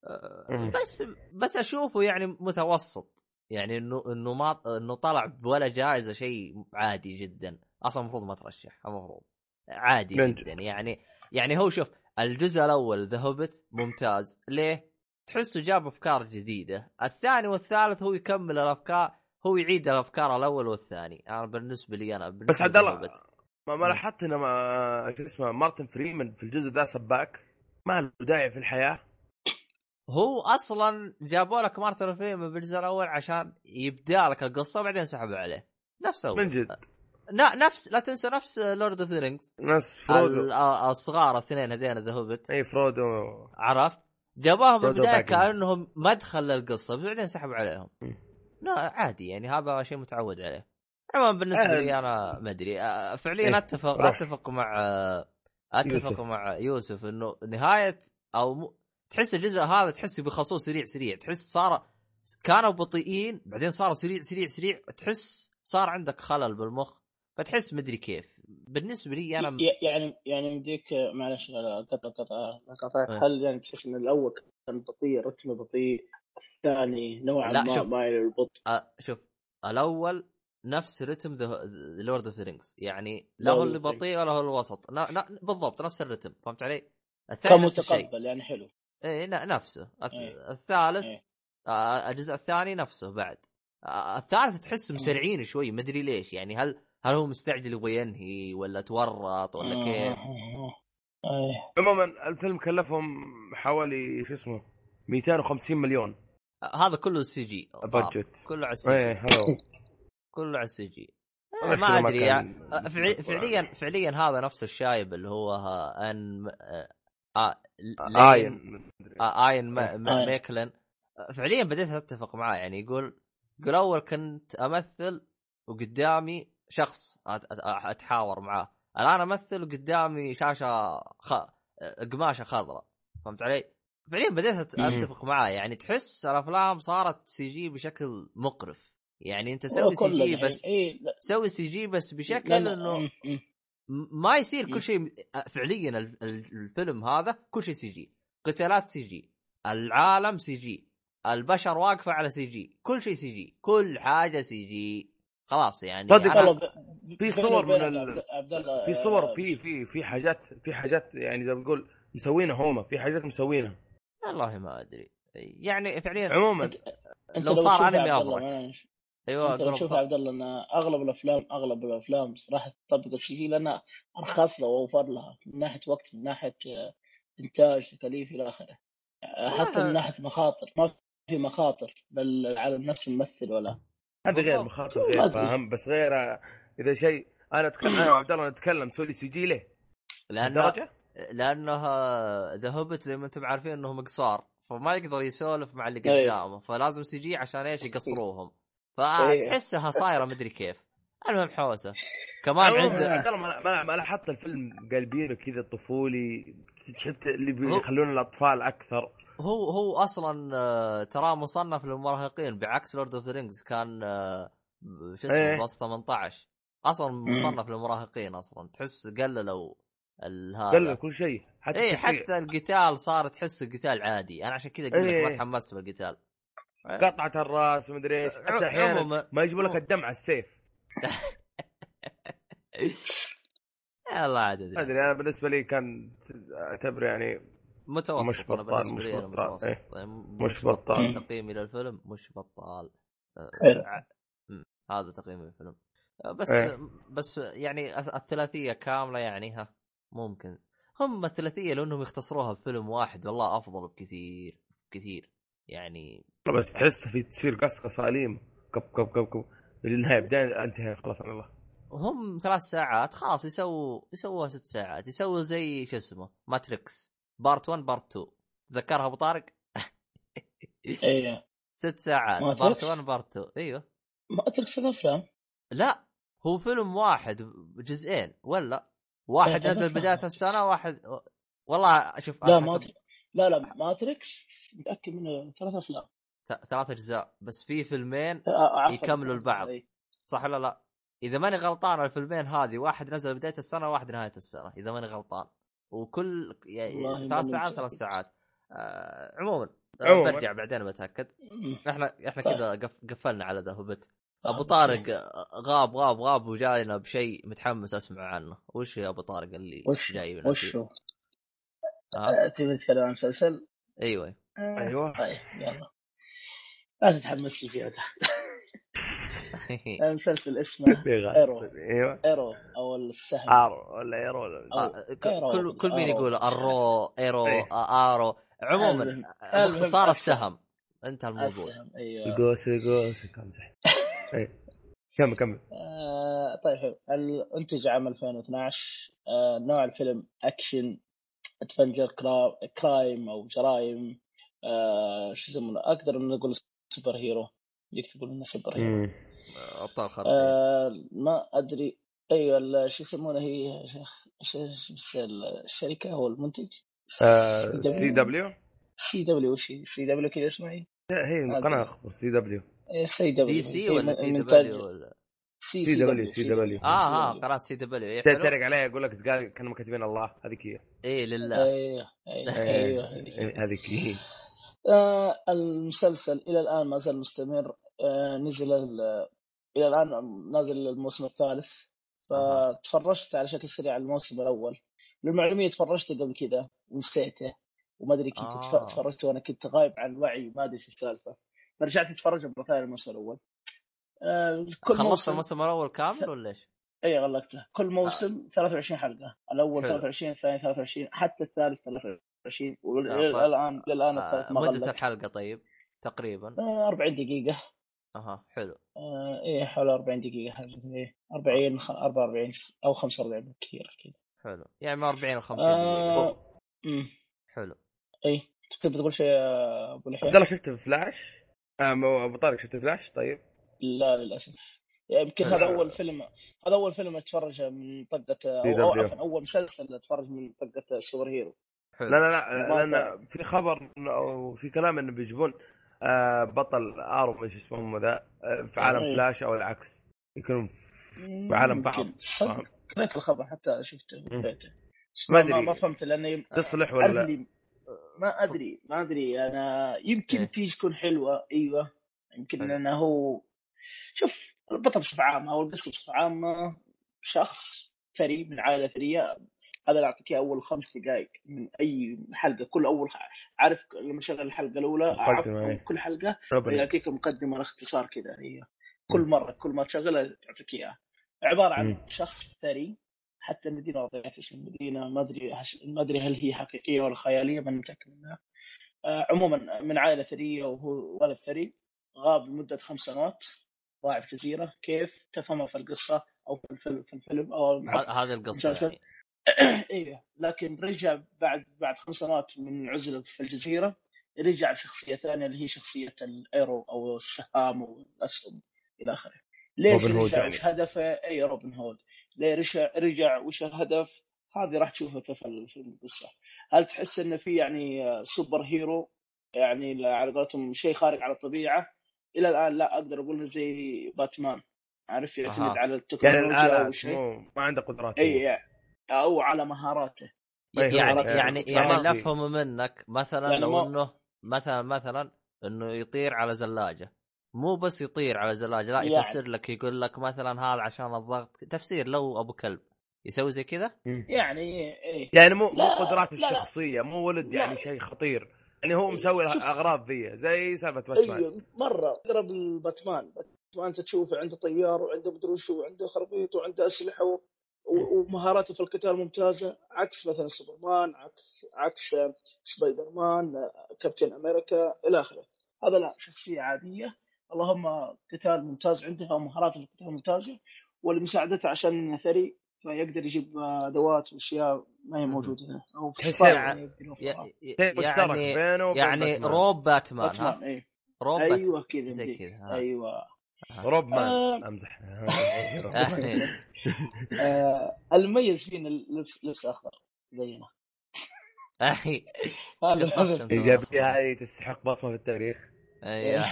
بس اشوفه يعني متوسط، يعني انه طلع ولا جائزه، شيء عادي جدا اصلا، المفروض ما ترشح، المفروض عادي جدا يعني هو شوف الجزء الاول ذا هوبت ممتاز، ليه؟ تحسه جاب افكار جديده، الثاني والثالث هو يكمل الافكار، هو يعيد الافكار الاول والثاني. انا بالنسبه لي بس عبد الله ما لاحظت ان اسمه مارتن فريمان في الجزء ذا سباك ما له داعي في الحياه. هو اصلا جابوا لك مارتن فريمان بالجزء الاول عشان يبدا لك القصه وبعدين سحبوا عليه نفسه من جد. لا تنسى نفس لورد اوف ذا رينجز، نفس فرودو الصغار الاثنين هذين ذا هوبت، اي فرودو عرفت، جابوهم بالبدايه كانهم مدخل للقصه بعدين سحبوا عليهم. لا عادي يعني هذا شيء متعود عليه. عموما بالنسبه لي انا ما ادري فعليا اتفق مع يوسف انه نهايه او تحس الجزء هذا تحس بخصوص سريع، تحس كانوا بطيئين بعدين صاروا سريع، تحس صار عندك خلل بالمخ، فتحس مدري كيف. بالنسبه لي انا يعني مديك معلش قطع هل يعني تحس ان الاول كان بطيء، رتمه بطيء، الثاني نوعا ما مايل البطء؟ شوف الاول نفس رتم ذا لورد اوف ذا رينجز، يعني لا هو اللي بطيء ولا هو الوسط، لا بالضبط نفس الرتم، فهمت علي؟ الثاني متقبل يعني حلو، ايه نفسه الثالث الجزء الثاني نفسه، بعد الثالث تحس مسرعين شوي، ما ادري ليش، يعني هل هو مستعجل يبغى ينهي ولا تورط ولا كيف؟ عموما الفيلم كلفهم حوالي 250 مليون، هذا كله السي جي بادجت كله على السي جي كله على السي جي. ما ادري فعليا هذا نفس الشايب اللي هو آين ميكلن، فعليا بديت اتفق معاه، يعني يقول اول كنت امثل وقدامي شخص اتحاور معاه، الان امثل وقدامي شاشه قماشه خضراء، فهمت علي؟ فعليا بديت اتفق معاه، يعني تحس الافلام صارت سي جي بشكل مقرف، يعني انت سوي سي جي بس سوي سي جي بس بشكل انه ما يصير كل شيء. فعليا الفيلم هذا كل شيء سي جي، قتالات سي جي، العالم سي جي، البشر واقفه على سي جي، كل شيء سي جي، كل حاجه سي جي، خلاص يعني في صور من في صور في حاجات يعني زي ما بنقول مسوينها هم، في حاجات مسوينها والله ما ادري، يعني فعليا عموما لو صار انمي ابرك. ايوه انت شوف عبد الله ان اغلب الافلام صراحه تطبق السي جي لانها ارخص له واوفر لها من ناحيه وقت، من ناحيه انتاج، تكاليف الى اخره، حتى من ناحيه مخاطر ما في مخاطر على نفس الممثل ولا هذا غير مخاطر غير فاهم، بس غير اذا شيء انا وعبد الله نتكلم سولي سي جي ليه؟ لانه ذا هوبت زي ما انتم عارفين انهم قصار، فما يقدر يسولف مع اللي قدامه، فلازم سي جي عشان ايش يقصروهم، فتحسها صايره مدري كيف. المهم حوسه كمان عنده ما لاحظت الفيلم قلبينه كذا طفولي، شفت اللي بيخلون الاطفال اكثر. هو اصلا ترى مصنف للمراهقين بعكس لورد اوف ذا رينجز، كان شو اسمه بلس 18 اصلا مصنف للمراهقين، اصلا تحس قللوا هذا قلل كل شيء، حتى القتال صار تحس القتال عادي، انا عشان كذا اقول لك ما تحمست بالقتال، قطعة الراس ومدري ايش، حتى احيانا ما يجيبوا لك الدم على السيف. الله عاد ادري انا بالنسبه لي كان اعتبره يعني متوسط، مش بطال مش بطال تقييمي للفيلم مش بطال. هذا تقييم الفيلم بس يعني الثلاثيه كامله يعني ممكن هم الثلاثيه لانهم يختصروها بفيلم واحد والله افضل بكثير يعني، بس تحس في تصير قصة أليم كب للنهاية بداية انتهى خلاص عن الله. هم 3 ساعات خلاص يسووها 6 ساعات، يسووا زي شو اسمه ماتريكس بارت 1 بارت 2، ذكرها ابو طارق؟ ايوه 6 ساعات بارت 1 بارت 2. ايوه ماتريكس الافلام لا هو فيلم واحد جزئين ولا واحد نزل بداية السنة واحد والله شوف لا لا ماتريكس متأكد منه 3 أفلام 3 أجزاء بس في فيلمين يكملوا البعض صح ولا لا؟ إذا ماني غلطان الفيلمين هذه واحد نزل بداية السنة وواحد نهاية السنة إذا ماني غلطان وكل 3 ساعات 3 ساعات عموما برجع بعدين بتأكد. احنا كذا قفلنا على ذا هوبت. ابو طارق غاب وجاينا بشيء متحمس اسمع عنه. وش يا ابو طارق اللي جاي من وشو تبي تتكلم عن مسلسل؟ ايوه طيب يلا لا تتحمس بزياده. المسلسل اسمه ايرو او السهم ولا ايرو كل مين يقول ارو عموما باختصار السهم انت الموضوع. ايوه القوس كمزح. كمل. طيب حلو. الانتج عام 2012. نوع الفيلم اكشن ادفنجر كرايم او جرائم. شو يسمونه اقدر ان نقول سوبر هيرو يكتبوا لنا سوبر هيرو ابطال خارقين. ما ادري ايوه شو يسمونه هي الشركه او المنتج سي دبليو سي دبليو كذا اسمها هي قناه اخبار سي دبليو دي سي ولا سي دبليو ولا سي دبليو قناه سي دبليو تتريق عليه يقول لك قال كانوا كاتبين الله هذيك هي ايه لله ايوه هذيك هي. المسلسل الى الان ما زال مستمر. نزل الى الان نازل الموسم الثالث. فتفرجت على شكل سريع على الموسم الاول للمعلوميه. تفرجت قبل كذا ونسيته وما ادري كيف تفرجت وانا كنت غايب عن الوعي ما ادري ايش السالفه. فرجعت اتفرج مره ثانيه الموسم الاول. كل خلصت الموسم الاول كامل ولا ايش؟ اي غلقته. كل موسم 23 حلقه. الاول 23 الثاني 23 حتى الثالث 23 والان الثالث ما مدة الحلقه طيب تقريبا 40 دقيقه. حلو. ايه حوالي 40 دقيقه حاجه ايه 40 44 او 45 كثير كذا. حلو يعني ما 40 و 50 دقيقه. حلو. اي كنت بتقول شيء ابو لحية؟ عبد الله شفت فلاش؟ ابو طارق شفت فلاش؟ طيب لا للاسف. يمكن هذا اول فيلم اتفرج من طقه او عفوا اول مسلسل اتفرج من طقه سوبر هيرو. لا لان في خبر او في كلام انه بيجيبون بطل ارو ايش اسمه ذا في عالم فلاش او العكس يكون في عالم بعض. قريت الخبر حتى شفته بيته ما فهمت لانه تصلح ولا ما ادري انا يمكن تكون حلوه. ايوه يمكن لانه هو شوف البطل بصفة عامة أو القصة بصفة عامة شخص ثري من عائلة ثرية. هذا اللي أعطيك أول 5 دقائق من أي حلقة. كل أول عارف لما شغل الحلقة الأولى كل حلقة يعطيك مقدمة اختصار كذا. هي كل مرة كل ما تشغلها تعطيك إياه. عبارة عن شخص ثري. حتى المدينة وضعت اسم المدينة ما أدري هل هي حقيقية ولا خيالية ما متأكد منها. عموما من عائلة ثرية وهو ولد ثري غاب لمدة 5 سنوات. ضاع في جزيرة. كيف تفهمها في القصة أو في الفيلم أو هذا القصة يعني. إيه لكن رجع بعد 5 سنوات من عزله في الجزيرة. رجع بشخصية ثانية اللي هي شخصية الإيرو أو السهام والأسهم إلى آخره. ليش رجع يعني. وش هدفه؟ أي روبن هود ليه رجع وش الهدف؟ هذه راح تشوفها في القصة. هل تحس إنه في يعني سوبر هيرو يعني على قولتهم شيء خارق على الطبيعة؟ إلى الآن لا أقدر أقول زي باتمان عارف يعتمد على التكنولوجيا يعني أو شيء ما عنده قدرات أي أو على مهاراته. يعني لا أفهم منك مثلا يعني لو إنه مثلا إنه يطير على زلاجة. مو بس يطير على زلاجة لا يفسر يعني. لك يقول لك مثلا هذا عشان الضغط تفسير لو أبو كلب يسوي زي كذا يعني إيه. يعني مو قدرات الشخصية مو ولد يعني شيء خطير يعني هو مسوي أغراض ذي زي سالفة باتمان. أيوة مرة قرب الباتمان أنت تشوفه عنده طيار وعنده بدروش وعنده خربيط وعنده أسلحة ومهاراته في القتال ممتازة عكس مثلا سوبرمان عكس سبايدر مان كابتن أمريكا إلى آخره. هذا لا شخصية عادية اللهم قتال ممتاز عندها ومهاراته في القتال ممتازة ولمساعدته عشان ثري فيقدر يجيب أدوات وأشياء ما هي موجودة هنا أو يعني روب باتمان أيوة كذا زي كذا. أيوة روب مان امزح. المميز فينا لبس اخضر زينا. ايجابيه هذه تستحق بصمه في التاريخ. ايوه.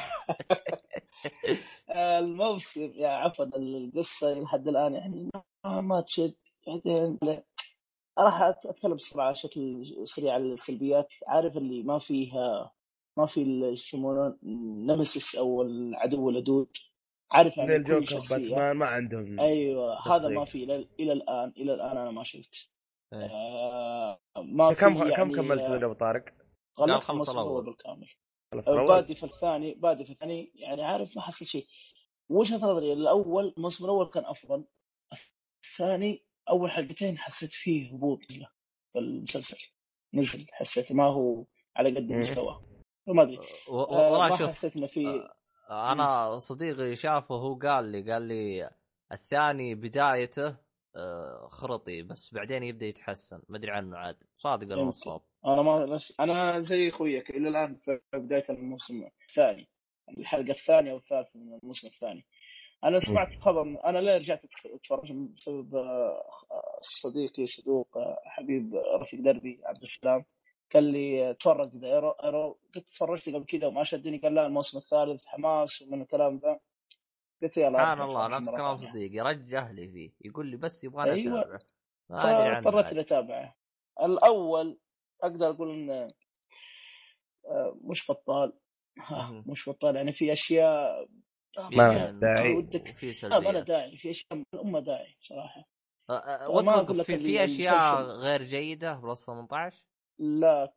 الموسم يا عفوا القصه لحد الان يعني ما تشد. بعدين راح اتكلم بسرعه بشكل سريع عن السلبيات. عارف اللي ما في يسمونه نمسيس او العدو اللدود. عارف زي يعني كل الجوكر شخصيه باتمان ما عندهم. ايوه هذا ما في الى الان انا ما شفت. ما في كم يعني كملت يا ابو طارق؟ غلقت الموسم الاول بالكامل. بادي في الثاني يعني عارف ما حسيت شيء. وجهة نظري الاول الموسم الاول كان افضل. الثاني اول حلقتين حسيت فيه هبوط له بالمسلسل. نزل حسيت ما هو على قد المستوى. ما ادري ما حسيت انه في انا صديقي شافه هو قال لي الثاني بدايته خرطي بس بعدين يبدا يتحسن. ما ادري عنه عاد صادق ولا نصاب. انا زي اخويك الى الان في بدايه الموسم الثاني الحلقه الثانيه والثالثه من الموسم الثاني. انا سمعت خبر انا لا رجعت اتفرج بسبب صديقي صدوق حبيب رفيق دربي عبد السلام قال لي تفرج اذا ايرو قلت تفرجت قبل كذا وما شدني. قال لا الموسم الثالث حماس ومن الكلام ذا. قلت يلا سبحان الله نفس كلام صديقي رجه لي فيه يقول لي بس يبغى أيوة. اتابعه. اضطريت اتابعه. الاول اقدر اقول انه مش بطال مش بطال يعني في اشياء ما داعي في سلبيات. ما داعي في اشياء ما داعي صراحه. ما اقول لك في اشياء غير جيده بلس 18 لا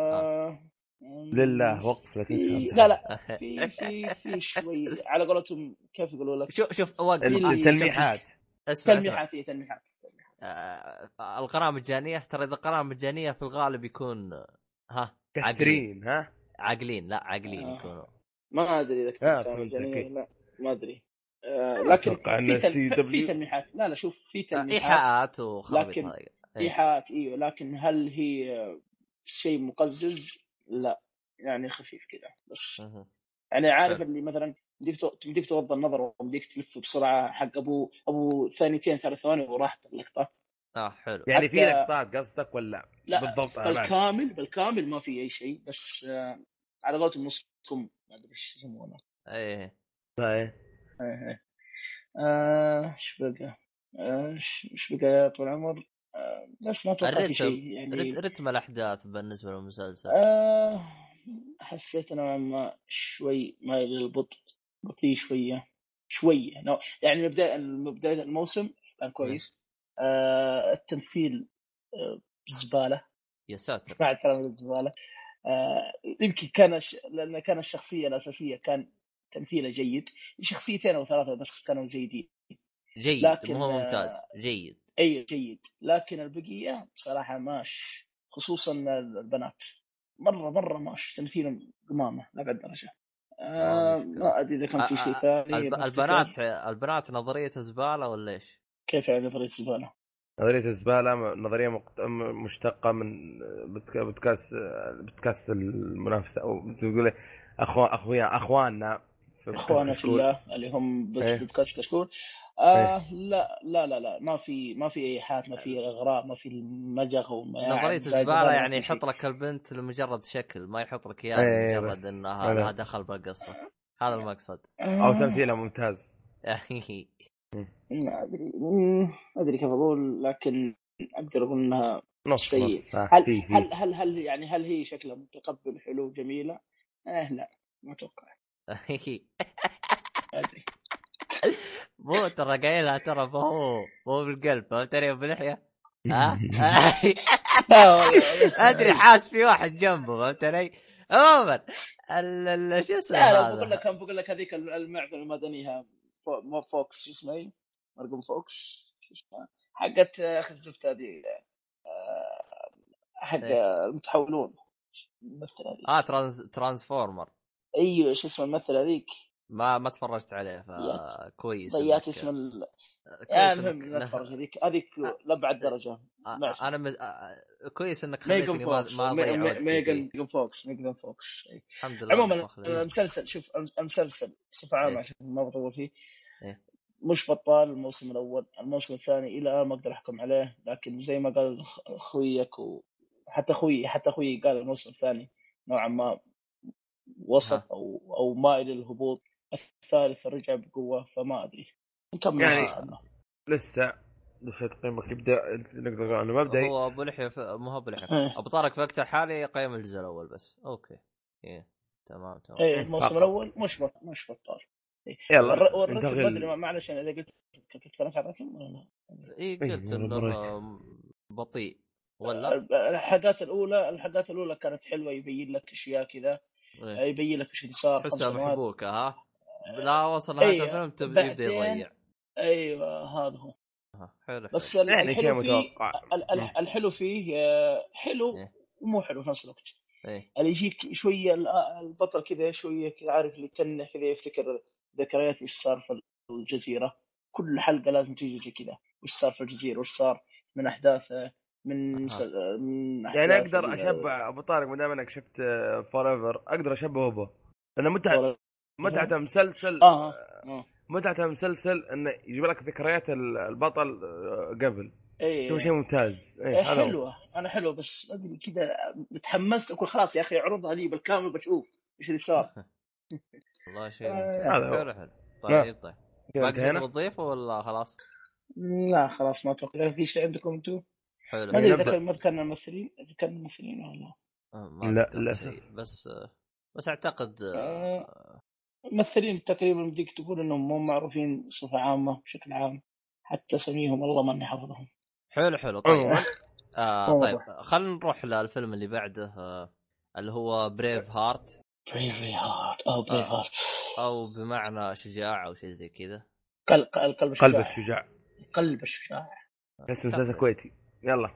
لله وقف لا تنسى. لا في شوي على قولتهم كيف يقولوا لك. شوف وقف التلميحات. تلميحات. القناه مجانيه ترى. اذا قناه مجانيه في الغالب يكون عاقلين عاقلين لا عاقلين يكونوا. ما ادري اذا كان مجانيه لا ما ادري. لكن في تلميحات. لا شوف في تلميحات ايحاءات وخرابيط. لكن ايحاءات ايوه لكن هل هي شيء مقزز؟ لا يعني خفيف كذا بس. يعني عارف اللي مثلا بديك تغض النظر وبديك تلف بسرعه حق ابو ثانيتين 3 ثواني وراحت اللقطه. حلو يعني في لقطات قصدك ولا لا بالضبط؟ بالكامل ما في اي شيء بس على قولتهم نصكم ما ادري ايش يسمونه. ايه ايش بقى ايش بقى يا طول العمر. بس ما اتوقع في شيء يعني. رتم الاحداث بالنسبه للمسلسل حسيت نوعا ما شوي ما للبطء بطيء شويه يعني بدايه الموسم كان كويس. التمثيل زباله يا ساتر. بعد كلام الزباله. يمكن كان لان كان الشخصيه الاساسيه كان تمثيله جيد. شخصيتين او ثلاثه بس كانوا جيدين جيد لكن مو ممتاز جيد. اي جيد لكن البقيه بصراحه ماش خصوصا البنات مره ماش تمثيلهم قمامه لأبعد درجه. ما ادري اذا كان في شيء ثاني. البنات نظريه زباله ولا ايش؟ كيف يعني نظريه زباله؟ نظريه الزباله نظريه مشتقه من بودكاست المنافسه او تقول اخواننا في الله اللي هم بس بودكاست كشكول. لا ما في ايحاءات ما في اغراء ما في المجغ نظريه الزباله يعني يحط لك البنت لمجرد شكل ما يحط لك اياها لمجرد انها دخل بالقصه. هذا المقصد او تمثيله ممتاز. ما ادري كيف اقول لكن اقدر اقول انها نص هل يعني هل هي شكلها متقبل حلو جميله؟ لا ما اتوقع. ادري مو ترى قايلها ترى مو بالقلب فهمتني باللحيه. ادري حاس في واحد جنبه فهمتني. عموما شو اسمه هذا بقول لك هذيك المعفن المدنيه فوكس شو اسمه مرقم فوكس شو اسمه حقت خزفت هذه حق المتحولون ترانسفورمر. ايوه شو اسمه الممثل هذيك ما تفرجت عليه فكويس. ضيعت اسم المهم نتفرج هذيك لبعد درجه. كويس انك خليتني ما اضيع وقتي. ميغان فوكس. الحمد لله. عموما المسلسل شوف المسلسل بصفه عامه عشان ما بطول فيه مش بطال. الموسم الاول الموسم الثاني الى الان ما اقدر احكم عليه، لكن زي ما قال اخويك وحتى اخوي قال الموسم الثاني نوعا ما وسط او مائل للهبوط. الثالث رجع بقوه، فما ادري نكمل يعني لسه تقييمك يبدا نقدر انه مبدئي. هو ابو لحيه مو ابو لحيه ابو طارق في وقت الحالي يقيم الجزء الاول بس. اوكي تمام الموسم الاول مش بطال. يلا والرتم ما ادري معلش انا اذا كنت تكلمت عن الرتم ولا قلت انه بطيء ولا الحلقات الاولى كانت حلوه، يبين لك اشياء كذا يبين لك ايش اللي صار. حسه محبوك لا وصل نهايه الفيلم يبدا يضيع. ايوه هذا هو. حلو. بس يعني شيء متوقع. الحلو فيه حلو ومو حلو في نفس الوقت. اللي يجيك شويه البطل كذا شويه كذا عارف اللي كان كذا يفتكر ذكريات ايش صار في الجزيره. كل حلقه لازم تيجي زي كذا وش صار في الجزيره وش صار من احداث من يعني اقدر اشبع ابو طارق ما دام انك شفت فوريفر اقدر اشبهه به لانه متعه مسلسل متعه مسلسل انه يجيب لك ذكريات البطل قبل. شو شيء ممتاز. حلوه انا حلو بس ما ادري كذا متحمست اقول خلاص يا اخي عرضها لي بالكامل بشوف ايش اللي صار. والله شيء حلو. طيب باقي شيء تضيفه ولا خلاص؟ لا خلاص ما اتوقع في شيء عندكم انتم. حلو. ما ادري اذا ذكرنا الممثلين ولا لا بس اعتقد ممثلين تقريبا بديك تقول انهم مو معروفين بصفه عامه بشكل عام، حتى سميهم والله ماني حافظهم. حلو طيب. طيب خلينا نروح للفيلم اللي بعده اللي هو بريف هارت او بمعنى شجاع او شيء زي كذا. قلب الشجاع اسم مسلسل كويتي. يلا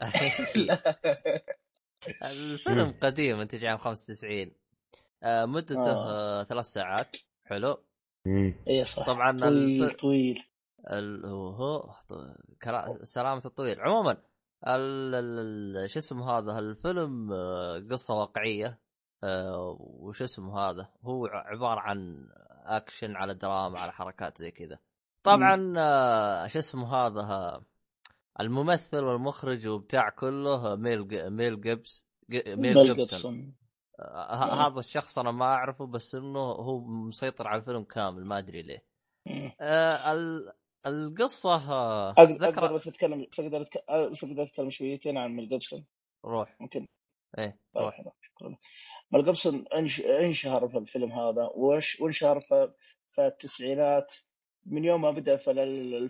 الفيلم قديم انتج عام 95 مدته 3 ساعات. حلو. اي صح طبعا طويل هو سلامة الطويل. عموما شو اسمه هذا الفيلم قصة واقعية وش اسمه هذا هو عبارة عن اكشن على دراما على حركات زي كذا. طبعا شو اسمه هذا الممثل والمخرج وبتاع كله ميل جيبسون. هذا الشخص انا ما اعرفه بس انه هو مسيطر على الفيلم كامل ما ادري ليه. القصه اقدر بس اتكلم شويتين عن ميل جيبسون. روح ممكن روح. شكرا. ميل جيبسون انشهر في الفيلم هذا وانشهر في التسعينات من يوم ما بدا في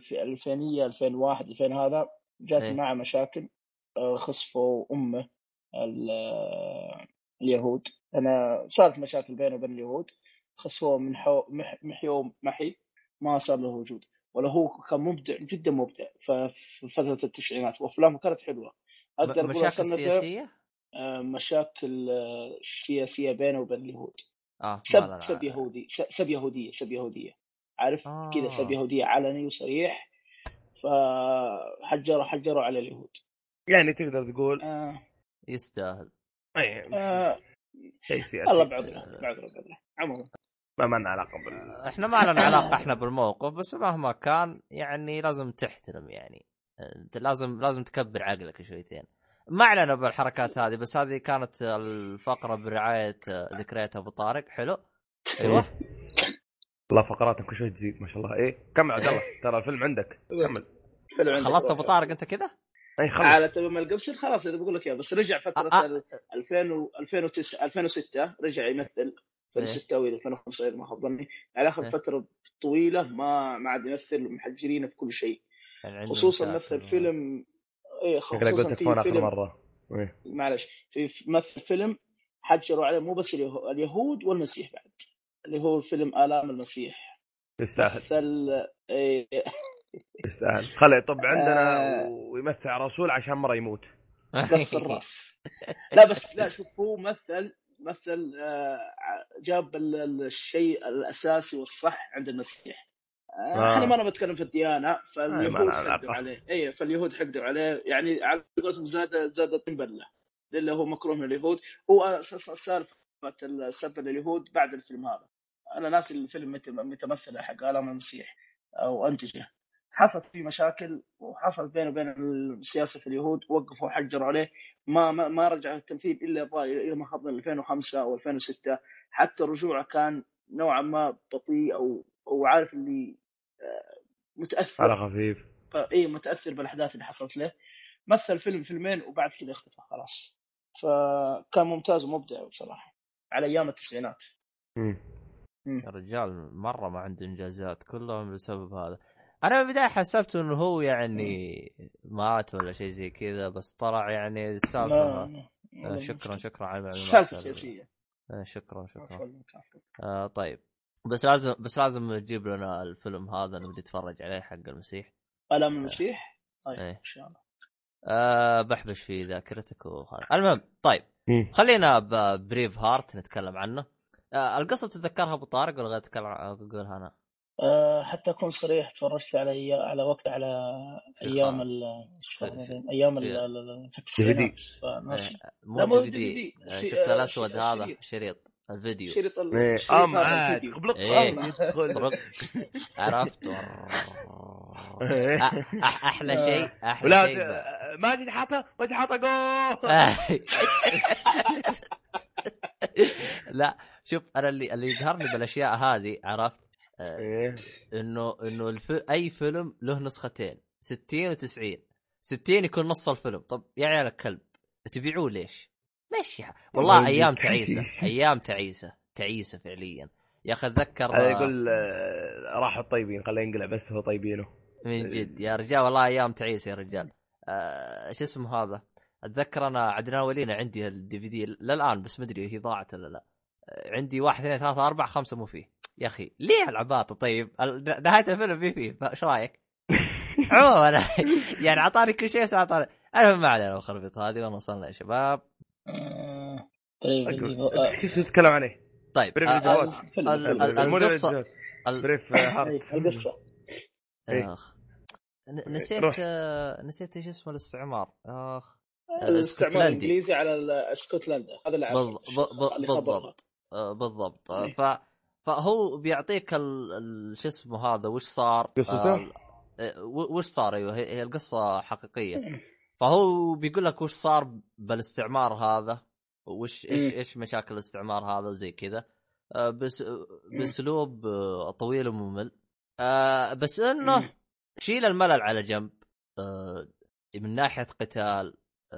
2001 هذا جات معه مشاكل خصفوا امه اليهود. أنا صارت مشاكل بينه وبين اليهود خصوه من محي ما صار له وجود. ولا هو كان مبدع جدا مبدع في فترة التسعينات وأفلامه كانت حلوة. أقدر مشاكل سياسية مشاكل سياسية بينه وبين اليهود. سب يهودية عارف كذا سب يهودية علني وصريح. فحجروا على اليهود. يعني تقدر تقول يستاهل. شيء سياسي. الله بعذره عموما ما لنا علاقة احنا ما لنا علاقة احنا بالموقف بس مهما كان يعني لازم تحترم يعني لازم تكبر عقلك شويتين. ما علينا بالحركات هذه بس هذه كانت الفقرة برعاية ذكريات ابو طارق. حلو. ايوه والله فقراتك كل شوي تزيد ما شاء الله. كمل عبد الله ترى الفيلم عندك كمل. خلصت ابو طارق انت كذا على تمام القبسل خلاص اللي بقول لك يا بس رجع فترة 2009 2006 رجع يمثل في 2006 و 2005 إذا ما خاب ظني. على آخر فترة طويلة ما عاد يمثل محجرين في كل شيء يعني خصوصا مثل فيلم خصوصا في فيلم مرة معلش في مثل فيلم حجروا عليه مو بس اليهود والمسيح بعد اللي هو فيلم آلام المسيح. يستاهل يستاهل. خلي طب عندنا ويمثل رسول عشان مرة يموت بس الراس لا شوف هو مثل مثل جاب الشيء الاساسي والصح عند المسيح. احنا ما انا بتكلم في الديانه، فاليهود حقدوا عليه. فاليهود حقدوا عليه، يعني على قولتهم زاد بله اللي هو مكروه من اليهود. هو اساس سالفه السب لليهود بعد الفيلم هذا. انا ناسي الفيلم متمثل حق آلام المسيح او انتجه. حصلت فيه مشاكل وحصلت بينه وبين السياسه في اليهود، وقفوا حجروا عليه. ما رجع التمثيل الا الى ما حضر 2005 او 2006. حتى رجوعه كان نوعا ما بطيء او عارف اللي متاثر على خفيف. متاثر بالاحداث اللي حصلت له. مثل فيلمين وبعد كذا اختفى خلاص. فكان ممتاز ومبدع بصراحه على ايام التسعينات. يا رجال مره ما عنده انجازات كلهم بسبب هذا. انا بالبدايه حسبت انه هو يعني مات ولا شيء زي كذا، بس طلع يعني السالفه. شكرا على المعلومات. السالفه سياسيه. شكرا. طيب بس لازم تجيب لنا الفيلم هذا نبي نتفرج عليه حق المسيح. آلام المسيح. طيب ان شاء الله. بحبش في ذاكرتك وهذا. المهم طيب خلينا ببريف هارت نتكلم عنه. القصة تتذكرها أبو طارق ولا غير تتكلم أقولها أنا؟ حتى أكون صريح تفرجت على وقت على أيام أيام التسعينات. مو DVD. شفت الأسود هذا شريط الفيديو. شريط يدخل عرفت. أحلى شيء ما تحطه جول. لا شوف انا اللي يقهرني بالاشياء هذه عرفت انه اي فيلم له نسختين 60 و90. 60 يكون نص الفيلم. طب يا عيال الكلب تبيعوه ليش؟ ماشي والله ايام تعيسه فعليا يا اخي. اتذكر يقول راحوا الطيبين خليه ينقلع بس هو طيبينه من جد يا رجال والله ايام تعيسه يا رجال. ايش اسمه هذا؟ اتذكر انا عدنان ولينا عندي الDVD للان بس مدري هي ضاعت ولا لا. عندي 1 2 3 4 5 مو فيه يا اخي. ليه العباطه؟ طيب نهايه الفيلم فيه ايش رايك؟ عموما يعني عطاني كل شيء عطاني. المهم ما علينا وخربط هذه ونوصلنا يا شباب. ايش تتكلم عليه؟ طيب القصه القصه نسيت ايش اسمه الاستعمار. الاستعمار الانجليزي على اسكتلندا. هذا اللي بالضبط. فهو بيعطيك شو اسمه هذا وش صار. وش صار. ايوه هي القصه حقيقيه. فهو بيقول لك وش صار بالاستعمار هذا وش ايش مشاكل الاستعمار هذا وزي كذا. باسلوب طويل وممل. بس انه شيل الملل على جنب. من ناحيه قتال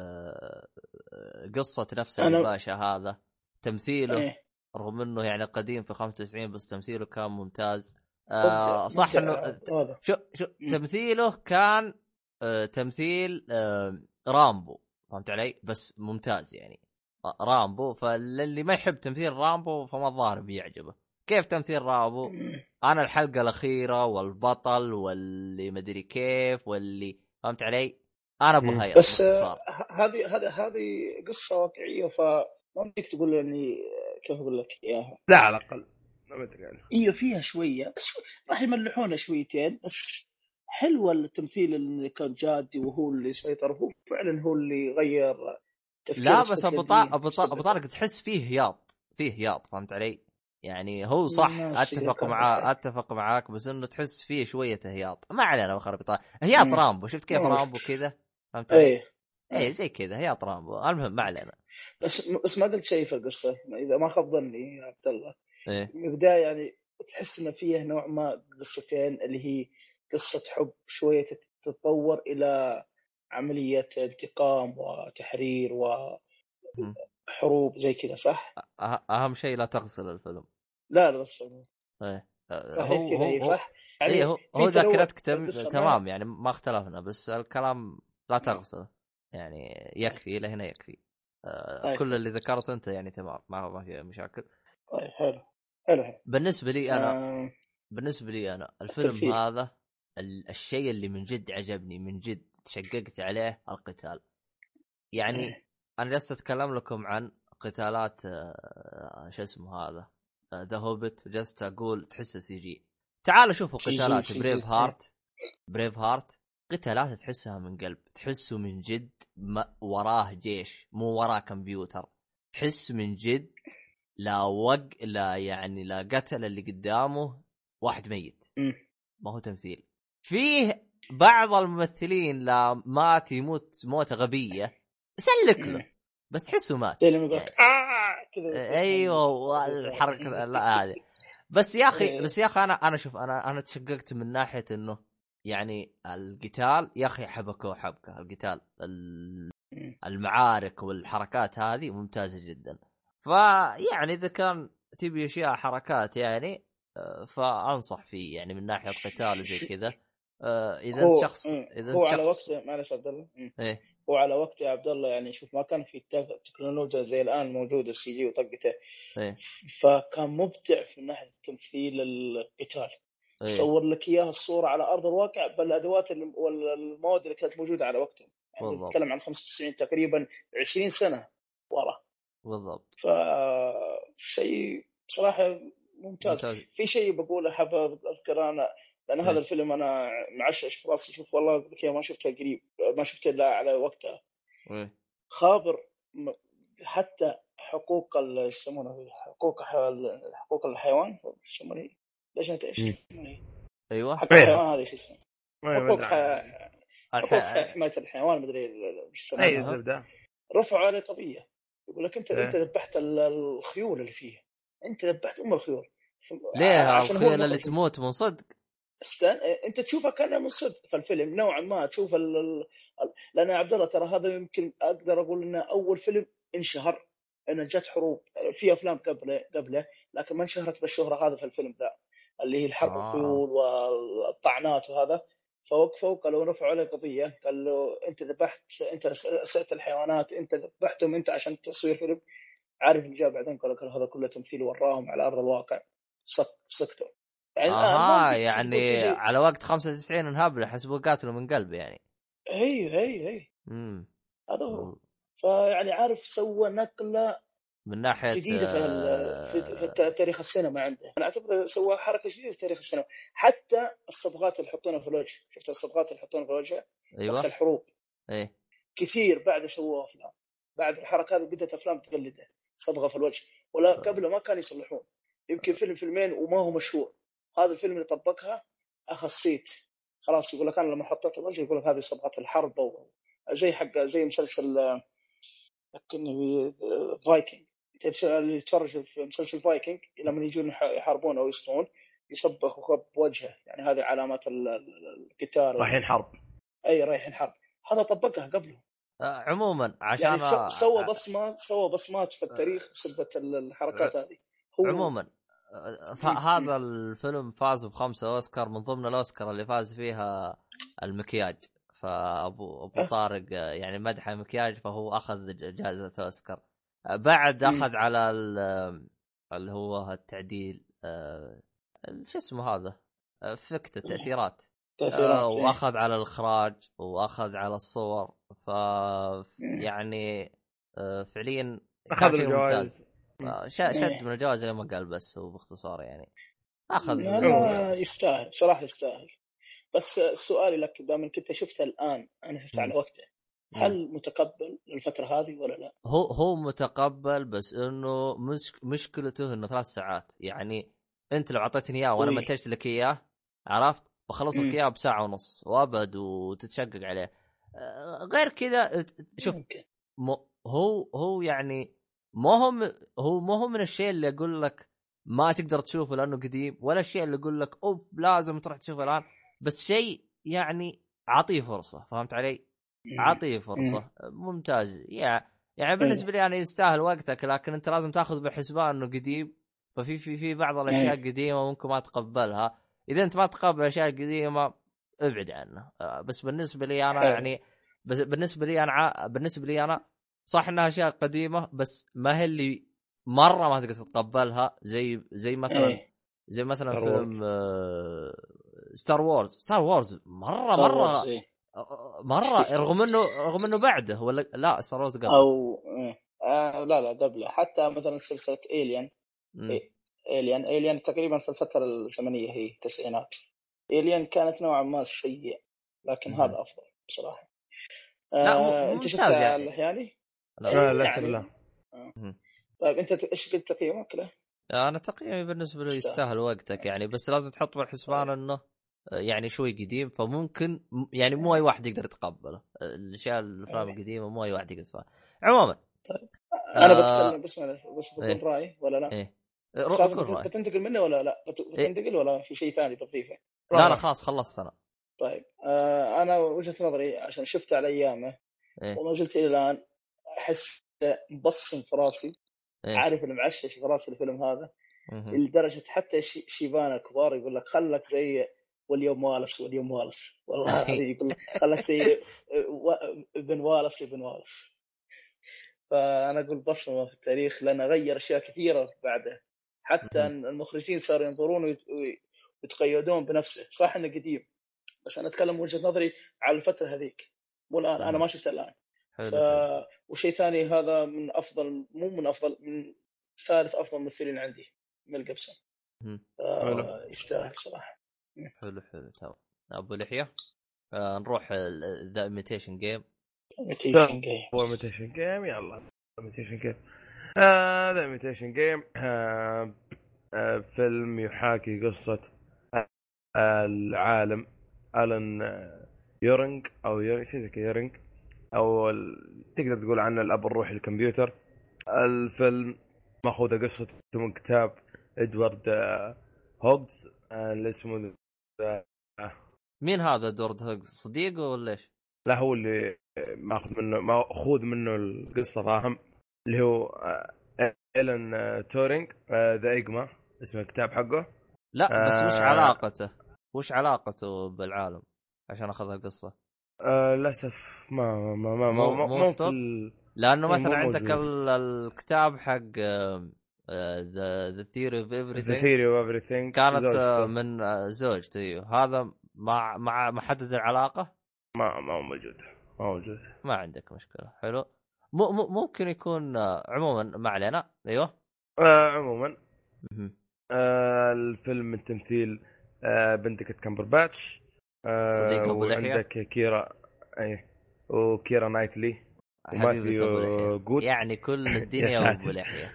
قصه نفسها الباشا هذا تمثيله رغم انه يعني قديم في 95 بس تمثيله كان ممتاز. صح انه شو تمثيله كان تمثيل رامبو فهمت علي بس ممتاز يعني رامبو. فاللي ما يحب تمثيل رامبو فما الظاهر بيعجبه. كيف تمثيل رامبو؟ انا الحلقه الاخيره والبطل واللي مدري كيف واللي فهمت علي انا ابغى بس هذه قصه واقعيه فما بدك تقول اني كيف اقول لك اياها. لا على الاقل ما ادري يعني ايوه فيها شويه بس راح يملحونها شويتين. بس حلوه التمثيل اللي كان جادي وهو اللي يسيطر. هو فعلا هو اللي غير تفكير. لا بس ابو طارق تحس فيه هياط فهمت علي يعني. هو صح اتفق معاك بس انه تحس فيه شويه هياط. ما علينا بخرب هياط رامبو. شفت كيف رامبو كذا فهمت علي؟ ايه زي كذا هياط رامبو. المهم ما علينا. بس ما قلت شيء في القصه اذا ما خاب ظني يا عبد الله. من البدايه يعني تحس ان فيه نوع ما قصتين اللي هي قصه حب شويه تتطور الى عمليه انتقام وتحرير وحروب زي كذا صح. اهم شيء لا تغسل الفيلم. لا بس ايه هو صح يعني. إيه هو ذاكرتك تمام يعني ما اختلفنا بس الكلام لا تغسل يعني يكفي الى هنا يكفي. كل اللي ذكرت انت يعني تمام ما في مشاكل. طيب حلو. بالنسبه لي انا الفيلم هذا الشيء اللي من جد عجبني من جد تشققت عليه القتال يعني. انا جالس اتكلم لكم عن قتالات شو اسمه هذا ذا هوبت، وجست اقول تحسه سي جي. تعالوا شوفوا قتالات بريف هارت قتالات تحسها من قلب، تحسه من جد وراه جيش مو وراه كمبيوتر، تحس من جد لا يعني لا قتل اللي قدامه واحد ميت، ما هو تمثيل. فيه بعض الممثلين لا مات يموت موتة غبية سلك له بس تحسه مات يعني. ايوه والحركة لا هذه بس يا اخي انا شوف انا تشققت من ناحية انه يعني القتال يا اخي حبكه القتال المعارك والحركات هذه ممتازة جدا. فيعني اذا كان تبي اشياء حركات يعني فانصح فيه يعني من ناحية قتال زي كذا. اذا انت شخص هو على وقته معلش عبد الله ايه هو على وقته يا عبد الله يعني شوف ما كان في تكنولوجيا زي الان موجوده السي جي وطقته ايه فكان مبدع في ناحيه تمثيل القتال. إيه. صور لك اياها الصوره على ارض الواقع بالادوات والمواد اللي كانت موجوده على وقته يعني نتكلم عن 95 تقريبا 20 سنه ورا بالضبط. فشيء صراحه ممتاز. في شيء بقوله حاب اذكر انا لأن هذا الفيلم أنا معشش في راسي شوف والله بكي ما شفته قريب ما شفته إلا على وقتها خابر حتى حقوق يسمونه حقوق الحيوان يسمونه ليش أنت إيش أيوة حق الحيوان هذا إيش اسمه حقوق حماية الحيوان مدري إيش يسمونه رفعوا عليه قضية يقول لك أنت ذبحت الخيول اللي فيه أنت ذبحت الخيول ليه الخيول اللي تموت من صدق انت تشوفها كانها من صدق في الفيلم نوعا ما تشوف لان يا عبد الله ترى هذا يمكن اقدر اقول انه اول فيلم انشهر انه جت حروب في افلام قبله لكن ما انشهرت بالشهره هذا في الفيلم ذا اللي هي الحرب الخيول والطعنات وهذا فوقفوا قالوا رفعوا عليه قضيه قال له انت ذبحت انت اسأت الحيوانات انت ذبحتهم انت عشان تصوير فيلم عارف اللي جاء بعدين قالوا هذا كله تمثيل وراهم على ارض الواقع سكتوا يعني على وقت 95 انهاب حسبوا قاتلوا من قلب يعني هي هذا هو فيعني عارف سوى نقلة من ناحية جديدة في تاريخ السينما عنده أنا أعتبر سوى حركة جديدة في تاريخ السينما حتى الصبغات اللي يحطونها في الوجه شفت الصبغات اللي يحطونها في الوجه وقت الحروب ايه كثير بعد سووها أفلام بعد الحركة هذه بدأت أفلام تقلدها صبغة في الوجه ولا قبل ما كانوا يصلحون يمكن فيلمين وما هو مشهور هذا الفيلم اللي طبقها أخذ صيت خلاص يقول لك أنا لما حطيت الوجه يقول لك هذه صبغة الحرب أو زي مسلسل لكن فايكنج اللي يتفرج في مسلسل فايكنج لما يجون يحاربون أو يسطون يصبغوا بوجهه يعني هذه علامات القتال رايحين حرب رايحين حرب هذا طبقها قبله عموما عشان يعني سوى بصمات في التاريخ بسبب الحركات هذه عموما هذا الفيلم فاز ب5 أوسكار من ضمن الأوسكار اللي فاز فيها المكياج فأبو طارق يعني مدح المكياج فهو أخذ جائزة أوسكار بعد أخذ على اللي هو التعديل شو اسمه هذا فكت التأثيرات وأخذ على الإخراج وأخذ على الصور يعني فعليا أخذ الجوائز شد من الجواز زي ما قال بس هو باختصار يعني أخذ يستاهل صراحة يستاهل بس سؤالي لك دام كنت شفته الآن أنا شفته على وقته هل متقبل للفترة هذه ولا لا؟ هو متقبل بس إنه مشكلته إنه 3 ساعات يعني أنت لو عطيتني إياه وأنا منتجت لك إياه عرفت بخلص لك إياه بساعة ونص وأبد وتتشقق عليه غير كذا شوف هو يعني ما هو من الشيء اللي أقول لك ما تقدر تشوفه لأنه قديم ولا الشيء اللي أقول لك أوف لازم تروح تشوفه الآن بس شيء يعني عطيه فرصة فهمت علي عطيه فرصة ممتاز يعني بالنسبة لي أنا يستاهل وقتك لكن أنت لازم تأخذ بحسبان أنه قديم ففي بعض الأشياء قديمة ممكن ما تقبلها إذا أنت ما تقبل الأشياء القديمة ابعد عنه بس بالنسبة لي أنا يعني بس بالنسبة لي أنا صح انها اشياء قديمه بس ما هي اللي مره ما تقدر تتقبلها زي مثلا فيلم ستار وورز مره رغم انه بعده ولا لا ستار وورز قبل او لا قبله، حتى مثلا سلسله إيليان تقريبا في الفتره الزمنيه هي التسعينات. إيليان كانت نوعا ما سيء، لكن هذا افضل بصراحه. لا انت ممتاز شفت يعني. يعني لا للاسف يعني لا. طيب انت ايش قلت تقييمك له؟ انا تقييمي بالنسبه له يستاهل وقتك يعني، بس لازم تحط بالحسبان انه يعني شوي قديم، فممكن يعني مو اي واحد يقدر يتقبله الاشياء الافلام القديمه، مو اي واحد يقدر يسمعها عموما. طيب انا بتكلم بس بقول رايي ولا لا؟ ايه لازم كل رأي. بتنتقل مني ولا لا؟ بتنتقل ولا في شيء ثاني بتضيفه؟ لا خلاص خلصت انا. طيب انا وجهة نظري عشان شفته على ايامه وما زلت الى الان احس مبصم في راسي. عارف اللي معشش في راسي الفيلم هذا لدرجة حتى شيبان الكبار يقول لك خلك زي واليوم والس والله هذه يقول لك خلك زي ابن والس. فأنا أقول بصمة في التاريخ، لأنه غير أشياء كثيرة بعده. حتى المخرجين صاروا ينظرون ويتقيدون بنفسه. صح إنه قديم، بس أنا أتكلم وجهة نظري على الفترة هذيك، مو الآن. أنا ما شفت الآن. وشيء ثاني، هذا من أفضل، مو من أفضل، من ثالث أفضل ممثلين عندي ميل جيبسون. يستاهل صراحة. حلو تمام. أبو لحية نروح ذا إيميتيشن جيم. إيميتيشن جيم يلا. إيميتيشن جيم ذا إيميتيشن جيم فيلم يحاكي قصة العالم ألان يورينغ أو يورينغ أو تقدر تقول عنه الأب الروحي للكمبيوتر. الفيلم مأخوذة قصة من كتاب إدوارد هوغز اللي اسمه مين هذا إدوارد هوغز؟ صديقه ولا إيش؟ لا هو اللي مأخوذ منه القصة، فاهم؟ اللي هو إلان تورينغ ذا إيجما اسم الكتاب حقه. لا بس وش علاقته بالعالم عشان أخذ القصة؟ للأسف ما مو لأنه مثلا عندك الكتاب حق The Theory of Everything كانت من زوجته. هذا ما حدد العلاقة. ما موجود. ما عندك مشكلة. حلو. ممكن يكون عموما ما علينا. ايوه عموما الفيلم من تمثيل بنديكت كامبرباتش صديق ابو لحية، عندك كيرا وكيرا نايتلي وماثيو جود، يعني كل الدنيا ابو لحية.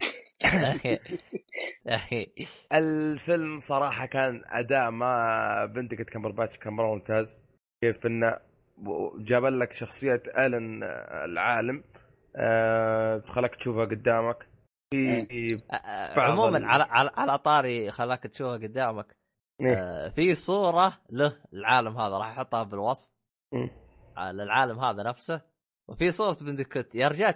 الفيلم صراحة كان أداء ما بنديكت كامبرباتش كان مرة ممتاز. كيف إنه جاب لك شخصية آلن العالم خلاك تشوفها قدامك في عموما على طاري خلاك تشوفها قدامك. في صورة له العالم هذا راح احطها بالوصف على العالم هذا نفسه، وفي صورة بنديكت يا رجال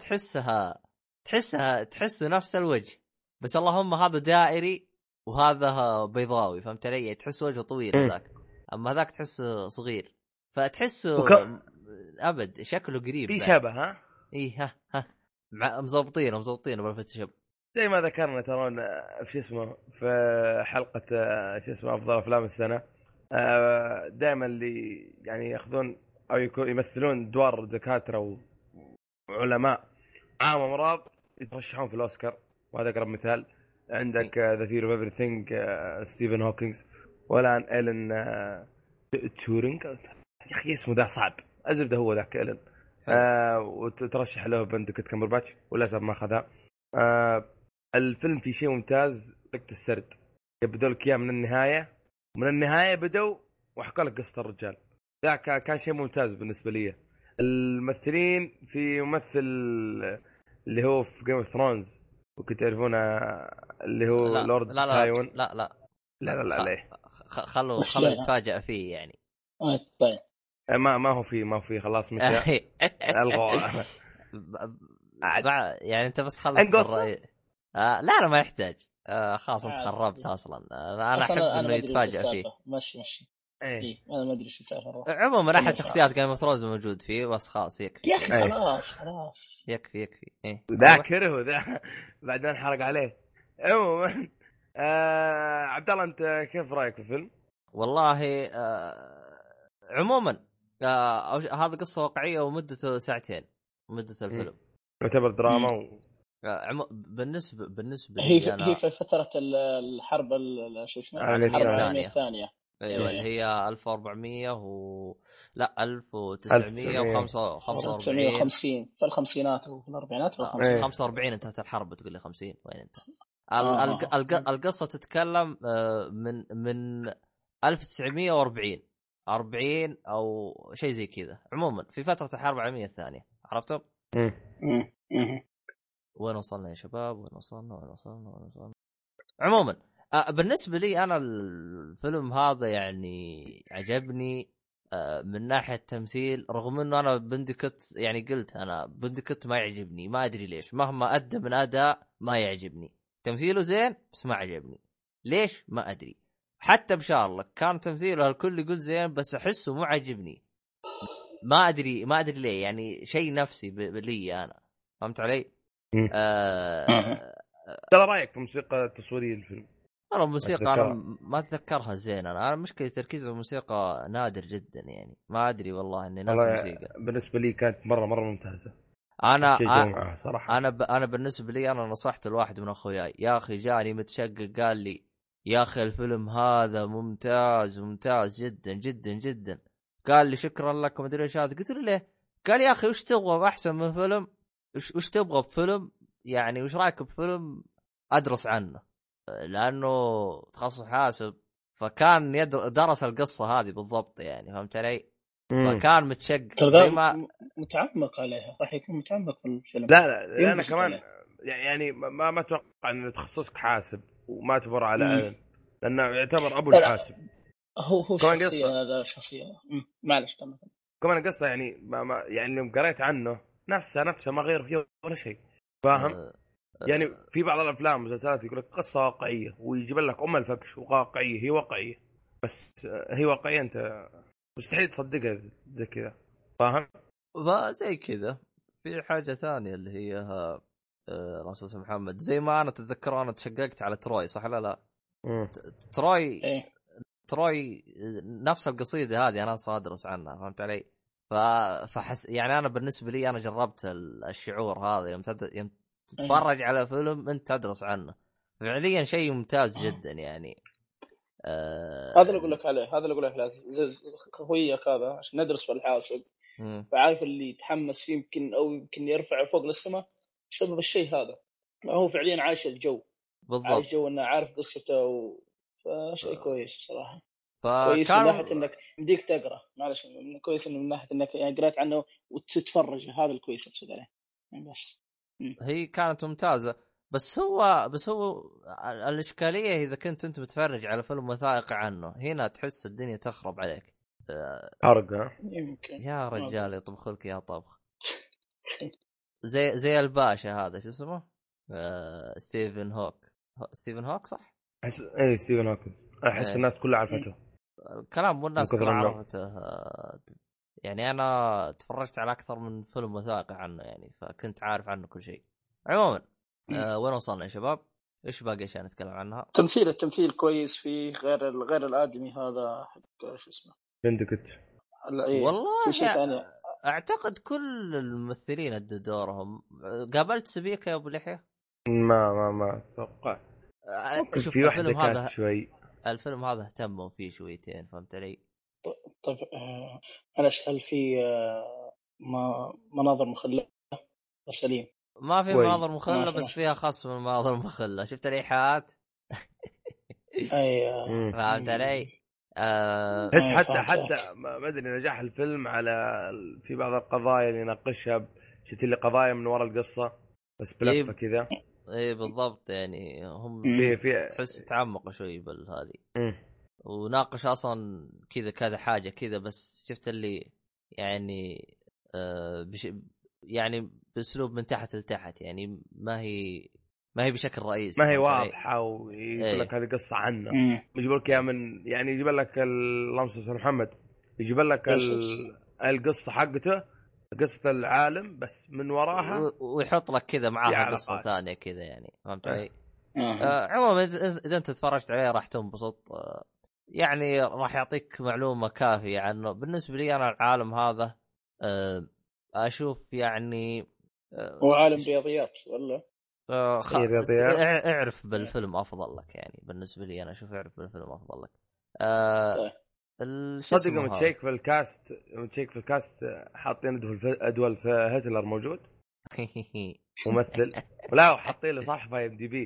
تحسه نفس الوجه، بس اللهم هذا دائري وهذا بيضاوي، فهمت علي؟ تحس وجهه طويل هذاك، اما هذاك تحسه صغير، فتحسه ابد شكله قريب في شبه. ها ايه ها مزبطين بالفوتوشوب زي ما ذكرنا ترون في اسمه في حلقة شو اسمه افضل افلام السنة. دائما اللي يعني ياخذون او يمثلون ادوار دكاترة وعلماء عام امراض يترشحون في الاوسكار، وهذا اقرب مثال. عندك ذا ثيوري اوف ايفريثينج ستيفن هوكينغز، والان إلين تورينغ يا اخي اسمه ذا صعب، الزبده هو ذاك إلين. وترشح له بنديكت كامبرباتش وللاسف ما اخذها. الفيلم فيه شيء ممتاز، وقت السرد يبدو لك اياه من النهايه بدوا وحكوا لك قصه الرجال ذاك، كان شيء ممتاز بالنسبه لي. الممثلين في ممثل اللي هو في جيم اوف ثرونز وكنت تعرفونه اللي هو لورد تايوان. لا ليه خلوا نتفاجئ فيه يعني. طيب ما هو في خلاص مشى الغوا يعني انت بس خلص الرأي. لا ما يحتاج. خلاص انت خربت اصلا. انا احب انه يتفاجئ فيه. ماشي ايه انا ما ادري ايش يسافر. عموما احد شخصيات جيم اوف ثرونز موجود فيه، بس خلاص يكفي يا اخي خلاص يكفي ايه ذاكره ذا بعدين نحرق عليه. عموما عبد الله انت كيف رايك في الفيلم؟ والله عموما هذا قصه واقعيه ومدته ساعتين مده الفيلم. يعتبر دراما بالنسبه هي أنا... هي في فتره الحرب شو اسمه الحرب العالميه الثانيه. ايوه اللي هي 1400 لا 1945 في الخمسينات او في الاربعينات او الخمسينات. 45 انتهت الحرب، تقول لي 50 وين انت؟ القصه تتكلم من 1940 40 او شيء زي كذا، عموما في فتره الحرب العالميه الثانيه. عرفتم؟ وين وصلنا يا شباب؟ وين وصلنا؟ عموما بالنسبه لي انا الفيلم هذا يعني عجبني من ناحيه تمثيل، رغم انه انا بندكت يعني قلت انا بندكت ما يعجبني، ما ادري ليش، مهما ادى من اداء ما يعجبني. تمثيله زين بس ما عجبني، ليش ما ادري. حتى بشارلوك كان تمثيله الكل يقول زين بس احسه مو عجبني، ما ادري ليه، يعني شيء نفسي لي انا، فهمت علي؟ ترى رايك في موسيقى تصويريه الفيلم؟ أنا الموسيقى أنا ما أتذكرها زين، أنا مشكلة تركيز الموسيقى نادر جدا، يعني ما أدري والله إني ناس موسيقى. بالنسبة لي كانت مرة ممتازة. أنا بالنسبة لي أنا نصحت الواحد من أخوياي، يا أخي جاني متشقق قال لي يا أخي الفيلم هذا ممتاز جدا جدا جدا، قال لي شكرا لك وما أدري إيش هذا. قلت له ليه؟ قال يا أخي وش تبغى أحسن من فيلم؟ وش تبغى بفيلم؟ يعني وش رأيك بفيلم أدرس عنه؟ لأنه تخصص حاسب، فكان درس القصة هذه بالضبط، يعني فهمت علي؟ فكان متشقق زي ما متعمق عليها، راح يكون متعمق في الفيلم. لا أنا كمان يعني ما أتوقع أن تخصصك حاسب وما تبر على لأنه يعتبر أبو الحاسب. هو شخصية معلش كمان القصة يعني يعني يوم قريت عنه نفسه ما غير فيه ولا شيء، فاهم؟ يعني في بعض الافلام والمسلسلات يقول لك قصه واقعيه ويجيب لك الفكش واقعيه، هي واقعيه بس هي واقعيه انت مستحيل تصدقها زي كذا، فاهم؟ زي كذا. في حاجه ثانيه اللي هي راسس محمد، زي ما انا تتذكر انا تشققت على تروي، صح لا تروي نفس القصيده هذه انا صادرس عنها، فهمت علي؟ فحس يعني انا بالنسبه لي انا جربت الشعور هذا يوم تتفرج على فيلم انت تدرس عنه، فعليا شيء ممتاز جدا يعني. هذا اللي اقول لك عليه، خويك هذا عشان ندرس في الحاسب، فعارف اللي يتحمس فيه يمكن يرفعه فوق للسماء بسبب الشيء هذا. هو فعليا عايش الجو بالضبط، عايش جو انه عارف قصته فشيء كويس بصراحه. كويس من ناحيه انك بديك تقرا، معلش كويس من ناحيه انك يعني قرأت عنه وتتفرج، هذا الكويس اقصد عليه يعني. بس هي كانت ممتازة، بس هو الإشكالية إذا كنت أنت متفرج على فيلم وثائقي عنه، هنا تحس الدنيا تخرب عليك. حرقة يا رجال يطبخ لك يا طبخ زي الباشا هذا شو اسمه ستيفن هوك صح؟ اي ستيفن هوك. احس الناس كلها عرفته الكلام، مو الناس كلها عرفته. يعني انا تفرجت على اكثر من فيلم وثائقي عنه يعني، فكنت عارف عنه كل شيء. عموما وين وصلنا يا شباب؟ ايش باقي اشياء نتكلم عنها؟ التمثيل كويس فيه، غير الادمي هذا شو اسمه بندكت. والله في شيء ثاني اعتقد كل الممثلين ادوا دورهم. قابلت سبيكة يا ابو لحية؟ ما اتوقع. شوف في الفيلم هذا شوي، الفيلم هذا اهتموا فيه شويتين، فهمت علي؟ طيب هل في مناظر مخلة سليم؟ ما في مناظر مخلة، بس فيها خاص من مناظر مخلة. شفت الإيحاءات؟ ايوه فهمت علي؟ بس حتى ما ادري نجاح الفيلم على في بعض القضايا اللي يناقشها، شفت اللي قضايا من وراء القصة بس بلفة كذا. ايه بالضبط، يعني هم في تحس تعمق شوي بالهذه، وناقش اصلا كذا حاجه كذا، بس شفت اللي يعني يعني باسلوب من تحت لتحت، يعني ما هي بشكل رئيسي، ما هي واضحه، ويقول لك هذه قصه عنه، يجيب لك من يعني يجيب لك اللهم صل على محمد، يجيب لك القصه حقته، قصه العالم بس من وراها، ويحط لك كذا معاها قصه ثانيه كذا، يعني فهمت علي؟ عموما اذا انت تفرجت عليه راح تنبسط، يعني راح يعطيك معلومه كافيه عنه. بالنسبه لي انا العالم هذا اشوف يعني هو عالم رياضيات ولا اعرف بالفيلم افضل لك يعني. بالنسبه لي انا اشوف اعرف بالفيلم افضل لك. طيب صدق متشيك في الكاست حاطين ادول في هتلر موجود ممثل ولا حاطين له صح في IMDb.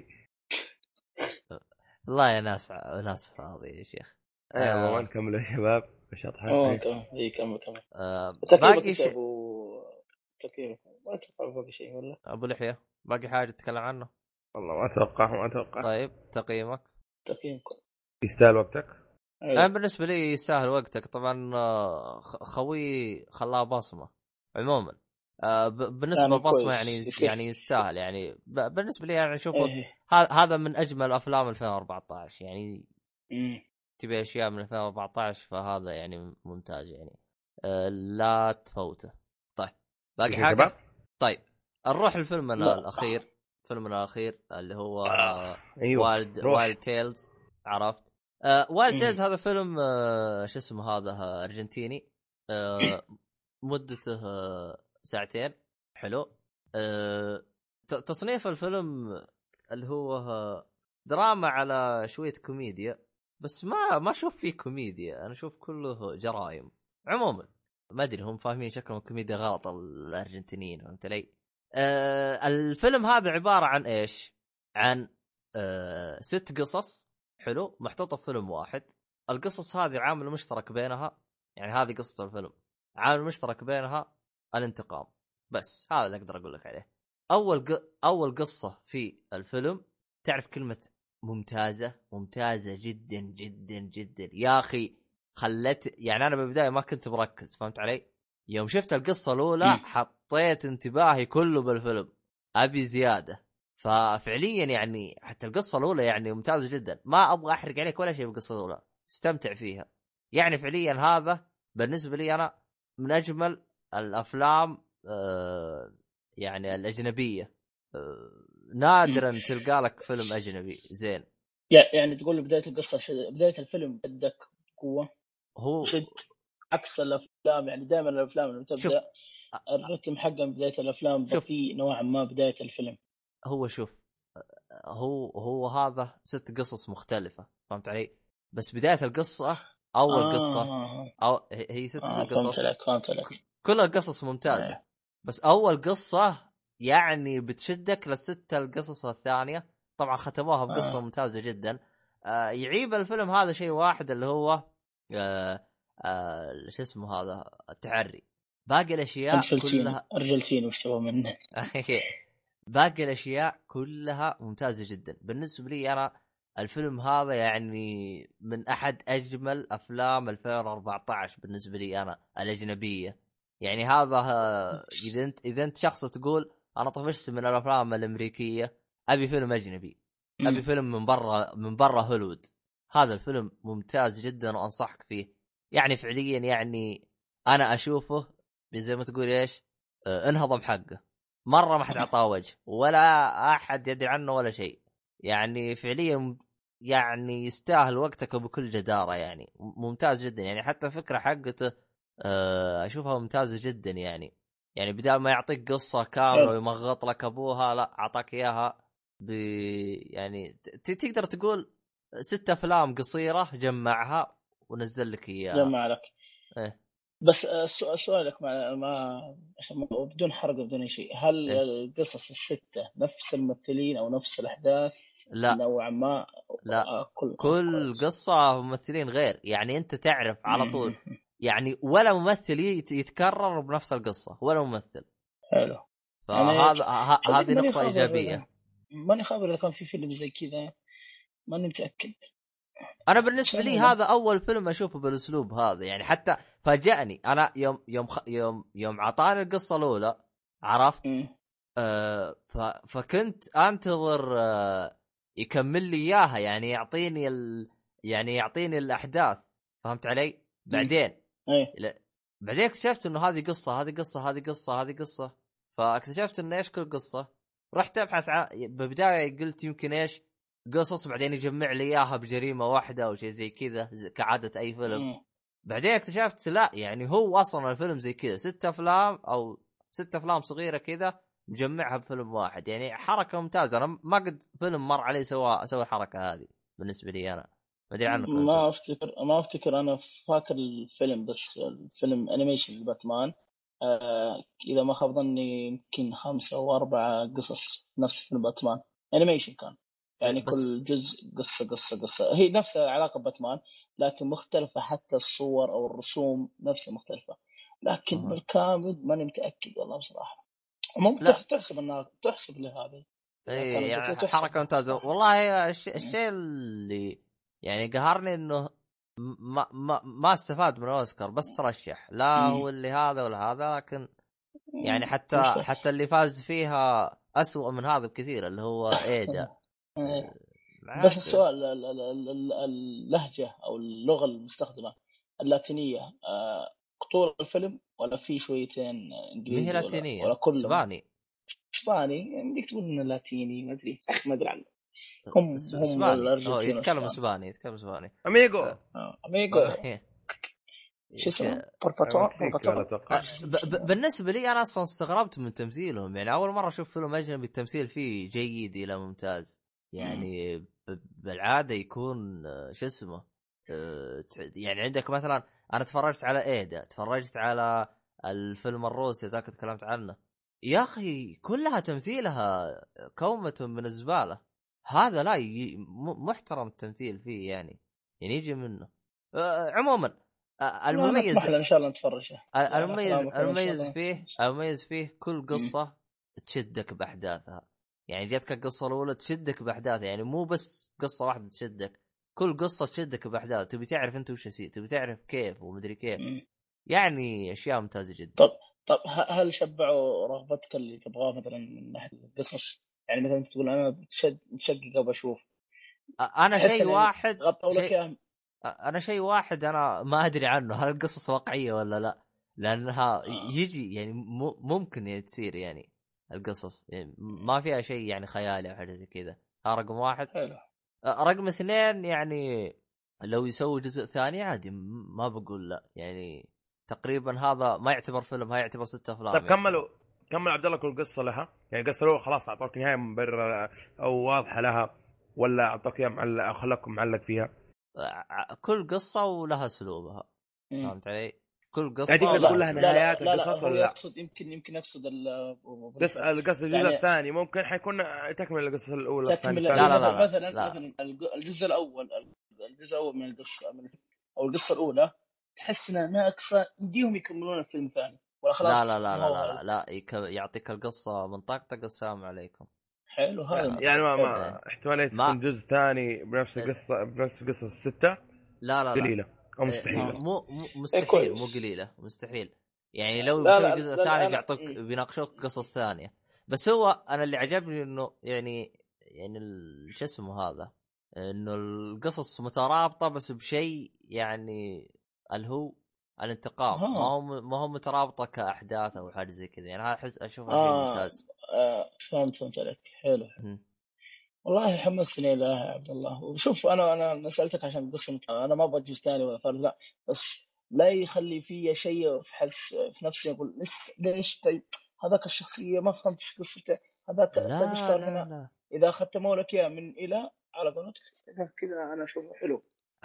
والله يا ناس فاضي يا شيخ. ما نكمل يا شباب مش اضحك. كمل باقي شيء تقييمك ما اتوقع باقي شيء ولا ابو لحيه باقي حاجه تتكلم عنه؟ والله ما اتوقع. طيب تقييمك يستاهل وقتك؟ انا بالنسبه لي يستاهل وقتك طبعا. خوي خلاه بصمه عموما. بالنسبه لبصمه يعني يستاهل يعني. بالنسبه لي يعني اشوفه هذا من اجمل افلام 2014 يعني. تبي اشياء من 2014 فهذا يعني ممتاز يعني. لا تفوته. طيب باقي حاجه؟ طيب نروح لفيلمنا الاخير. فيلمنا الاخير اللي هو وايلد تيلز. عرفت وايلد تيلز؟ هذا فيلم شو اسمه هذا ارجنتيني. مدته 2 ساعتين. حلو. تصنيف الفيلم اللي هو دراما على شوية كوميديا، بس ما اشوف فيه كوميديا، انا اشوف كله جرائم. عموما ما ادري هم فاهمين شكلهم كوميديا غلط الارجنتينيين، فهمت علي؟ الفيلم هذا عبارة عن ايش؟ عن 6 قصص حلو محطوطة في فيلم واحد. القصص هذه عامل مشترك بينها، يعني هذه قصة الفيلم عامل مشترك بينها الانتقام. بس هذا اللي اقدر اقول لك عليه. اول قصة في الفيلم، تعرف كلمة ممتازة جدا جدا جدا يا اخي. خلت يعني انا بالبداية ما كنت مركز، فهمت علي؟ يوم شفت القصة الاولى حطيت انتباهي كله بالفيلم، ابي زيادة. ففعليا يعني حتى القصة الاولى يعني ممتازة جدا. ما ابغى احرق عليك ولا شيء بالقصة الاولى، استمتع فيها. يعني فعليا هذا بالنسبة لي انا من اجمل الافلام يعني الاجنبية. نادرا تلقى لك فيلم اجنبي زين. يعني تقول بداية القصة بداية الفيلم بدك قوة، هو شد عكس الافلام. يعني دائما الافلام اللي تبدا الرتم حقها بداية الافلام بطيء نوعا ما بداية الفيلم. هو شوف هو هذا 6 قصص مختلفة، فهمت علي؟ بس بداية القصة اول قصة أو هي 6 قصص. فهمت لك. كل القصص ممتازة بس اول قصة يعني بتشدك ل6 القصص الثانية. طبعا ختموها بقصة ممتازة جدا. يعيب الفيلم هذا شيء واحد اللي هو شو اسمه هذا التعري. باقي الاشياء كلها ارجنتين وش تبغى منه. باقي الاشياء كلها ممتازة جدا. بالنسبة لي انا الفيلم هذا يعني من احد اجمل افلام 2014 بالنسبة لي انا الاجنبية. يعني هذا اذا انت شخص تقول انا طفشت من الافلام الامريكيه، ابي فيلم اجنبي، ابي فيلم من برا هوليوود، هذا الفيلم ممتاز جدا وانصحك فيه. يعني فعليا يعني انا اشوفه زي ما تقول ايش، انهضم حقه مره، ما حد عطاه وجه ولا احد يدري عنه ولا شيء. يعني فعليا يعني يستاهل وقتك بكل جداره. يعني ممتاز جدا. يعني حتى الفكره حقته اشوفها ممتازه جدا. يعني بدال ما يعطيك قصه كامله ويمغط لك ابوها، لا اعطاك اياها يعني تقدر تقول 6 أفلام قصيره جمعها ونزل لك اياها. جمع لك بس سؤالك ما عشان بدون حرق بدون شيء، هل القصص 6 نفس الممثلين او نفس الاحداث؟ لا نوعا ما لا كل قصه ممثلين غير. يعني انت تعرف على طول يعني ولا ممثل يتكرر بنفس القصة ولا ممثل. حلو. فهذا هذه نقطة إيجابية. ماني خابر إذا كان في فيلم زي كذا، ماني متأكد. أنا بالنسبة لي هذا أول فيلم أشوفه بالأسلوب هذا. يعني حتى فاجأني أنا يوم عطاني القصة الأولى، عرفت؟ فكنت أنتظر يكمل لي إياها، يعني يعطيني الأحداث، فهمت علي؟ بعدين بعدين اكتشفت انه هذه قصة. فاكتشفت انه ايش كل قصة. رحت ابحث ببداية قلت يمكن ايش قصص، بعدين يجمع لي اياها بجريمة واحدة او شيء زي كذا كعادة اي فيلم. بعدين اكتشفت لا، يعني هو اصلا الفيلم زي كذا 6 أفلام او 6 أفلام صغيرة كذا مجمعها بفيلم واحد. يعني حركه ممتازه. انا ما قد فيلم مر علي سوى الحركه هذه بالنسبه لي انا. ما ادري عنكم. ما افتكر انا فاكر الفيلم، بس الفيلم انيميشن لباتمان اذا ما خاب ظني يمكن 5 أو 4 قصص نفس فيلم باتمان انيميشن كان. يعني كل جزء قصة هي نفس علاقة باتمان لكن مختلفة، حتى الصور أو الرسوم نفسها مختلفة، لكن بالكامل ماني متأكد والله بصراحة. ممكن تحسب انها تحسب لهذه. يعني حركة ممتازة والله. الشيء اللي يعني قهرني انه ما استفاد من الاوسكار، بس ترشح لا هو اللي هذا ولا هذا، لكن يعني حتى اللي فاز فيها أسوأ من هذا بكثير اللي هو ايدا. بس السؤال اللهجة او اللغة المستخدمة اللاتينية طول الفيلم ولا في شويتين انجليزي ولا كله اسباني؟ يعني تقول انه لاتيني ما ادري ما ادري عنه. هم يتكلم اسباني اميغو شو اسمه بالنسبه لي انا اصلا استغربت من تمثيلهم. يعني اول مره اشوف فيلم اجنبي التمثيل فيه جيد الى ممتاز. يعني بالعاده يكون شو اسمه يعني عندك مثلا انا تفرجت على ايدا، تفرجت على الفيلم الروسي ذاك تكلمت عنه، يا اخي كلها تمثيلها كومة من الزبالة. هذا لا محترم التمثيل فيه يعني يجي منه. عموما المميز ان شاء الله نتفرجه. المميز فيه كل قصة تشدك بأحداثها. يعني جاتك القصة الأولى تشدك بأحداثها، يعني مو بس قصة واحدة تشدك، كل قصة تشدك بأحداثها، تبي تعرف انت وش يصير، تبي تعرف كيف ومدري كيف. يعني اشياء ممتازة جدا. طب هل شبعوا رغبتك اللي تبغاه مثلا من ناحية القصص؟ يعني مثلا تقول انا متشقق ابى انا شيء واحد انا ما ادري عنه، هل القصص واقعيه ولا لا، لانها يجي يعني ممكن يعني تصير يعني القصص يعني ما فيها شيء يعني خيالي او حاجه زي كذا. رقم واحد. حلو. رقم اثنين يعني لو يسوي جزء ثاني عادي ما بقول لا. يعني تقريبا هذا ما يعتبر فيلم، هاي يعتبر 6 أفلام. طيب كمل عبد الله كل قصه لها. يعني القصه الاولى خلاص اعطوك نهايه مبرره او واضحه لها، ولا اعطوك اياها معلق خلاكم معلق فيها؟ كل قصه ولها اسلوبها. فهمت علي؟ كل قصه تقول لها نهايات القصص ولا لا؟ يمكن يقصد القصه الجزء الثاني ممكن حيكون تكمل القصه الاولى الثانيه. لا. مثلا الجزء الاول من القصه او القصه الاولى تحس انها ناقصه، يديهم يكملون الفيلم الثاني ولا خلاص؟ لا يعطيك القصه من طاقتك السلام عليكم. حلو هذا يعني ما احتماليه تكون جزء ثاني بنفس قصه الستة. لا قليله او مستحيله. مو مستحيل، مو قليله، مستحيل. يعني لو يسوي جزء ثاني بيعطوك بيناقشوك قصص ثانيه. بس هو انا اللي عجبني انه يعني شو اسمه هذا، انه القصص مترابطه بس بشيء يعني اللي هو الانتقام. ما هو مترابطه كاحداث او حاجه زي كذا. يعني هذا احس اشوفه شيء ممتاز. فهمت عليك. حلو. والله حمسني له يا عبد الله. وشوف انا سالتك عشان القصه، انا ما ابغى جزء ثاني ولا ثالث، لا بس لا يخلي فيا شيء في نفسي اقول ليش طيب هذاك الشخصيه ما فهمت ايش قصته، هذاك ايش صار هنا. اذا ختموا لك اياه من الى على قولتك كذا انا اشوفه حلو.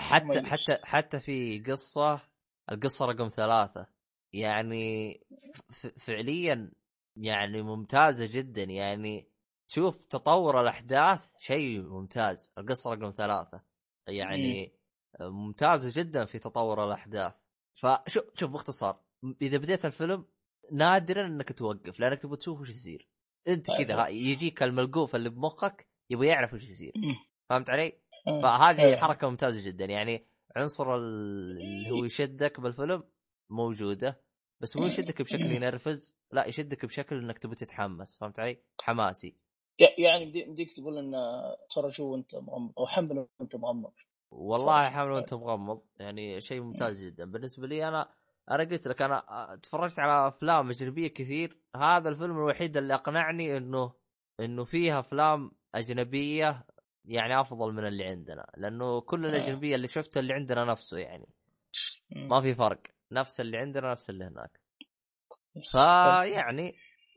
حتى في القصه رقم 3 يعني فعليا يعني ممتازه جدا. يعني تشوف تطور الأحداث شيء ممتاز. القصة رقم 3 يعني ممتازة جدا في تطور الأحداث. فشوف باختصار، إذا بديت الفيلم نادرا أنك توقف لأنك تبغى تشوف وش يصير. أنت كذا يجيك الملقوف اللي بمخك يبغى يعرف وش يصير. فهمت علي؟ فهذه حركة ممتازة جدا. يعني عنصر اللي هو يشدك بالفيلم موجودة، بس مو يشدك بشكل ينرفز، لا يشدك بشكل أنك تبغى تتحمس. فهمت علي؟ حماسي. يعني بديك تقول ان ترى شو وانت مغمض او حمل وانت مغمض. والله حمل وانت مغمض يعني شيء ممتاز جدا بالنسبه لي. انا قلت لك انا تفرجت على افلام اجنبيه كثير، هذا الفيلم الوحيد اللي اقنعني انه فيها افلام اجنبيه يعني افضل من اللي عندنا، لانه كل الاجنبيه اللي شفته اللي عندنا نفسه، يعني ما في فرق، نفس اللي عندنا نفس اللي هناك. فيعني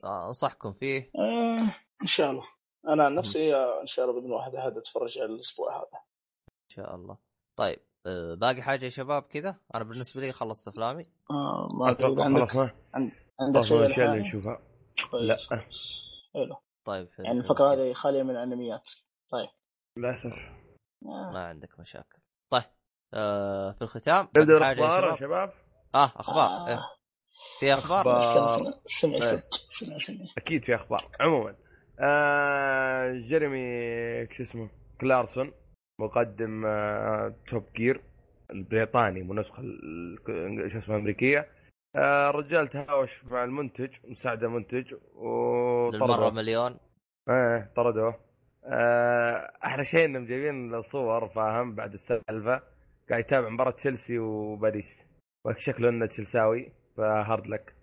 انصحكم فيه. ان شاء الله. انا عن نفسي ان شاء الله باذن واحد احد اتفرج على الاسبوع هذا ان شاء الله. طيب باقي حاجه يا شباب كذا؟ انا بالنسبه لي خلصت افلامي. ما ادري عندك عندك شيء الاشياء اللي نشوفها. لا حلو. طيب يعني الفقره هذه خاليه من الانميات. طيب للاسف ما عندك مشاكل. طيب في الختام نبدا حاجه الاخبار يا شباب. اخبار إيه؟ في اخبار سمع اكيد في اخبار. عموما جيريمي شو اسمه كلارسون مقدم توب جير البريطاني ونسخه شو اسمه امريكيه. الرجال تهاوش مع المنتج مساعد المنتج للمره مليون. طردوه. احلى شيء انهم جايبين صور فاهم بعد السالفه قاعد يتابع مباراه تشيلسي وباريس وشكله انه تشيلساوي فهارد لك.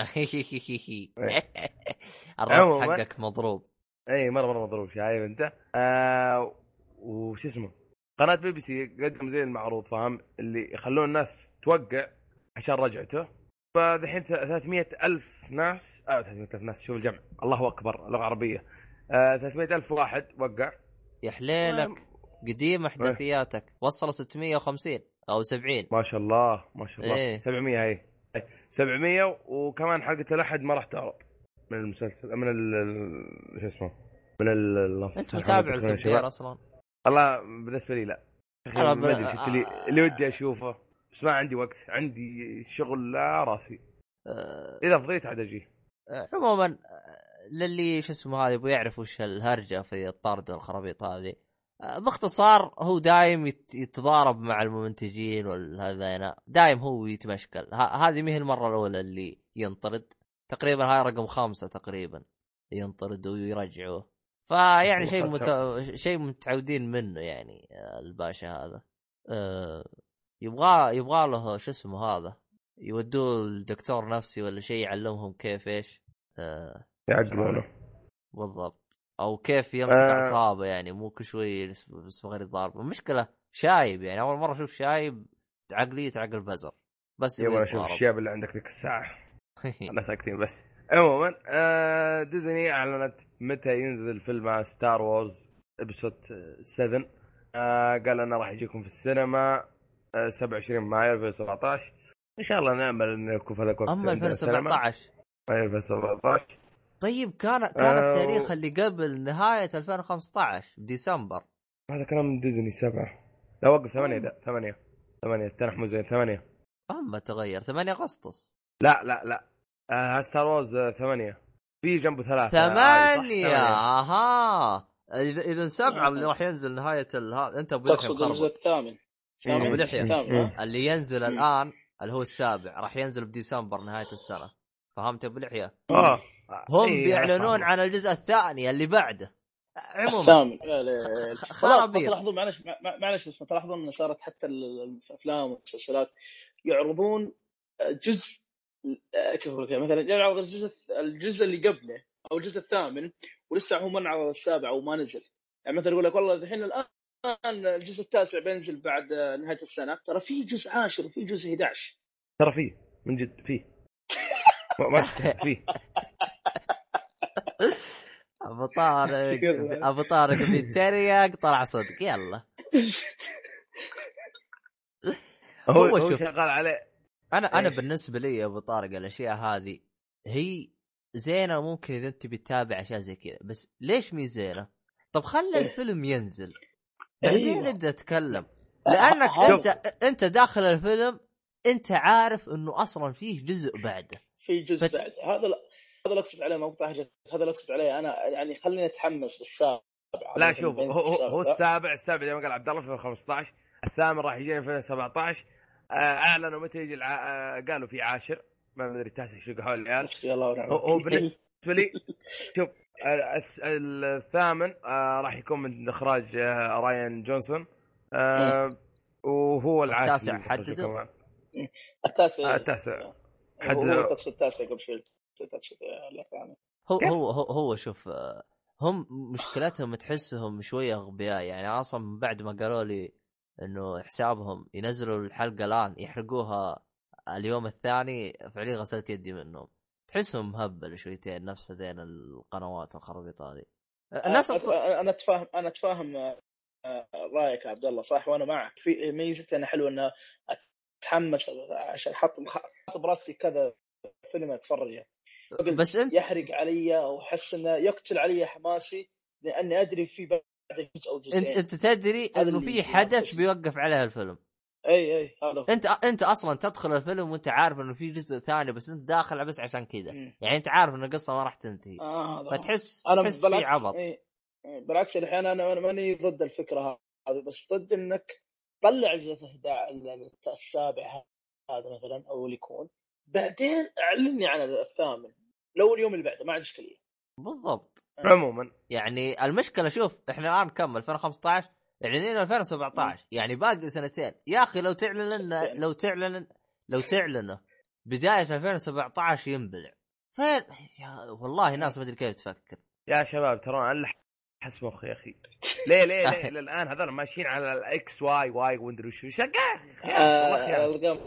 الرد حقك مضروب. اي مره مضروب شايف انت. وش اسمه قناه بي بي سي قدم زي المعروض فاهم اللي يخلون الناس توقع عشان رجعته. فدحين 300,000 ناس 300,000 ناس شوف الجمع الله اكبر اللغه العربيه. 300,000 واحد وقع. يا حليلك قديم احداثياتك وصل 650 او 70 ما شاء الله ما شاء الله. إيه. 700 هي 700 وكمان حلقه الاحد ما راح تعرض من المسلسل من شو اسمه من انت متابع التوب اصلا؟ والله بالنسبه لي لا ما ادري شفت اللي ودي اشوفه بس ما عندي وقت عندي شغل لا راسي. اذا فضيت عاد اجي. عموما للي شو اسمه هذا يبغى يعرف وش الهرجه في الطرد والخرابيط هذه باختصار هو دايم يتضارب مع المنتجين والهذين دايم هو يتمشكل. هذه مه المره الاولى اللي ينطرد تقريبا هاي رقم 5 تقريبا ينطرد ويرجعوه. فيعني شيء متعودين منه يعني الباشا هذا. يبغى له شو اسمه هذا يودوه الدكتور نفسي ولا شيء يعلمهم كيف ايش يعقلونه بالضبط او كيف يمسك اعصابه يعني مو كل شوي بس غير ضارب. المشكله شايب يعني اول مره اشوف شايب عقليه عقل بزر بس يبغى اشوف الشياب اللي عندك ذيك الساعه. انا ساكتين بس. عموما ديزني اعلنت متى ينزل فيلم ستار وورز ابسود 7. قال انا راح يجيكم في السينما 27 مايو 2017 ان شاء الله نامل انه يكون في هذاك الوقت. اما 2017 2017 طيب كان التاريخ اللي قبل نهايه 2015 بديسمبر. هذا كلام من ديزني 7 لا وقف 8 ده 8 تنح مزين 8 اما تغير 8 اغسطس. لا ستار وورز 8 في جنبه 3 8 اها اذا 7 اللي راح ينزل نهايه هذا انت ابو لحيه الجزء الثامن ابو لحيه اللي ينزل الان اللي هو السابع راح ينزل بديسمبر نهايه السنه فهمت ابو لحيه؟ هم بيعلنون عن الجزء الثاني اللي بعده عموما الثامن. خرابيط. تلاحظون معلش بس تلاحظون ان صارت حتى الافلام والمسلسلات يعرضون جزء كيف مثلا يعرض الجزء اللي قبله او الجزء الثامن ولسه هو منعرض السابع وما نزل. يعني مثلا يقول لك والله الحين الان الجزء التاسع بينزل بعد نهايه السنه ترى في جزء 10 وفي جزء 11 ترى فيه من جد فيه ما فيه. ابو طارق بيتريق طلع صدق يلا هو شغال عليه. انا بالنسبه لي يا ابو طارق الاشياء هذه هي زينه ممكن اذا انت بتتابع اشياء زي كذا بس ليش مي زينه؟ طب خلي الفيلم ينزل بعدين نبدا نتكلم لانك انت داخل الفيلم انت عارف انه اصلا فيه جزء بعده في جزء بعد هذا اللي اقصد عليه موقع هذا اللي اقصد عليه انا يعني خليني اتحمس بالسابع. لا شوف هو السابع زي ما قال عبد الله في 15 الثامن راح يجي في 17 اعلنوا متى يجي قالوا في 10 ما ادري التاسع شو قالوا العيال. هو بالنسبه لي شوف الثامن راح يكون من اخراج رايان جونسون وهو التاسع حددوا التاسع هو تقصد التاسع قبل شوي هو شوف هم مشكلتهم تحسهم شويه اغبياء يعني اصلا من بعد ما قالوا لي انه حسابهم ينزلوا الحلقه الان يحرقوها اليوم الثاني فعليا غسلت يدي منهم. تحسهم مهبل شويتين نفس ذين القنوات الخرابيط هذه. انا اتفاهم رايك يا عبد الله صح، وانا معك في ميزه انا حلو انها اتحمس عشان حط براسي كذا فيلم اتفرجه، بس انت يحرق علي او احس انه يقتل علي حماسي لاني ادري في بعد جزء او جزئين. انت تدري انه في حدث بيوقف عليه الفيلم. اي هذا انت اصلا تدخل الفيلم وانت عارف انه في جزء ثاني، بس انت داخل بس عشان كذا. يعني انت عارف ان القصه ما راح تنتهي. فتحس في عبط. بالعكس الحين انا ماني ضد الفكره هذه، بس ضد انك طلع جزء 11 السابع هذا مثلا او اللي يكون بعدين اعلني عن الثامن لو اليوم اللي بعده، ما عندي اشكاليه. بالضبط. عموما يعني المشكله شوف احنا الان كم 2015 اعلنين 2017 يعني باقي سنتين يا اخي. لو تعلن بدايه 2017 ينبلع فين والله ناس ما ادري كيف تفكر يا شباب. ترى انا حس مخي يا اخي. ليه الان هذول ماشيين على الاكس واي وندري شو شقه الارقام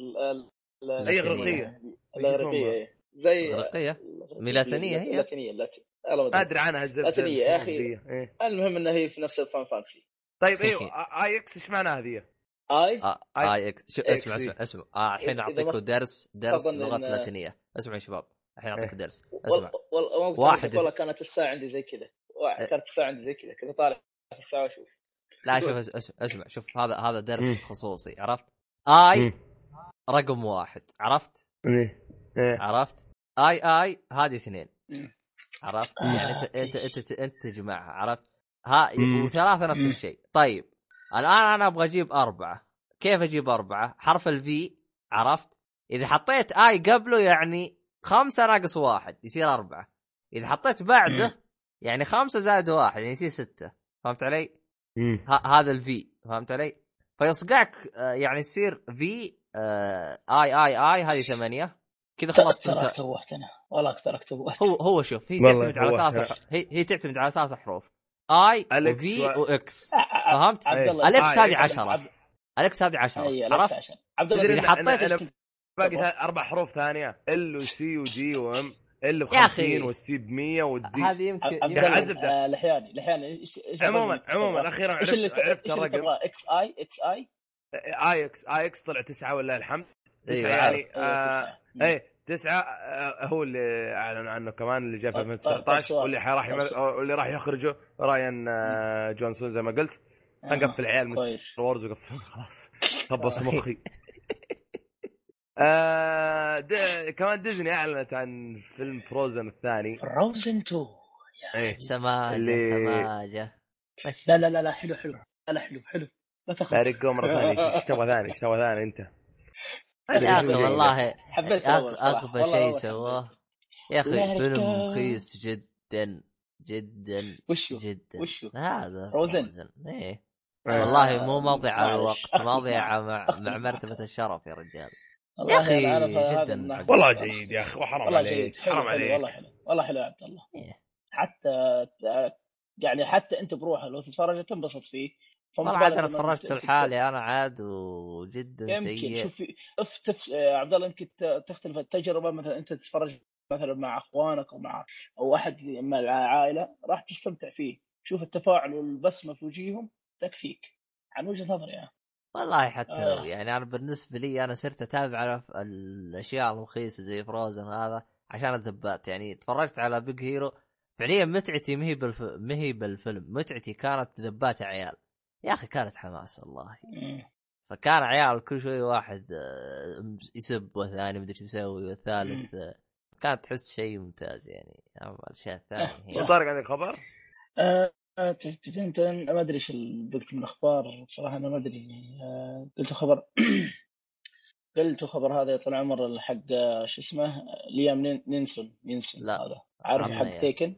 الاغريقيه زي اغريقيه ميلاتينيه هي ادري عنها اللاتينيه يا اخي. المهم انها هي في نفس الفان فانسي. طيب ايوه اي اكس ايش معناها هذه؟ اي اكس اسمع الحين اعطيكم درس لغه لاتينيه. اسمعوا يا شباب الحين اعطيكم درس. اسمع واحد والله كانت الساعه عندي زي كذا، كانت الساعه عندي زي كذا كنت طالع في الساعه اشوف. لا شوف اسمع شوف هذا درس خصوصي عرفت. اي رقم 1 عرفت. عرفت اي هذه 2 عرفت. يعني انت تجمعها عرفت. وثلاثة نفس الشيء. طيب الآن أنا أبغى أجيب 4. كيف أجيب 4؟ حرف الفي عرفت. إذا حطيت آي قبله يعني 5 ناقص 1 يصير 4. إذا حطيت بعده يعني 5 زائد 1 يعني يصير 6. فهمت علي؟ هذا الفي فهمت علي. فيصقعك يعني يصير في آي هذه 8 كذا خلاص. انت توهت أنا والله توهت. هو شوف هي تعتمد على 3 هي تعتمد على 3 حروف اي وفي واكس. فهمت؟ الاكس هذه 10. الاكس هذه 10 عرفت. عبد الله اللي حطيت باقي 4 حروف ثانيه ال وسي وجي وام ال ب 50 والسي ب 100 والدي. هذه يمكن لحياني عموما اخيرا عرفت الرقم. اكس اي طلع 9 ولا الحمد. 9 يعني اي 9 هو اللي اعلن عنه كمان اللي جاء في 2019 واللي راح يخرجه رايان جونسون زي ما قلت. نقفل العيال مستر وورز وقفل خلاص طبص مخي. كمان ديزني اعلنت عن فيلم فروزن الثاني. فروزن 2 يعني سماجة لا حلو لا ترقوا مرة ثانية. ايش تبغى ثاني انت يا اخي والله اغبى شيء سواه يا اخي. فيلم رخيص جدا هذا فروزن. ايه والله مو مضيعة الوقت، مضيعة مع مرتبة الشرف يا رجال. يا اخي جدا والله جيد يا اخي وحرام عليك. والله حلو يا عبد الله. حتى انت بروحه لو تتفرج تنبسط فيه. والله عاد انا تفرجت لحالي انا عاد وجدا سيء. شوف عبد الله يمكن تختلف التجربه. مثلا انت تتفرج مثلا مع اخوانك او احد من العائله راح تستمتع فيه. شوف التفاعل والبسمه في وجيههم تكفيك عن وجهه نظري يعني. والله حتى لو يعني انا بالنسبه لي انا صرت اتابع الاشياء الرخيصه زي فروزن هذا عشان الذبات. يعني تفرجت على بيج هيرو فعليا متعتي مهي بالفيلم. متعتي كانت ذبات عيال يا اخي. كانت حماس والله. فكان عيال كل شوي واحد يسب والثاني مدري يسوي والثالث. كانت تحس شيء ممتاز يعني. الاشياء الثانيه طارق عندك خبر؟ انت ما ادري ايش الوقت من الاخبار بصراحه. انا ما ادري. قلت خبر هذا طال عمر حق شو اسمه ليام نينسون هذا عارف حق تيكن.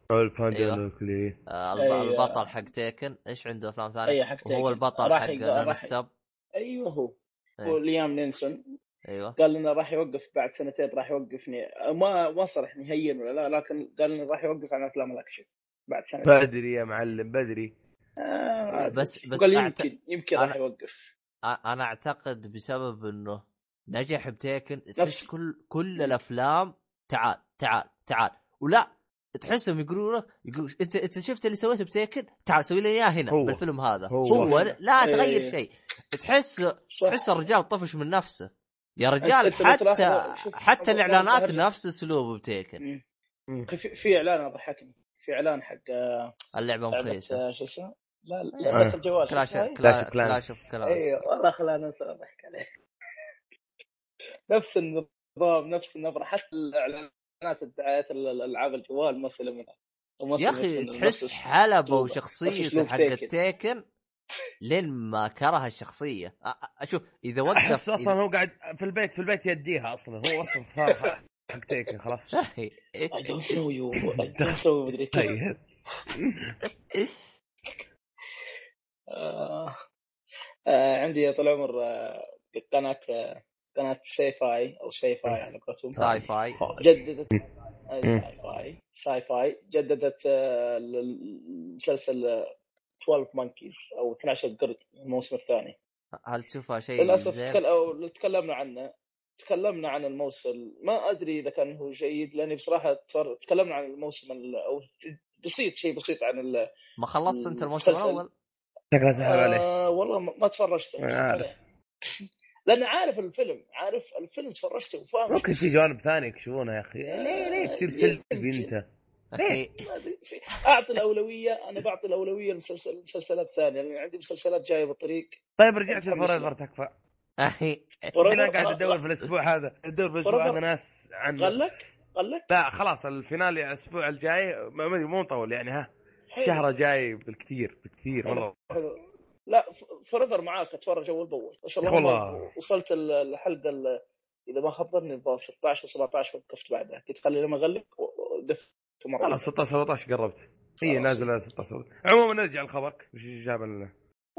البطل حق تيكن. ايش عنده افلام ثانيه؟ هو البطل حق نستب. ايوه هو ليام نينسون. ايوه قال لنا راح يوقف بعد 2 سنين. راح يوقفني ما صرح نهائيا ولا لا، لكن قال لنا راح يوقف عن افلام الاكشن بعد 2 سنين. بدري يا معلم بدري. بس قال يمكن راح يوقف. انا اعتقد بسبب انه نجح بتيكن. تحس كل الافلام تعال ولا تحسهم يقولوا لك انت شفت اللي سويته بتيكن تعال سوي لي اياه هنا بالفيلم هذا هو لا تغير شيء. تحس الرجال طفش من نفسه يا رجال. حتى الاعلانات نفس اسلوبه بتيكن. في اعلان ضحكني في اعلان حق اللعبه مخيسه شو اسمه لا لعبه الجوال كلاش. ايوه والله خلاني اضحك عليه. نفس النظام نفس النبره حتى الاعلانات الدعايات الالعاب الجوال مثلا منها يا اخي تحس حلبه وشخصيته حق التيكن لين ما كره الشخصيه. اشوف اذا وقف اصلا هو قاعد في البيت يديها اصلا هو اصلا صار حق تيكن خلاص. I don't know you مدري كيف. عندي طول عمر قناة ساي فاي أو ساي فاي على قولتهم. ساي فاي جددت ساي فاي جددت المسلسل 12 مونكيز أو 12 قرد الموسم الثاني. هل تشوفها شيء للأسف تكلمنا عن الموسم ما أدري إذا كان هو جيد لأني بصراحة تكلمنا عن الموسم أو شيء بسيط عن ما خلصت أنت الموسم الأول؟ شكله سحب عليه. والله ما تفرجت لأن عارف الفيلم تفرجته وفاهم. ممكن في جوانب ثانية يكشفونه يا أخي. ليه تصير سلبي أنت؟ أعطي الأولوية. أنا بعطي الأولوية للمسلسلات الثانية لأن عندي مسلسلات جاية بالطريق. طيب رجعت الفوريفر تكفى. أنا قاعد أدور في الأسبوع هذا ناس عنه. قال لك لا خلاص الفينال الأسبوع الجاي مو مطول يعني ها شهر جاي بالكثير مرة. لا فريفر معاك اتفرج اول باول ما شاء الله. وصلت الحلقه اذا ما خبرني 16 و17 وقفت بعدها كنت خلي لما اغلق ودفت مره. خلاص 16 17 قربت هي نازله 16. عموما نرجع لخبرك وش جاب لنا.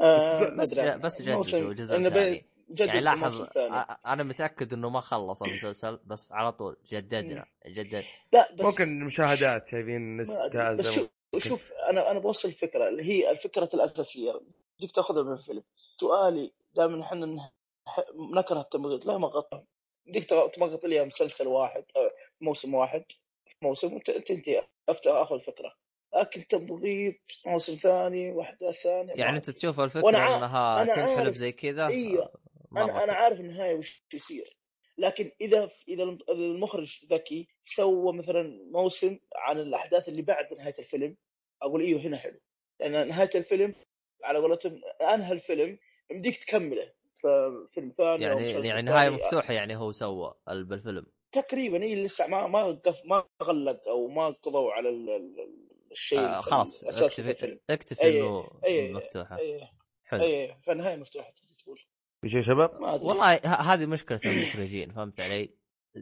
بس جدد جزء ثاني يعني لاحظ انا متاكد انه ما خلص المسلسل بس على طول جدد. لا بس ممكن المشاهدات شايفين نسبه. شوف انا بوصل الفكره اللي هي الفكره الاساسيه بدك تاخذها من الفيلم. سؤالي دائما احنا نكره التمغيط لا مغطى بدك تمغط لي مسلسل واحد موسم واحد وتنتهي اخذ الفكره. لكن تمغيط موسم ثاني واحده ثانيه يعني انت تشوف الفكره انها تنحلب زي كذا. ايوه انا عارف النهايه وش يصير لكن اذا المخرج ذكي سوى مثلا موسم عن الاحداث اللي بعد نهايه الفيلم اقول ايوه هنا حلو لان نهايه الفيلم على قولتهم انهى الفيلم يمديك تكمله في فيلم ثاني يعني نهايه مفتوحه يعني هو سوى بالفيلم تقريبا هي لسه ما غلق او ما قضوا على الشيء خلاص اكتفي انه مفتوحه. حلو فالنهايه مفتوحه تقول ايش يا شباب. والله هذه مشكله المخرجين فهمت علي.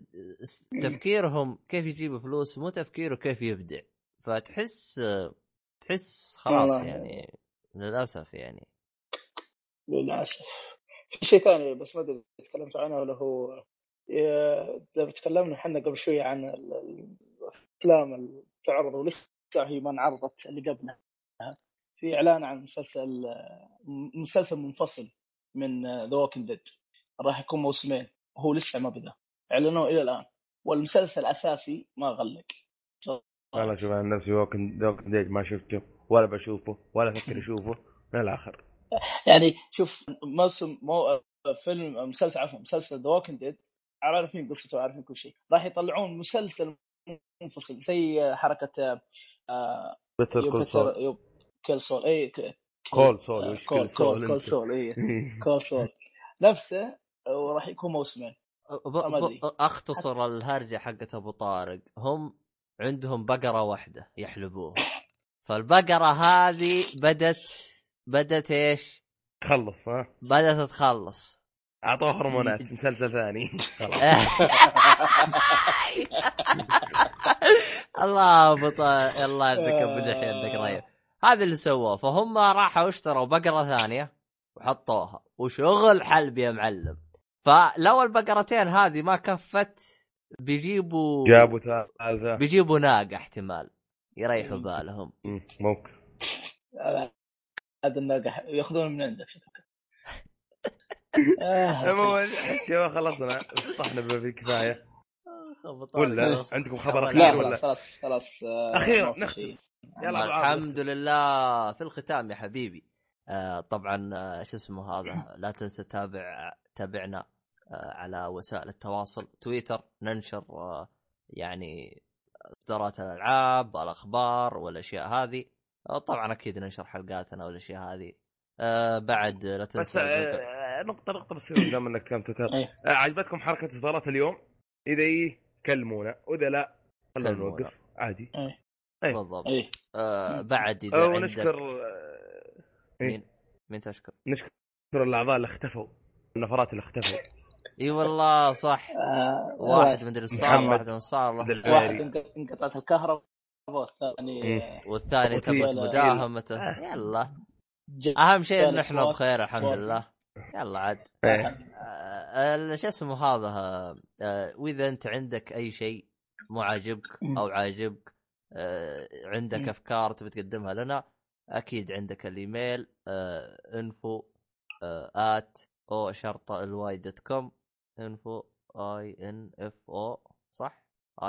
تفكيرهم كيف يجيبوا فلوس مو تفكيره كيف يبدع. فتحس خلاص يعني للاسف يعني للاسف. في شيء ثاني بس ما ادري تكلمت عنه ولا هو اذا تكلمنا احنا قبل شويه عن الافلام اللي تعرض ولسه هي ما انعرضت اللي قبلها. في اعلان عن مسلسل منفصل من ذا ووكينج ديد راح يكون موسمين وهو لسه ما بدا اعلنوه الى الان والمسلسل الاساسي ما غلق. والله شوف عن نفسي ووكينج ديد ما شفته ولا بشوفه ولا افكر اشوفه من الاخر. يعني شوف مسلسل ذا ووكينج ديد عارفين قصته عارفين كل شيء. راح يطلعون مسلسل منفصل زي حركه بيتر كول سول اي كول سول اي كول سول نفسه وراح يكون موسمين. اختصر الهرجه حقت ابو طارق. هم عندهم بقره واحده يحلبوها فالبقره هذه بدت ايش خلص بدت تخلص اعطوه هرمونات مسلسل ثاني الله بطل الله عندك بدحي عندك رأي. هذا اللي سووه فهم راحوا اشتروا بقرة ثانية وحطوها وشغل حلب يا معلم. فلو البقرتين هذه ما كفت بيجيبوا ناقة احتمال يريحوا بالهم. ممكن هذا الناقة ياخذون من عندك عموما حس يا خلصنا اسطحنا بالكفاية. ولا عندكم خبر لا اخير ولا خلاص اخيرا نختم. يلا الحمد لله. في الختام يا حبيبي طبعا شو اسمه هذا، لا تنسى تابعنا على وسائل التواصل، تويتر ننشر يعني اصدارات الالعاب، الاخبار والاشياء هذه. طبعا اكيد ننشر حلقاتنا والاشياء هذه. بعد لا تنسى نقطة بس دام انك كلام تويتر. عجبتكم حركة اصدارات اليوم؟ اذا كلمونا، واذا لا خلونا نوقف عادي. بالضبط. بعد اذا ونشكر مين تشكر؟ نشكر الاعضاء اللي اختفوا، النفرات اللي اختفوا. اي والله صح. واحد مدري الصار، واحد من صار، واحد انقطعت الكهرباء، والثاني تمت مداهمته. يلا اهم شيء ان احنا بخير الحمد لله. يلا عاد شو اسمه هذا. واذا انت عندك اي شيء مو عاجبك او عاجبك، عندك افكار تبي تقدمها لنا، اكيد عندك الايميل info@o_ly.com info صح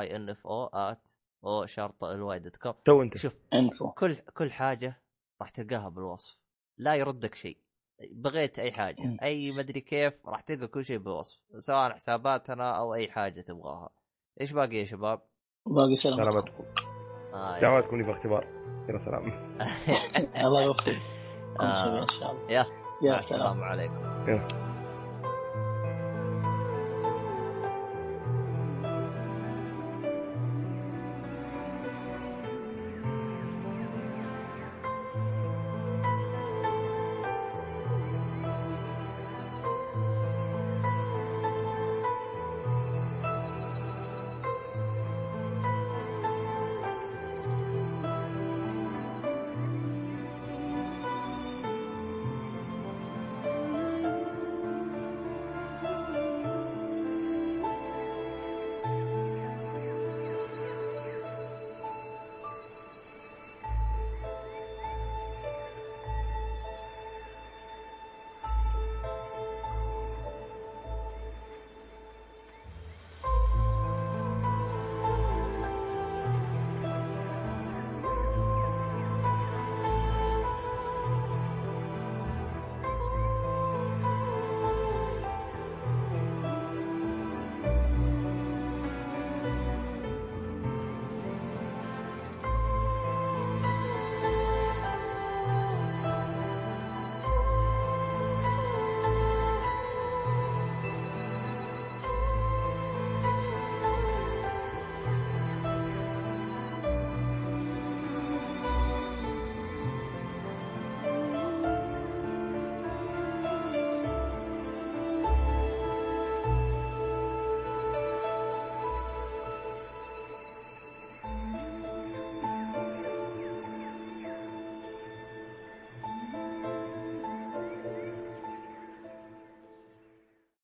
info@o_ly.com. شوف كل حاجه راح تلقاها بالوصف، لا يردك شيء. بغيت اي حاجه اي مدري كيف راح تلقى كل شيء بالوصف، سواء حساباتنا او اي حاجه تبغاها. ايش باقي يا شباب؟ باقي سلامتكم. دعواتكم في اختبار. يا سلام. الله يوفقك. ان شاء الله. يا السلام عليكم.